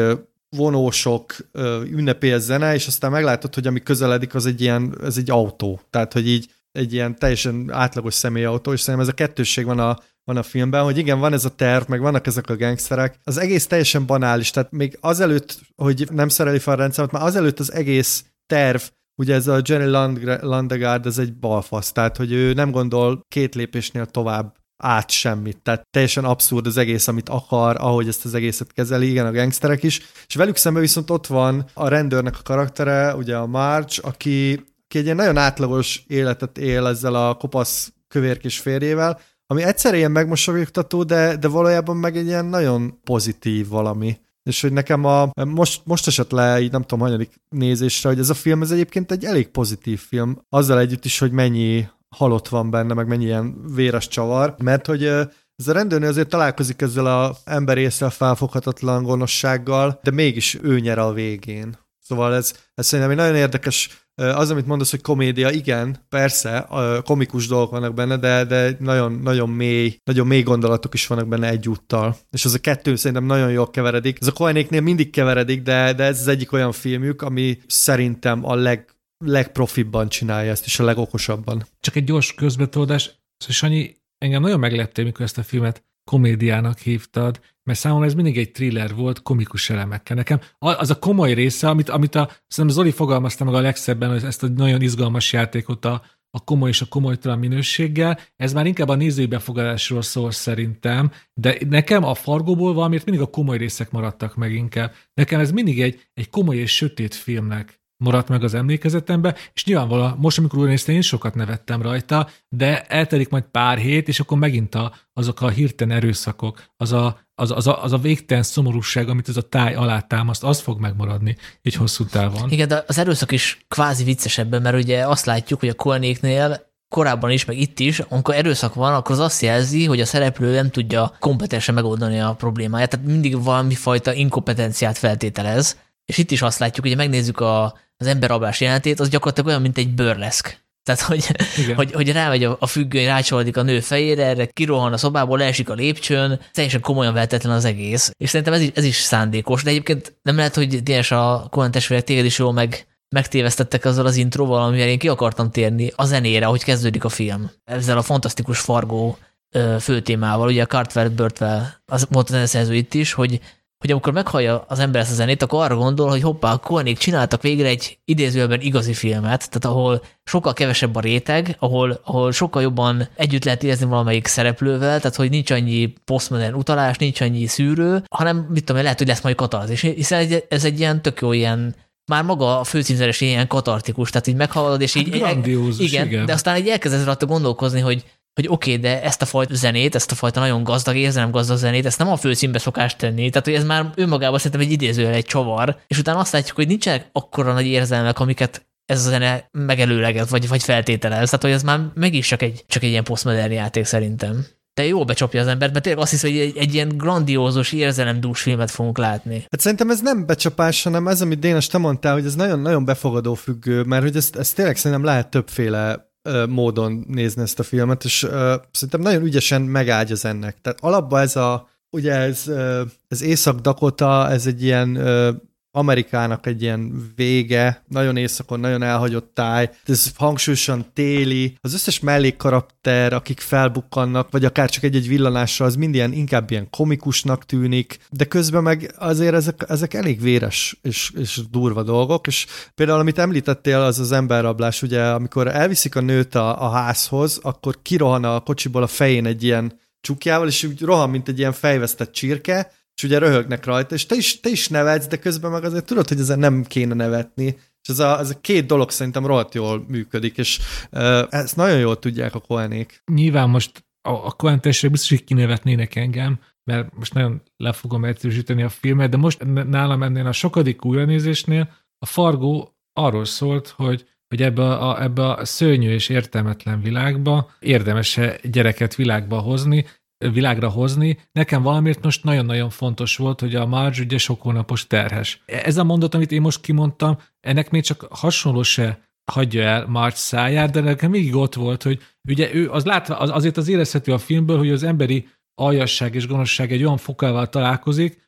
vonósok, ünnepélyes zene, és aztán meglátod, hogy ami közeledik, az egy ilyen, ez egy autó. Tehát, hogy így egy ilyen teljesen átlagos személyautó, és szerintem ez a kettősség van a, van a filmben, hogy igen, van ez a terv, meg vannak ezek a gangsterek. Az egész teljesen banális, tehát még azelőtt, hogy nem szereli fel a rendszert, már azelőtt az egész terv, ugye ez a Jerry Land- Landegard, ez egy balfasz, tehát, hogy ő nem gondol két lépésnél tovább át semmit. Tehát teljesen abszurd az egész, amit akar, ahogy ezt az egészet kezeli, igen, a gangsterek is. És velük szemben viszont ott van a rendőrnek a karaktere, ugye a Marge, aki, aki egy ilyen nagyon átlagos életet él ezzel a kopasz kövérkés férjével, ami egyszerűen ilyen megmosolyogtató, de, de valójában meg egy ilyen nagyon pozitív valami. És hogy nekem a, most, most esett le, így nem tudom, hanyadik nézésre, hogy ez a film, ez egyébként egy elég pozitív film, azzal együtt is, hogy mennyi halott van benne, meg mennyi ilyen véres csavar, mert hogy ez a rendőrnő azért találkozik ezzel az ember észre felfoghatatlan gonoszsággal, de mégis ő nyer a végén. Szóval ez, ez szerintem egy nagyon érdekes, az, amit mondasz, hogy komédia, igen, persze, komikus dolgok vannak benne, de, de nagyon, nagyon mély, nagyon mély gondolatok is vannak benne egyúttal. És az a kettő szerintem nagyon jól keveredik. Ez a Coenéknél mindig keveredik, de, de ez az egyik olyan filmjük, ami szerintem a leg legprofibban csinálja ezt, és a legokosabban. Csak egy gyors közbetoldás. Szóval Sanyi, engem nagyon megleptél, mikor ezt a filmet komédiának hívtad, mert számomra ez mindig egy thriller volt, komikus elemekkel. Nekem az a komoly része, amit, amit a, szerintem Zoli fogalmazta meg a legszebben, hogy ezt a nagyon izgalmas játékot a, a komoly és a komolytalan minőséggel, ez már inkább a nézői befogadásról szól szerintem, de nekem a Fargóból valamiért mindig a komoly részek maradtak meg inkább. Nekem ez mindig egy, egy komoly és sötét filmnek maradt meg az emlékezetembe, és nyilvánvalóan most, amikor újra néztem, én sokat nevettem rajta, de eltelik majd pár hét, és akkor megint a, azok a hirtelen erőszakok, az a, az, az, a, az a végtelen szomorúság, amit ez a táj alátámaszt, az fog megmaradni egy hosszú távon. Igen, de az erőszak is kvázi viccesebben, mert ugye azt látjuk, hogy a Coenéknél korábban is, meg itt is, amikor erőszak van, akkor az azt jelzi, hogy a szereplő nem tudja kompetensen megoldani a problémáját, tehát mindig valami fajta inkompetenciát feltételez, és itt is azt látjuk, hogy megnézzük a az emberrablás jelentét, az gyakorlatilag olyan, mint egy burleszk. Tehát, hogy, hogy, hogy rámegy a, a függöny, rácsolodik a nő fejére, erre kirohan a szobából, leesik a lépcsőn, teljesen komolyan vehetetlen az egész. És szerintem ez is, ez is szándékos, de egyébként nem lehet, hogy Dénes a Coen testvérek téged is jól meg, megtévesztettek azzal az intróval, amivel én ki akartam térni a zenére, ahogy kezdődik a film. Ezzel a fantasztikus Fargo főtémával, ugye a Cartwell Burtwell, az volt a zeneszerző itt is, hogy hogy amikor meghallja az ember ezt a zenét, akkor arra gondol, hogy hoppá, a Coenék csináltak végre egy idézőjelben igazi filmet, tehát ahol sokkal kevesebb a réteg, ahol, ahol sokkal jobban együtt lehet érezni valamelyik szereplővel, tehát hogy nincs annyi posztmodern utalás, nincs annyi szűrő, hanem mit tudom, lehet, hogy lesz majd katarzis, hiszen ez egy ilyen tök jó ilyen, már maga a főcímzeres ilyen katartikus, tehát így meghallod, és így... Grandiózus, igen, igen, de aztán így elkezdesz rajta gondolkozni, hogy hogy oké, okay, de ezt a fajta zenét, ezt a fajta nagyon gazdag, érzelemgazdag zenét, ezt nem a főcímbe szokás tenni. Tehát, hogy ez már önmagában szerintem egy idézőjel egy csavar, és utána azt látjuk, hogy nincsenek akkora nagy érzelmek, amiket ez a zene megelőleget, vagy, vagy feltételez. Tehát, hogy ez már mégis csak egy, csak egy ilyen posztmodern játék szerintem. De jól becsapja az embert, mert tényleg azt hiszem, hogy egy, egy ilyen grandiózus, érzelemdús filmet fogunk látni. Hát szerintem ez nem becsapás, hanem ez, amit Dénes, te mondtál, hogy ez nagyon-nagyon befogadó függő, mert hogy ezt, ezt tényleg szerintem lehet többféle módon nézni ezt a filmet, és uh, szerintem nagyon ügyesen megágyaz ennek. Tehát alapban ez a, ugye ez, uh, ez Észak-Dakota, ez egy ilyen uh, Amerikának egy ilyen vége, nagyon északon, nagyon elhagyott táj, ez hangsúlyosan téli, az összes mellékkarakter, akik felbukkannak, vagy akár csak egy-egy villanásra, az mind ilyen, inkább ilyen komikusnak tűnik, de közben meg azért ezek, ezek elég véres és, és durva dolgok, és például amit említettél, az az emberrablás, ugye amikor elviszik a nőt a, a házhoz, akkor kirohan a kocsiból a fején egy ilyen csukjával, és úgy rohan, mint egy ilyen fejvesztett csirke, és ugye röhögnek rajta, és te is, te is nevetsz, de közben meg azért tudod, hogy ezen nem kéne nevetni. És ez a, ez a két dolog szerintem rohadt jól működik, és uh, ezt nagyon jól tudják a Coenék. Nyilván most a, a Coen testvérek biztos, hogy kinevetnének engem, mert most nagyon le fogom egyszerűsíteni a filmet, de most nálam ennél a sokadik újranézésnél a Fargo arról szólt, hogy hogy ebbe a, ebbe a szörnyű és értelmetlen világba érdemes-e gyereket világba hozni, világra hozni. Nekem valamiért most nagyon-nagyon fontos volt, hogy a Marge ugye sok hónapos terhes. Ez a mondat, amit én most kimondtam, ennek még csak hasonló se hagyja el Marge száját, de nekem még ott volt, hogy ugye ő az látva, az, azért az érezhető a filmből, hogy az emberi aljasság és gonoszság egy olyan fokával találkozik,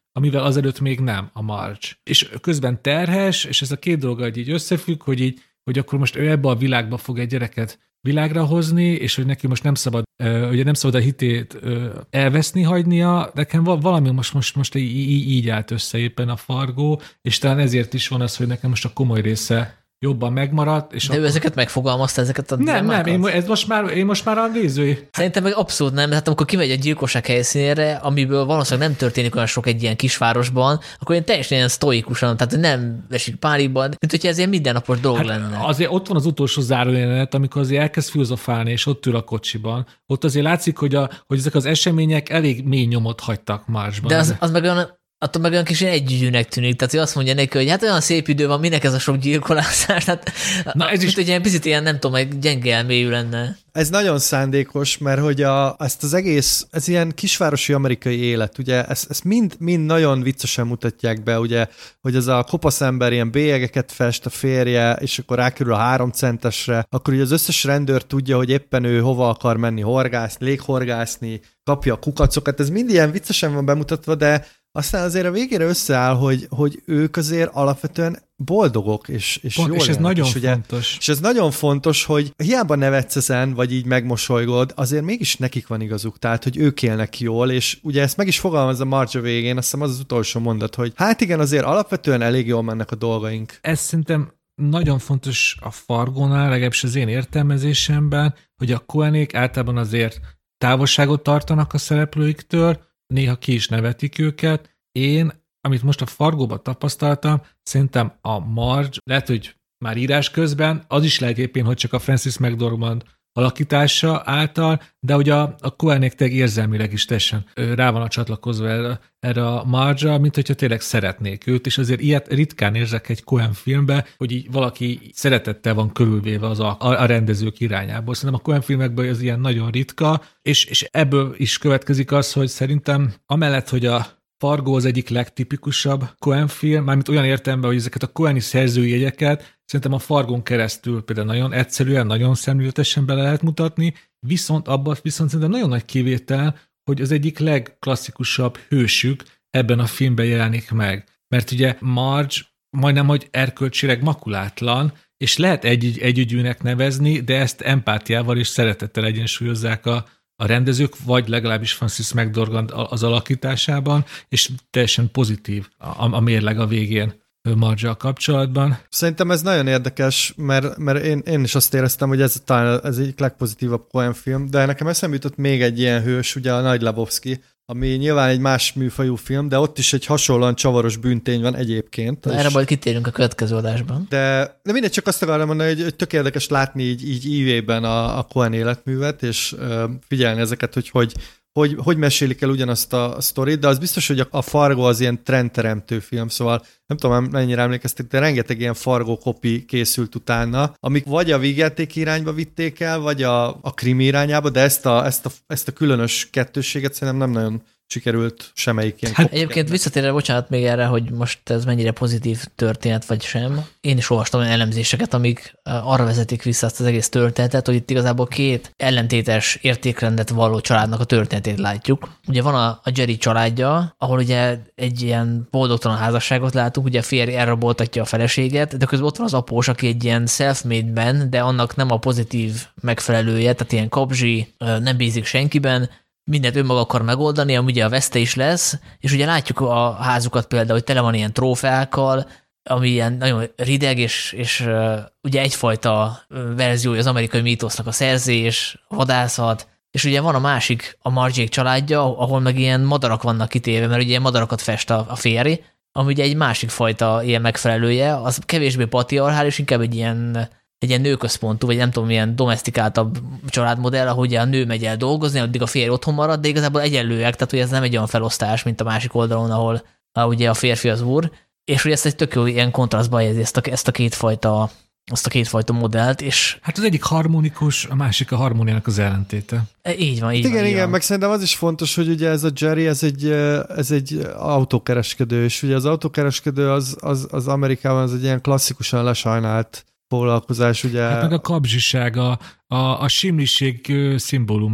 amivel azelőtt még nem a Marge. És közben terhes, és ez a két dolog így összefügg, hogy így, hogy akkor most ő ebbe a világba fog egy gyereket világra hozni, és hogy neki most nem szabad, ugye nem szabad a hitét elveszni hagynia, nekem valami most, most, most így, így állt össze éppen a Fargo, és talán ezért is van az, hogy nekem most a komoly része jobban megmaradt. És de ő akkor... ezeket megfogalmazta, ezeket a Nem, dilemmákat? nem, én, ez most már, én most már a nézői. Szerintem meg abszolút nem, hát amikor kimegy a gyilkosság helyszínére, amiből valószínűleg nem történik olyan sok egy ilyen kisvárosban, akkor én teljesen ilyen sztoikusan, tehát nem esik pánikban, mint hogyha ez ilyen mindennapos dolog hát lenne. Azért ott van az utolsó zárójelenet, amikor azért elkezd filozofálni, és ott ül a kocsiban. Ott azért látszik, hogy, a, hogy ezek az események elég mély nyomot hagytak Marge-ban. De az, az meg olyan, attól meg olyan kis együgyűnek tűnik, tehát hogy azt mondja neki, hogy hát olyan szép idő van, minek ez a sok gyilkolásás, hát na, ez is, hogy ilyen picit ilyen, nem tudom, egy gyenge elmélyű lenne. Ez nagyon szándékos, mert hogy a, ezt az egész, ez ilyen kisvárosi amerikai élet, ugye, ezt, ezt mind, mind nagyon viccesen mutatják be, ugye, hogy ez a kopasz ember ilyen bélyegeket fest a férje, és akkor rákerül a három centesre, akkor ugye az összes rendőr tudja, hogy éppen ő hova akar menni horgászni, léghorgászni, kapja a kukacokat, ez mind ilyen viccesen van bemutatva, de aztán azért a végére összeáll, hogy, hogy ők azért alapvetően boldogok, és, és Pont, jól és ez élnek, nagyon és ugye, fontos. És ez nagyon fontos, hogy hiába nevetsz ezen, vagy így megmosolygod, azért mégis nekik van igazuk, tehát, hogy ők élnek jól, és ugye ezt meg is fogalmazza Marge a végén, azt hiszem az az utolsó mondat, hogy hát igen, azért alapvetően elég jól mennek a dolgaink. Ez szerintem nagyon fontos a Fargónál, legalábbis az én értelmezésemben, hogy a Coenék általában azért távolságot tartanak a szereplőiktől, néha ki is nevetik őket. Én, amit most a Fargóban tapasztaltam, szerintem a Marge, lehet, hogy már írás közben, az is lehet éppen, hogy csak a Frances McDormand alakítása által, de ugye a, a Coenék tényleg érzelmileg is teljesen rá van a csatlakozva erre, erre a Marge-ra, mint hogyha tényleg szeretnék őt, és azért ilyet ritkán érzek egy Coen filmbe, hogy így valaki szeretettel van körülvéve az a, a rendezők irányából. Szerintem a Coen filmekben ez ilyen nagyon ritka, és, és ebből is következik az, hogy szerintem amellett, hogy a Fargo az egyik legtipikusabb Coen film, mármint olyan értelemben, hogy ezeket a Coeni szerzői jegyeket szerintem a Fargon keresztül például nagyon egyszerűen, nagyon szemléletesen bele lehet mutatni, viszont abban viszont szerintem nagyon nagy kivétel, hogy az egyik legklasszikusabb hősük ebben a filmben jelenik meg. Mert ugye Marge majdnem, hogy erkölcsileg makulátlan, és lehet egy, együgyűnek nevezni, de ezt empátiával és szeretettel egyensúlyozzák a a rendezők, vagy legalábbis Frances McDormand az alakításában, és teljesen pozitív a, a mérleg a végén Marge-al kapcsolatban. Szerintem ez nagyon érdekes, mert, mert én, én is azt éreztem, hogy ez talán ez egyik legpozitívabb Coen film, de nekem eszembe jutott még egy ilyen hős, ugye a Nagy Lebowski, ami nyilván egy más műfajú film, de ott is egy hasonlóan csavaros bűntény van egyébként. Na, erre majd kitérünk a következő adásban. De, de mindegy, csak azt akarom mondani, hogy, hogy tök érdekes látni így, így ívében a, a Coen életművet, és uh, figyelni ezeket, hogy hogy, hogy hogy mesélik el ugyanazt a, a sztorit, de az biztos, hogy a, a Fargo az ilyen trendteremtő film, szóval nem tudom, mennyire emlékeztek, de rengeteg ilyen Fargo kopi készült utána, amik vagy a vígjáték irányba vitték el, vagy a, a krimi irányába, de ezt a, ezt, a, ezt a különös kettősséget szerintem nem nagyon sikerült semmelyik ilyen. Hát egyébként visszatérve, bocsánat még erre, hogy most ez mennyire pozitív történet, vagy sem. Én is olvastam olyan elemzéseket, amik arra vezetik vissza ezt az egész történetet, hogy itt igazából két ellentétes értékrendet valló családnak a történetét látjuk. Ugye van a, a Jerry családja, ahol ugye egy ilyen boldogtalan házasságot látunk, ugye a férj elraboltatja a feleséget, de közben ott van az após, aki egy ilyen self-made-ben, de annak nem a pozitív megfelelője, tehát ilyen kapzsi, nem bízik senkiben, mindent önmaga akar megoldani, ami ugye a veszte is lesz, és ugye látjuk a házukat például, hogy tele van ilyen trófeákkal, ami ilyen nagyon rideg, és, és uh, ugye egyfajta verziója az amerikai mítosznak a szerzés, a vadászat, és ugye van a másik, a Marge-ék családja, ahol meg ilyen madarak vannak kitéve, mert ugye ilyen madarakat fest a, a férj, ami ugye egy másik fajta ilyen megfelelője, az kevésbé patriarchális, inkább egy ilyen egy ilyen nőközpontú, vagy nem tudom, milyen domesztikáltabb családmodell, ahogy a nő megy el dolgozni, addig a férj otthon marad, de igazából egyenlőek, tehát hogy ez nem egy olyan felosztás, mint a másik oldalon, ahol ugye a férfi az úr, és hogy ezt egy tök jó ilyen kontrasztba helyezi ezt a, ezt a kétfajta azt a kétfajta modellt, és... Hát az egyik harmonikus, a másik a harmóniának az ellentéte. Így van, így igen, van. Igen, igen, meg szerintem az is fontos, hogy ugye ez a Jerry, ez egy, ez egy autókereskedő, és ugye az autókereskedő az, az, az Amerikában az egy ilyen klasszikusan lesajnált foglalkozás, ugye. Hát meg a kapzsiság, a, a, a simliség szimbóluma.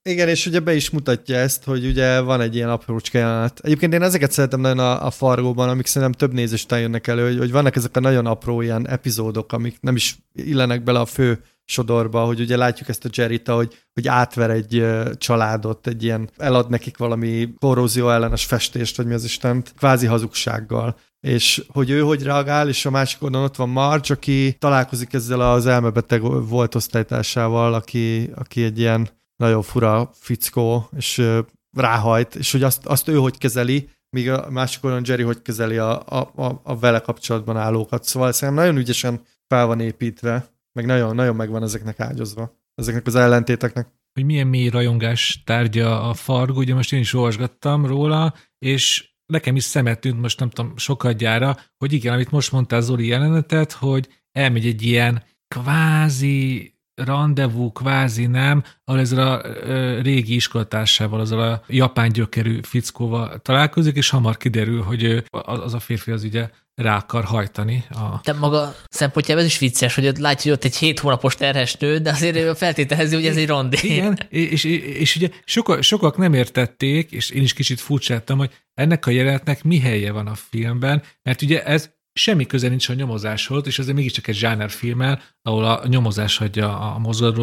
Igen, és ugye be is mutatja ezt, hogy ugye van egy ilyen aprócska jelenet. Egyébként én ezeket szeretem nagyon a, a Fargóban, amik szerintem több nézés után jönnek elő, hogy, hogy vannak ezek a nagyon apró ilyen epizódok, amik nem is illenek bele a fő sodorba, hogy ugye látjuk ezt a Jerryt, hogy, hogy átver egy uh, családot, egy ilyen, elad nekik valami korrózió ellenes festést, vagy mi az Istent, kvázi hazugsággal. És hogy ő hogy reagál, és a másik oldalon ott van Marge, aki találkozik ezzel az elmebeteg volt osztálytársával, aki, aki egy ilyen nagyon fura fickó, és uh, ráhajt, és hogy azt, azt ő hogy kezeli, míg a másik oldalon Jerry hogy kezeli a, a, a, a vele kapcsolatban állókat. Szóval szerintem nagyon ügyesen fel van építve, meg nagyon, nagyon meg van ezeknek ágyazva, ezeknek az ellentéteknek. Hogy milyen mély rajongás tárgya a Fargo, ugye most én is olvasgattam róla, és nekem is szemet tűnt most nem tudom sokadjára, hogy igen, amit most mondtál Zoli jelenetet, hogy elmegy egy ilyen kvázi rendezvú, kvázi nem, ahol ezzel a ö, régi iskolatársával, azzal a japán gyökerű fickóval találkozik, és hamar kiderül, hogy ő, az, az a férfi az ugye rá akar hajtani. A... De maga szempontjában ez is vicces, hogy ott látja, hogy ott egy hét hónapos terhes nő, de azért feltételezi, hogy ez egy randi. Igen, és, és, és ugye sokak, sokak nem értették, és én is kicsit furcsáltam, hogy ennek a jelenetnek mi helye van a filmben, mert ugye ez semmi köze nincs a nyomozáshoz, és azért mégiscsak egy zsánerfilmmel, ahol a nyomozás adja a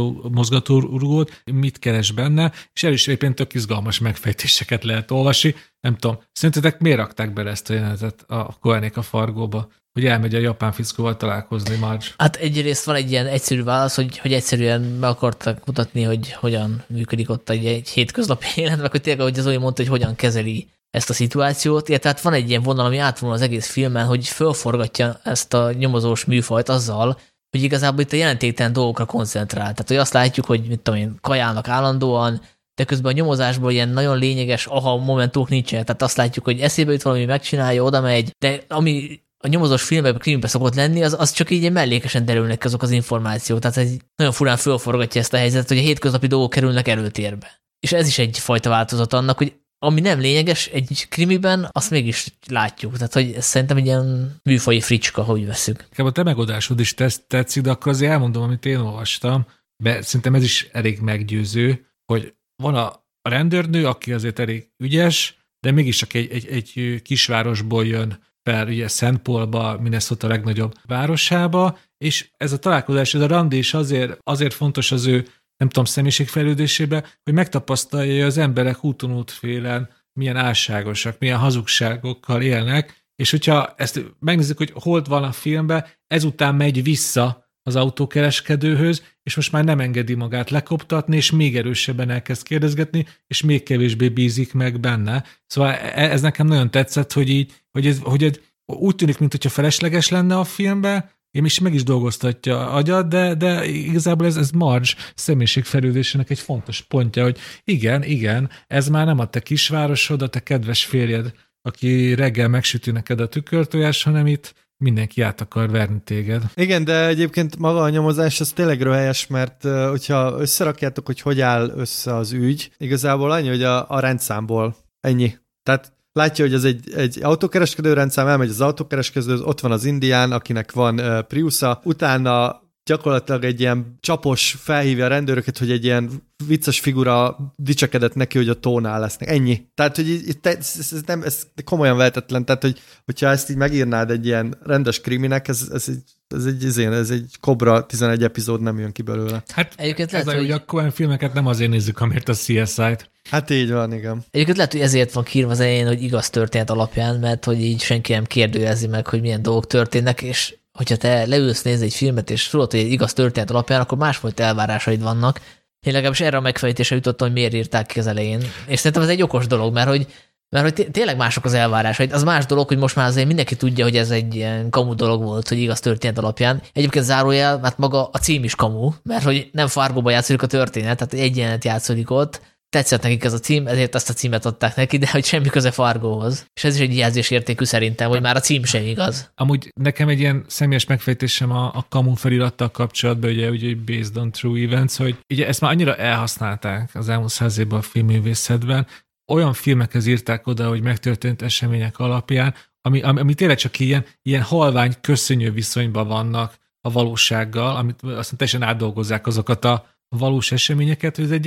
mozgatórugót, mit keres benne, és el is éppen tök izgalmas megfejtéseket lehet olvasni. Nem tudom, szerintetek miért rakták bele ezt a jelenetet a Coenék a Fargóba, hogy elmegy a japán fickóval találkozni, Marge? Hát egyrészt van egy ilyen egyszerű válasz, hogy, hogy egyszerűen meg akartak mutatni, hogy hogyan működik ott egy, egy hétköznapi élet, meg hogy tényleg, ahogy az Zoli mondta, hogy hogyan kezeli ezt a szituációt, illetve hát van egy ilyen vonal, ami átvonul az egész filmen, hogy fölforgatja ezt a nyomozós műfajt azzal, hogy igazából itt a jelentéktelen dolgokra koncentrál. Tehát, hogy azt látjuk, hogy mit tudom én, kajálnak állandóan, de közben a nyomozásból ilyen nagyon lényeges aha momentumok nincsenek. Tehát azt látjuk, hogy eszébe jut valami, megcsinálja, oda megy, de ami a nyomozós filmekben, krimben szokott lenni, az, az csak így mellékesen derülnek azok az információk. Tehát ez nagyon furán fölforgatja ezt a helyzetet, hogy a hétköznapi dolgok kerülnek előtérbe. És ez is egyfajta változat annak, hogy ami nem lényeges egy krimiben, azt mégis látjuk. Tehát, hogy ez szerintem egy ilyen műfaji fricska, hogy veszük. Nekem a te megoldásod is tetszik, de akkor azért elmondom, amit én olvastam, de szerintem ez is elég meggyőző, hogy van a, a rendőrnő, aki azért elég ügyes, de mégis csak egy, egy, egy kisvárosból jön fel, ugye Saint Paulba, Minnesota a legnagyobb városába, és ez a találkozás, ez a randi is azért, azért fontos az ő nem tudom, személyiségfejlődésébe, hogy megtapasztalja, hogy az emberek úton útfélen milyen álságosak, milyen hazugságokkal élnek, és hogyha ezt megnézzük, hogy hol van a filmben, ezután megy vissza az autókereskedőhöz, és most már nem engedi magát lekoptatni, és még erősebben elkezd kérdezgetni, és még kevésbé bízik meg benne. Szóval ez nekem nagyon tetszett, hogy így, hogy ez, hogy ez úgy tűnik, mintha felesleges lenne a filmben, én is meg is dolgoztatja agyad, de, de igazából ez, ez Marge személyiségfejlődésének egy fontos pontja, hogy igen, igen, ez már nem a te kisvárosod, a te kedves férjed, aki reggel megsüti neked a tükörtojás, hanem itt mindenki át akar verni téged. Igen, de egyébként maga a nyomozás az tényleg röhelyes, mert uh, hogyha összerakjátok, hogy hogy áll össze az ügy, igazából annyi, hogy a, a rendszámból ennyi. Tehát látja, hogy ez egy, egy autókereskedő rendszám, elmegy az autókereskedő, ott van az indián, akinek van uh, Priusa, utána gyakorlatilag egy ilyen csapos felhívja a rendőröket, hogy egy ilyen vicces figura dicsekedett neki, hogy a tónál lesznek. Ennyi. Tehát, hogy itt, ez, ez, nem, ez komolyan vehetetlen. Tehát, hogy, hogyha ezt így megírnád egy ilyen rendes kriminek, ez, ez egy ez egy, ez, egy, ez egy Cobra tizenegy epizód nem jön ki belőle. Hát egyébként lehet, ez hogy... a olyan filmeket nem azért nézzük, amért a C S I-t. Hát így van, igen. Egyébként lehet, hogy ezért van kiírva az elején, hogy igaz történet alapján, mert hogy így senki nem kérdőjezi meg, hogy milyen dolgok történnek, és hogyha te leülsz nézni egy filmet, és tudod, hogy egy igaz történet alapján, akkor másfajta elvárásaid vannak. Én legalábbis erre a megfejtésre jutottam, hogy miért írták ki az elején. És szerintem ez egy okos dolog, mert hogy, mert hogy tényleg mások az elvárásaid. Az más dolog, hogy most már azért mindenki tudja, hogy ez egy ilyen kamu dolog volt, hogy igaz történet alapján. Egyébként zárójel, mert maga a cím is kamu, mert hogy nem Fargóba játszódik a történet, tehát egy jelenet játszódik ott. Tetszett nekik ez a cím, ezért azt a címet adták neki, de hogy semmi köze Fargóhoz. És ez is egy jelzésértékű szerintem, hogy már a cím sem igaz. Amúgy nekem egy ilyen személyes megfejtésem a, a Kamun felirattal kapcsolatban, ugye, ugye based on true events, hogy ugye ezt már annyira elhasználták az elmúlt száz évben a filmművészetben, olyan filmekhez írták oda, hogy megtörtént események alapján, ami, ami, ami tényleg csak ilyen, ilyen halvány, köszönő viszonyban vannak a valósággal, amit aztán teljesen átdolgozzák azokat a valós eseményeket, hogy ez egy ilyen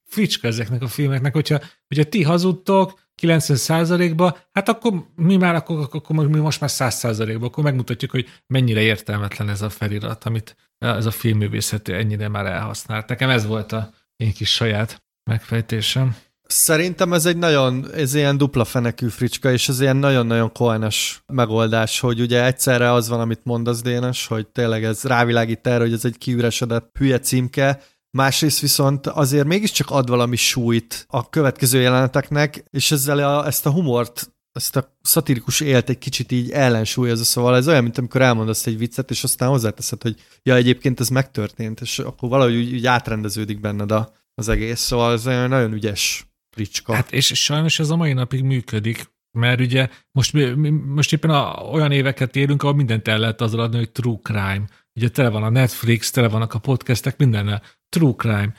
fricska ezeknek a filmeknek, hogyha, hogyha ti hazudtok kilencven százalékba, hát akkor mi már akkor, akkor mi most már száz százalékban, akkor megmutatjuk, hogy mennyire értelmetlen ez a felirat, amit ez a filmművészet ennyire már elhasznált. Nekem ez volt a én kis saját megfejtésem. Szerintem ez egy nagyon, ez ilyen dupla fenekű fricska, és ez ilyen nagyon-nagyon Coen-es megoldás, hogy ugye egyszerre az van, amit mondasz, Dénes, hogy tényleg ez rávilágít erre, hogy ez egy kiüresedett hülye címke, másrészt viszont azért mégiscsak ad valami súlyt a következő jeleneteknek, és ezzel a, ezt a humort, ezt a szatirikus élt egy kicsit így ellensúlyozza, szóval ez olyan, mint amikor elmondasz egy viccet, és aztán hozzáteszed, hogy ja, egyébként ez megtörtént, és akkor valahogy úgy, úgy átrendeződik benned a, az egész, szóval ez nagyon ügyes fricska. Hát és sajnos ez a mai napig működik, mert ugye most, most éppen a, olyan éveket élünk, ahol mindent el lehet azzal adni, hogy true crime. Ugye tele van a Netflix, tele vannak a podcastek, mindennel. True crime.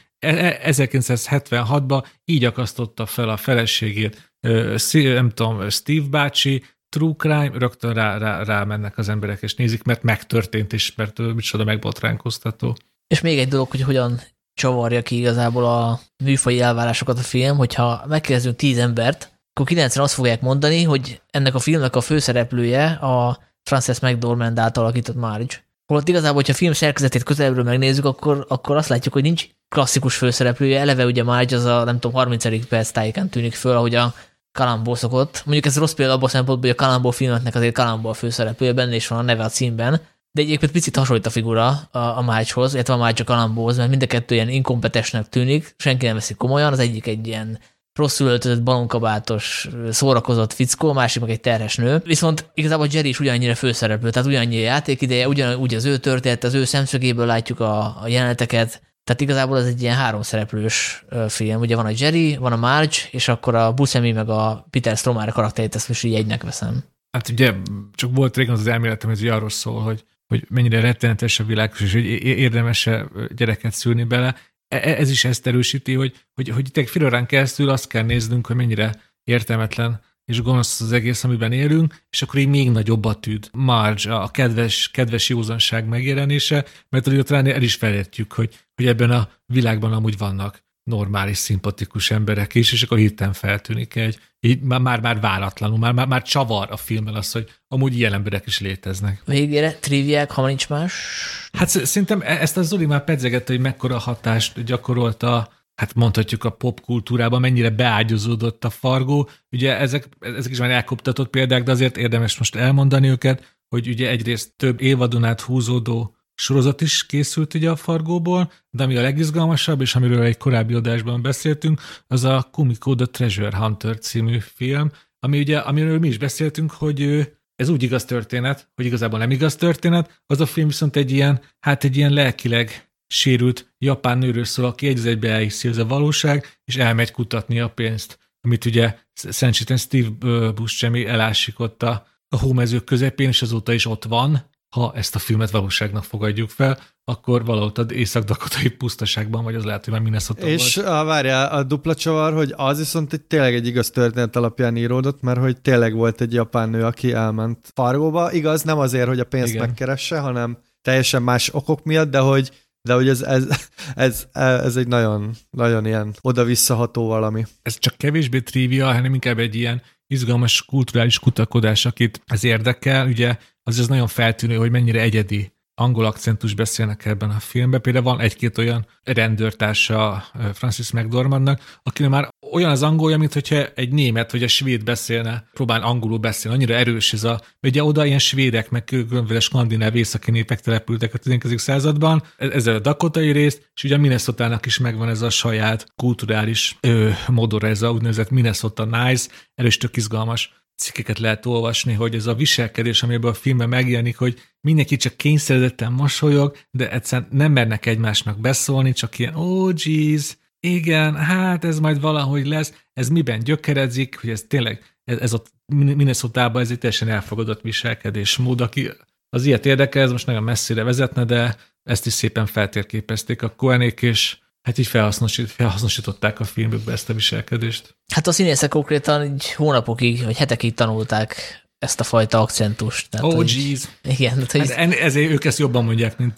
ezerkilencszázhetvenhatban így akasztotta fel a feleségét, nem tudom, Steve bácsi, true crime, rögtön rá, rá, rá mennek az emberek, és nézik, mert megtörtént, és mert micsoda megbotránkoztató. És még egy dolog, hogy hogyan csavarja ki igazából a műfaji elvárásokat a film, hogyha megkérdezünk tíz embert, akkor kilencven azt fogják mondani, hogy ennek a filmnek a főszereplője a Frances McDormand által alakított Marge. Holott igazából, hogyha a film szerkezetét közelről megnézzük, akkor, akkor azt látjuk, hogy nincs klasszikus főszereplője. Eleve ugye Marge az a, nem tudom, harmincadik perc tájékán tűnik föl, ahogy a Columbo szokott. Mondjuk ez rossz példa abban a szempontból, hogy a Columbo filmeknek azért Columbo a főszereplője, benne is van a neve a címben, de egyébként picit hasonlít a figura a, a Marge-hoz, illetve a Marge a Columbohoz, mert mind a kettő ilyen inkompetensnek tűnik, senki nem veszik komolyan, az egyik egy ilyen rosszul öltözött, balonkabátos, szórakozott fickó, a másik meg egy terhes nő. Viszont igazából Jerry is ugyannyira főszereplő, tehát ugyannyira játékideje, ugyanúgy az ő történet, az ő szemszögéből látjuk a, a jeleneteket, tehát igazából ez egy ilyen háromszereplős film. Ugye van a Jerry, van a Marge, és akkor a Buscemi meg a Peter Stormare karakterét, ezt most így egynek veszem. Hát ugye csak volt régen az, az elméletem, hogy arról szól, hogy, hogy mennyire rettenetes a világ, és hogy érdemes-e gyereket szülni bele. Ez is ezt erősíti, hogy, hogy, hogy itt egy fél órán keresztül azt kell néznünk, hogy mennyire értelmetlen és gonosz az egész, amiben élünk, és akkor így még nagyobb a tűd. Marge, a kedves, kedves józanság megjelenése, mert ugye talán el is felértjük, hogy, hogy ebben a világban amúgy vannak normális, szimpatikus emberek is, és akkor hirtelen feltűnik egy, így már, már, már váratlanul, már, már, már csavar a filmben az, hogy amúgy ilyen emberek is léteznek. Végére triviák, ha nincs más? Hát szerintem ezt a Zoli már pedzegette, hogy mekkora hatást gyakorolt a, hát mondhatjuk a popkultúrában, mennyire beágyazódott a Fargo. Ugye ezek, ezek is már elkoptatott példák, de azért érdemes most elmondani őket, hogy ugye egyrészt több évadon át húzódó sorozat is készült ugye a Fargóból, de ami a legizgalmasabb, és amiről egy korábbi adásban beszéltünk, az a Kumiko the Treasure Hunter című film, ami ugye, amiről mi is beszéltünk, hogy ez úgy igaz történet, hogy igazából nem igaz történet, az a film viszont egy ilyen, hát egy ilyen lelkileg sérült japán nőről szól, aki egy az egybe elhiszi, ez a valóság, és elmegy kutatni a pénzt, amit ugye szerencsétlen Steve Buscemi elásikodt a, a hómezők közepén, és azóta is ott van. Ha ezt a filmet valóságnak fogadjuk fel, akkor valahol az észak-dakotai pusztaságban, vagy az lehet, hogy már Minnesota volt. És a, várjál, a dupla csavar, hogy az viszont egy, tényleg egy igaz történet alapján íródott, mert hogy tényleg volt egy japán nő, aki elment Fargóba. Igaz, nem azért, hogy a pénzt Igen. megkeresse, hanem teljesen más okok miatt, de hogy, de hogy ez, ez, ez, ez egy nagyon, nagyon ilyen oda-visszaható valami. Ez csak kevésbé trivia, hanem inkább egy ilyen izgalmas kulturális kutakodás, akit ez érdekel. Ugye az az nagyon feltűnő, hogy mennyire egyedi angol akcentus beszélnek ebben a filmben. Például van egy-két olyan rendőrtársa Frances McDormandnak, akinek már olyan az angolja, mint hogyha egy német vagy egy svéd beszélne, próbál angolul beszélni. Annyira erős ez a... Ugye oda ilyen svédek, meg különböző skandináv északi népek települtek a tizenkilencedik században. Ez a dakotai rész, és ugye Minnesotának is megvan ez a saját kulturális ö, modora, ez a úgynevezett Minnesota Nice, erős tök izgalmas cikkeket lehet olvasni, hogy ez a viselkedés, amiből a filmben megjelenik, hogy mindenki csak kényszeredetten mosolyog, de egyszerűen nem mernek egymásnak beszólni, csak ilyen, oh jeez, igen, hát ez majd valahogy lesz, ez miben gyökeredzik, hogy ez tényleg, ez, ez ott Minnesotában ez egy teljesen elfogadott viselkedésmód, aki az ilyet érdekel, ez most nagyon messzire vezetne, de ezt is szépen feltérképezték a Coenék, és hát így felhasznosít, felhasznosították a filmükbe ezt a viselkedést. Hát a színészek konkrétan így hónapokig, vagy hetekig tanulták ezt a fajta akcentust. Tehát, oh, hogy, jeez. Igen. Tehát, hát ezért ők ezt jobban mondják, mint én.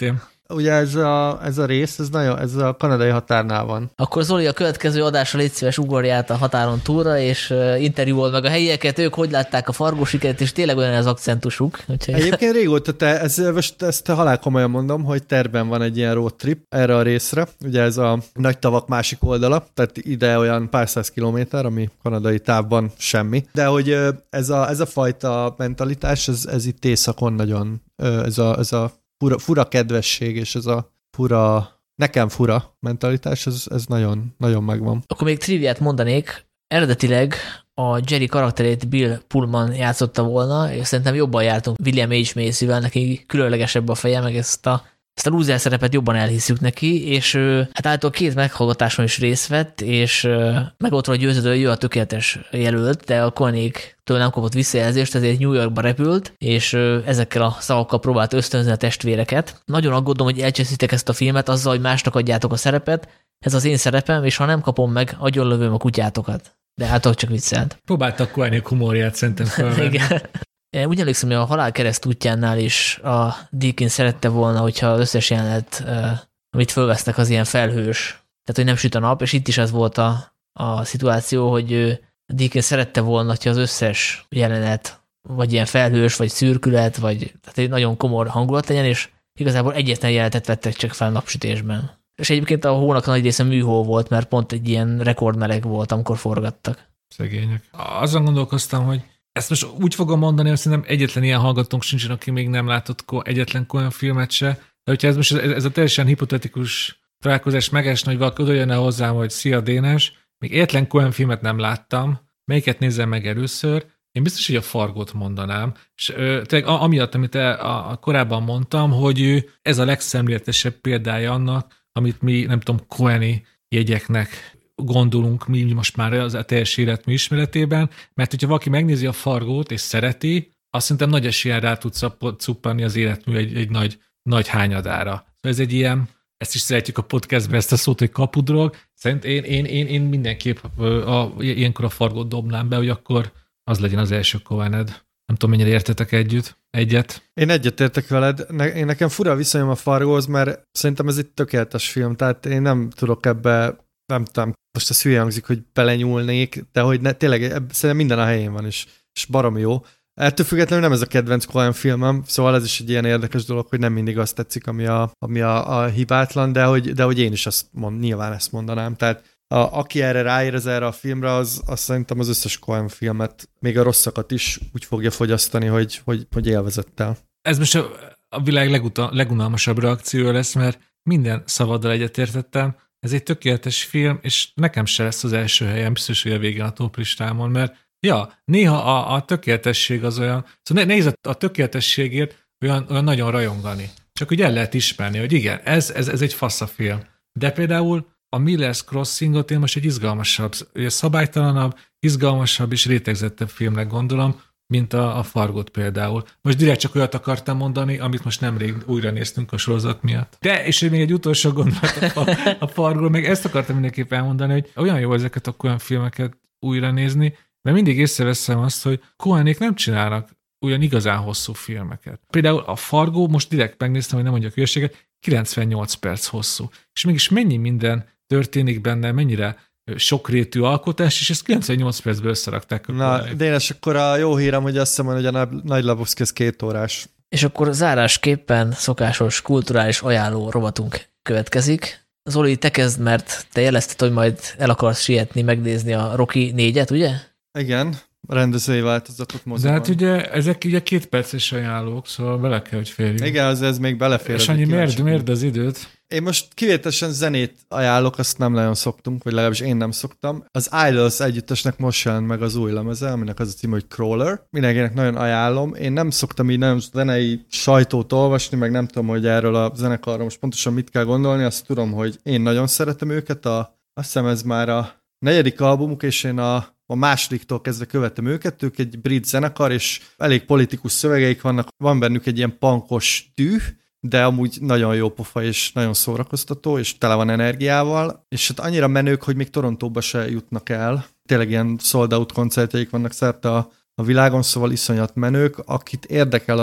Ugye ez a, ez a rész, ez, nagyon, ez a kanadai határnál van. Akkor Zoli, a következő adásra légy szíves, ugorj át a határon túlra, és uh, interjúold meg a helyieket, ők hogy látták a fargósiket, és tényleg olyan az akcentusuk. Úgyhogy... Egyébként régóta, te, ez, ezt halál komolyan mondom, hogy terben van egy ilyen road trip erre a részre. Ugye ez a nagy tavak másik oldala, tehát ide olyan pár száz kilométer, ami kanadai távban semmi. De hogy ez a, ez a fajta mentalitás, ez, ez itt északon nagyon, ez a, ez a fura, fura kedvesség, és ez a fura, nekem fura mentalitás, ez, ez nagyon, nagyon megvan. Akkor még triviát mondanék, eredetileg a Jerry karakterét Bill Pullman játszotta volna, és szerintem jobban jártunk William H. Macy-vel, neki különlegesebb a feje, meg ezt a Ezt a loser szerepet jobban elhiszük neki, és hát által két meghallgatáson is részt vett, és meg ott van a győződő, hogy ő a tökéletes jelölt, de a Koenig-től nem kapott visszajelzést, ezért New Yorkba repült, és ezekkel a szavakkal próbált ösztönzni a testvéreket. Nagyon aggódom, hogy elcseszitek ezt a filmet azzal, hogy másnak adjátok a szerepet, ez az én szerepem, és ha nem kapom meg, agyonlövöm a kutyátokat. De hát csak viccelt. Próbáltak Koenig humorját szerintem felvenni. Igen. Úgy emlékszem, hogy a Halál kereszt útjánál is a Deakin szerette volna, hogyha az összes jelenet, amit fölvesznek, az ilyen felhős. Tehát, hogy nem süt a nap, és itt is ez volt a, a szituáció, hogy Deakin szerette volna, hogyha az összes jelenet vagy ilyen felhős, vagy szürkület, vagy tehát egy nagyon komor hangulat legyen, és igazából egyetlen jelenetet vettek csak fel napsütésben. És egyébként a hónak nagy része műhó volt, mert pont egy ilyen rekordmeleg volt, amikor forgattak. Szegények. Azon gondolkoztam, hogy ezt most úgy fogom mondani, hogy szerintem egyetlen ilyen hallgatónk sincsen, aki még nem látott egyetlen olyan filmet se. De hogyha ez most ez, ez a teljesen hipotetikus találkozás megesne, hogy valaki oda jönne hozzám, hogy szia Dénes, még egyetlen olyan filmet nem láttam, melyiket nézzem meg először, én biztos, hogy a Fargót mondanám. És ö, tényleg amiatt, amit a, a korábban mondtam, hogy ez a legszemléletesebb példája annak, amit mi, nem tudom, Coen-i jegyeknek gondolunk mi most már az a teljes életmű ismeretében, mert hogyha valaki megnézi a Fargót és szereti, azt szerintem nagy esélyen rá tud cuppanni az életmű egy, egy nagy, nagy hányadára. Ez egy ilyen, ezt is szeretjük a podcastben, ezt a szót, hogy kapudrog. Szerintem én, én, én, én mindenképp a, a, ilyenkor a Fargót dobnám be, hogy akkor az legyen az első Coened. Nem tudom, mennyire értetek együtt, egyet. Én egyet értek veled. Ne, én nekem fura a viszonyom a Fargóhoz, mert szerintem ez egy tökéletes film, tehát én nem tudok ebbe, nem tudom, most a hülye hangzik, hogy belenyúlnék, de hogy ne, tényleg ebb, szerintem minden a helyén van, és, és baromi jó. Ettől függetlenül nem ez a kedvenc Coen filmem, szóval ez is egy ilyen érdekes dolog, hogy nem mindig azt tetszik, ami a, ami a, a hibátlan, de hogy, de hogy én is azt mond, nyilván ezt mondanám. Tehát a, aki erre ráérez erre a filmre, az, az szerintem az összes Coen filmet, még a rosszakat is úgy fogja fogyasztani, hogy, hogy, hogy élvezettel. Ez most a, a világ leguta, legunalmasabb reakció lesz, mert minden szavaddal egyetértettem. Ez egy tökéletes film, és nekem se lesz az első helyen, biztos, hogy a végén a top listámon, mert ja, néha a, a tökéletesség az olyan, szóval nehéz a, a tökéletességért olyan, olyan nagyon rajongani. Csak úgy el lehet ismerni, hogy igen, ez, ez, ez egy fasz a film. De például a Miller's Crossingot én most egy izgalmasabb, szabálytalanabb, izgalmasabb és rétegzettebb filmnek gondolom, mint a, a Fargót például. Most direkt csak olyat akartam mondani, amit most nemrég újra néztünk a sorozat miatt. De, és még egy utolsó gondolat a, a Fargóról, meg ezt akartam mindenképp elmondani, hogy olyan jó ezeket a olyan filmeket újra nézni, mert mindig észreveszem azt, hogy Coenék nem csinálnak olyan igazán hosszú filmeket. Például a Fargó, most direkt megnéztem, hogy nem mondjak hülyeséget, kilencvennyolc perc hosszú. És mégis mennyi minden történik benne, mennyire sokrétű alkotás, és ezt kilencvennyolc percből összerakták. Na, Dénes, akkor a jó hírem, hogy azt hiszem, hogy a Nagy Lebowski ez két órás. És akkor zárásképpen szokásos kulturális ajánló rovatunk következik. Zoli, te kezd, mert te jelezted, hogy majd el akarsz sietni megnézni a Rocky négyet, ugye? Igen, rendezői változatot moziban. De hát ugye ezek ugye két perces ajánlók, szóval bele kell, hogy férjünk. Igen, az ez még belefér. És annyi mérd, mérd az időt. Én most kivételesen zenét ajánlok, azt nem nagyon szoktunk, vagy legalábbis én nem szoktam. Az Idols együttesnek most jelent meg az új lemeze, aminek az a cím, hogy Crawler. Mindenkinek nagyon ajánlom. Én nem szoktam így nagyon zenei sajtót olvasni, meg nem tudom, hogy erről a zenekarról most pontosan mit kell gondolni. Azt tudom, hogy én nagyon szeretem őket. A, azt hiszem ez már a negyedik albumuk, és én a a másodiktól kezdve követem őket, ők egy brit zenekar, és elég politikus szövegeik vannak, van bennük egy ilyen punkos tűh, de amúgy nagyon jó pofa, és nagyon szórakoztató, és tele van energiával, és hát annyira menők, hogy még Torontóba se jutnak el. Tényleg ilyen sold out koncertjeik vannak szerte a, a világon, szóval iszonyat menők. Akit érdekel, az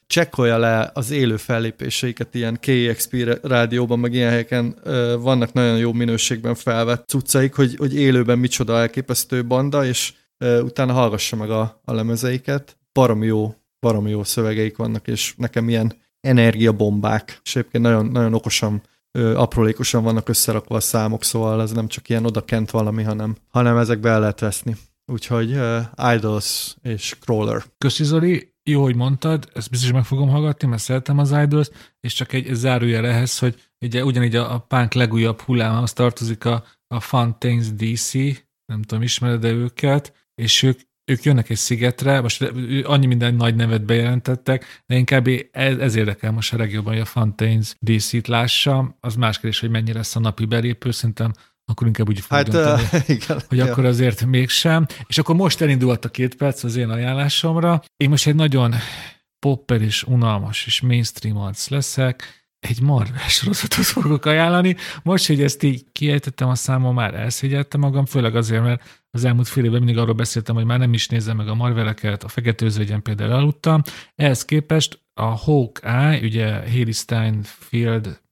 csekkolja le az élő fellépéseiket ilyen ká exp rádióban, meg ilyen helyeken vannak nagyon jó minőségben felvett cuccaik, hogy, hogy élőben micsoda elképesztő banda, és utána hallgassa meg a, a lemezeiket. Baromi jó, baromi jó szövegeik vannak, és nekem ilyen energiabombák, és egyébként nagyon, nagyon okosan, aprólékosan vannak összerakva a számok, szóval ez nem csak ilyen odakent valami, hanem, hanem ezekbe el lehet veszni. Úgyhogy uh, Idols és Crawler. Köszi Zoli, jó, hogy mondtad, ezt biztos meg fogom hallgatni, mert szeretem az Idols, és csak egy zárójel ehhez, hogy ugye ugyanígy a, a punk legújabb hullámához tartozik a, a Fontaines dé cé, nem tudom, ismered-e őket, és ők, ők jönnek egy szigetre, most annyi minden nagy nevet bejelentettek, de inkább ez, ez érdekel most a legjobban, hogy a Fontaines dé cét lássam, az más kérdés, hogy mennyi lesz a napi belépő, szerintem akkor inkább úgy fogom hát, dönteni, uh, igen, hogy ja. akkor azért mégsem. És akkor most elindult a két perc az én ajánlásomra. Én most egy nagyon popper és unalmas és mainstream arc leszek. Egy Marvel sorozatot fogok ajánlani. Most, hogy ezt így kiejtettem a számon, már elszégyeltem magam, főleg azért, mert az elmúlt fél évben mindig arról beszéltem, hogy már nem is nézem meg a Marveleket, a Fekete Özvegyen például aludtam. Ehhez képest a Hawkeye, ugye Hailee Steinfeld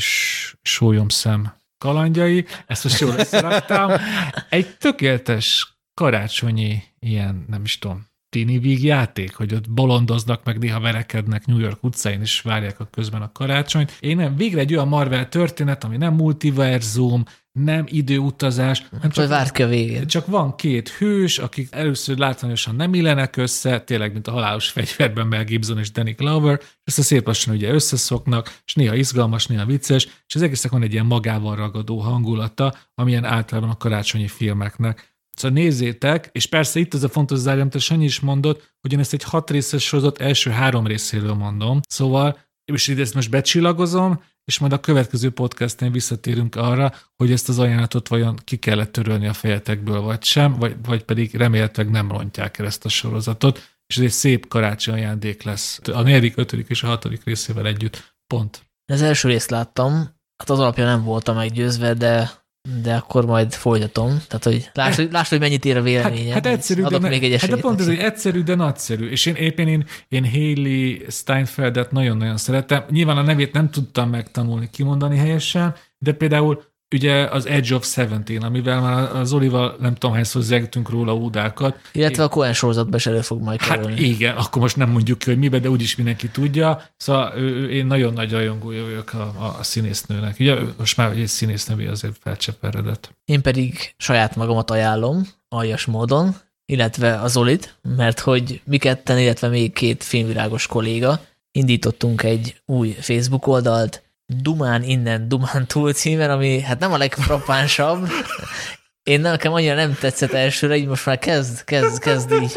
és Sólyomszem kalandjai, ezt most jól összeraktam. Egy tökéletes karácsonyi ilyen, nem is tudom, tini víg játék, hogy ott bolondoznak, meg néha verekednek New York utcáin, és várják a közben a karácsonyt. Én nem, végre egy olyan Marvel történet, ami nem multiverzum, nem időutazás, nem csak, várt ki a végén. Csak van két hős, akik először látványosan nem illenek össze, tényleg, mint a Halálos fegyverben Mel Gibson és Danny Glover, és ezt a szép lassan ugye összeszoknak, és néha izgalmas, néha vicces, és az egésznek van egy ilyen magával ragadó hangulata, amilyen általában a karácsonyi filmeknek. Szóval nézzétek, és persze itt az a fontos zárja, amit a Sanyi is mondott, hogy én ezt egy hat részes sorozat első három részéről mondom. Szóval, és így ezt most becsillagozom, és majd a következő podcasten visszatérünk arra, hogy ezt az ajánlatot vajon ki kellett törölni a fejetekből, vagy sem, vagy, vagy pedig remélhetőleg nem rontják el ezt a sorozatot, és ez egy szép karácsony ajándék lesz. A negyedik, ötödik és a hatodik részével együtt. Pont. Az első részt láttam, hát az alapján nem voltam meggyőzve, de de akkor majd folytatom. Tehát, hogy láss, hogy, láss, hogy mennyit ér a véleménye. Hát, hát egyszerű, adok de, még egy esélyt. hát de pont ez, hogy egyszerű, de nagyszerű. És én éppen én, én Hailee Steinfeldet nagyon-nagyon szeretem. Nyilván a nevét nem tudtam megtanulni, kimondani helyesen, de például ugye az Edge of Seventeen, amivel már az Olival nem tudom, hányszor zegtünk róla údákat. Illetve én... a Coen sorozatban is elő fog majd kerülni. Hát igen, akkor most nem mondjuk ki, hogy miben, de úgyis mindenki tudja. Szóval én nagyon nagy rajongója vagyok a, a színésznőnek. Ugye most már egy színésznővé azért felcseperedett. Én pedig saját magamat ajánlom, aljas módon, illetve az Zolit, mert hogy mi ketten, illetve még két filmvilágos kolléga indítottunk egy új Facebook oldalt, Dumán innen, Dumán túl címen, ami hát nem a legfrappánsabb. Én nekem annyira nem tetszett elsőre, így most már kezd, kezd, kezd így.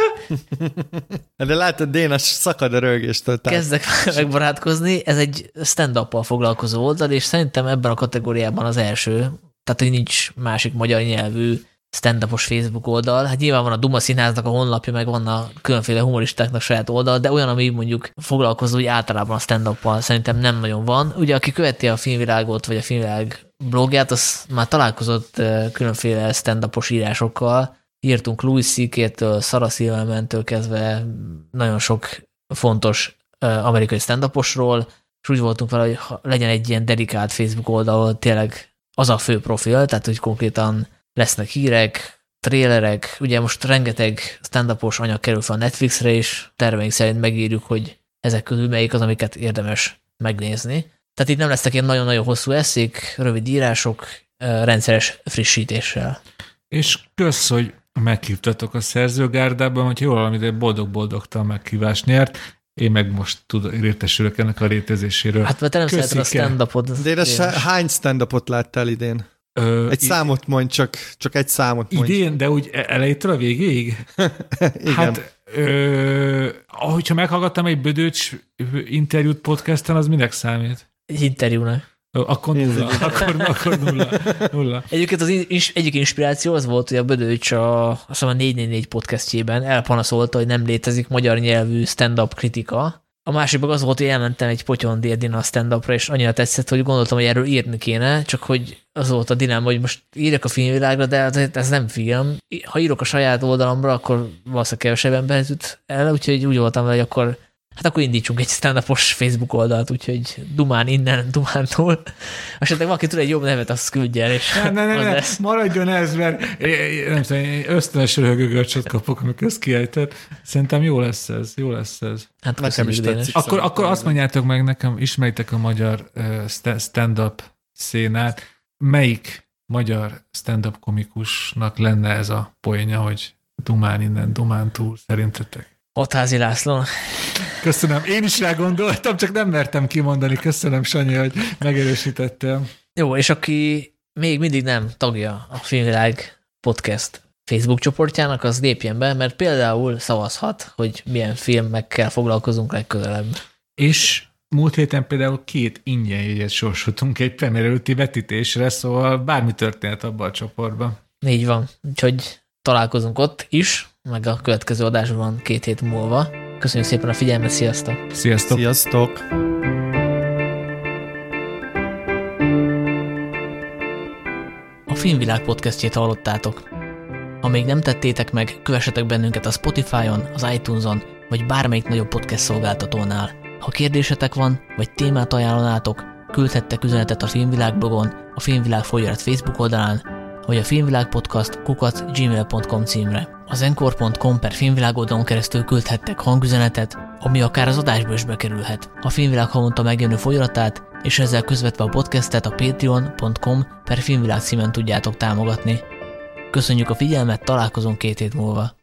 De látod, Déna szakad a rögéstől. Kezdek megbarátkozni. Ez egy stand-up-pal foglalkozó oldal, és szerintem ebben a kategóriában az első, tehát hogy nincs másik magyar nyelvű stand-upos Facebook oldal. Hát nyilván van a Duma Színháznak a honlapja, meg van a különféle humoristáknak saját oldal, de olyan, ami mondjuk foglalkozó, hogy általában a stand-uppal szerintem nem nagyon van. Ugye, aki követi a filmvilágot, vagy a filmvilág blogját, az már találkozott különféle stand-upos írásokkal. Írtunk Louis C K-től, Sarah Silverman-től kezdve nagyon sok fontos amerikai stand-uposról, és úgy voltunk vele, hogy legyen egy ilyen dedikált Facebook oldal, tényleg az a fő profil, tehát hogy konkrétan lesznek hírek, trélerek, ugye most rengeteg stand-upos anyag kerül fel a Netflixre, és terveink szerint megírjuk, hogy ezek közül melyik az, amiket érdemes megnézni. Tehát itt nem lesznek ilyen nagyon-nagyon hosszú eszék, rövid írások, rendszeres frissítéssel. És kösz, hogy meghívtatok a szerzőgárdában, hogy jól valami, de boldog-boldogtalan meghívást nyert. Én meg most tud, értesülök ennek a létezéséről. Hát mert te nem szereted a stand-upot. De édes, hány stand-upot láttál idén? Ö, egy számot mondj, csak, csak egy számot mondj. Idén, de úgy elejétől a végéig? Igen. Hát, ö, ahogyha meghallgattam egy Bödöcs interjút podcasten, az minek számít? Egy interjúnak. Akkor nulla. akkor, akkor nulla. nulla. Egyébként az in- egyik inspiráció az volt, hogy a Bödöcs a, azt hiszem a négy négy négy podcastjében elpanaszolta, hogy nem létezik magyar nyelvű stand-up kritika. A másikban az volt, hogy elmentem egy Potyondi Edina a stand-upra, és annyira tetszett, hogy gondoltam, hogy erről írni kéne, csak hogy az volt a dilemma, hogy most írjak a filmvilágra, de ez nem film. Ha írok a saját oldalamra, akkor valószínűleg kevesebb ember jut el, úgyhogy úgy voltam vele, hogy akkor Hát akkor indítsunk egy stand-upos Facebook oldalt, úgyhogy Dumán innen, Dumántól. Esetleg valaki tud egy jobb nevet, azt küldje el, és ne, ne, ne, ne, lesz. maradjon ez, mert nem tudom, ösztönös röhögőgörcsöt kapok, amikor ezt kiejtett. Szerintem jó lesz ez, jó lesz ez. Hát nekem is tetszik. Akkor, akkor azt mondjátok meg nekem, ismeritek a magyar uh, stand-up szénát. Melyik magyar stand-up komikusnak lenne ez a poénja, hogy Dumán innen, Dumán túl, szerintetek? Ottházi László. Köszönöm. Én is rá gondoltam, csak nem mertem kimondani. Köszönöm, Sanyi, hogy megerősítettél. Jó, és aki még mindig nem tagja a Filmvilág podcast Facebook csoportjának, az lépjen be, mert például szavazhat, hogy milyen filmekkel foglalkozunk legközelebb. És múlt héten például két ingyen jegyet sorsoltunk egy premier előtti vetítésre, szóval bármi történt abban a csoportban. Így van. Úgyhogy találkozunk ott is, meg a következő adásban két hét múlva. Köszönjük szépen a figyelmet, sziasztok! Sziasztok! Sziasztok! A Filmvilág podcastjét hallottátok. Ha még nem tettétek meg, kövessetek bennünket a Spotify-on, az iTunes-on, vagy bármelyik nagyobb podcast szolgáltatónál. Ha kérdésetek van, vagy témát ajánlanátok, küldhettek üzenetet a Filmvilág blogon, a Filmvilág folyóirat Facebook oldalán, vagy a filmvilágpodcast kukac gmail pont com címre. Az encore pont com per Filmvilág oldalon keresztül küldhettek hangüzenetet, ami akár az adásba is bekerülhet. A Filmvilág havonta megjelenő folyóiratát, és ezzel közvetve a podcastet a patreon pont com per Filmvilág címen tudjátok támogatni. Köszönjük a figyelmet, találkozunk két hét múlva.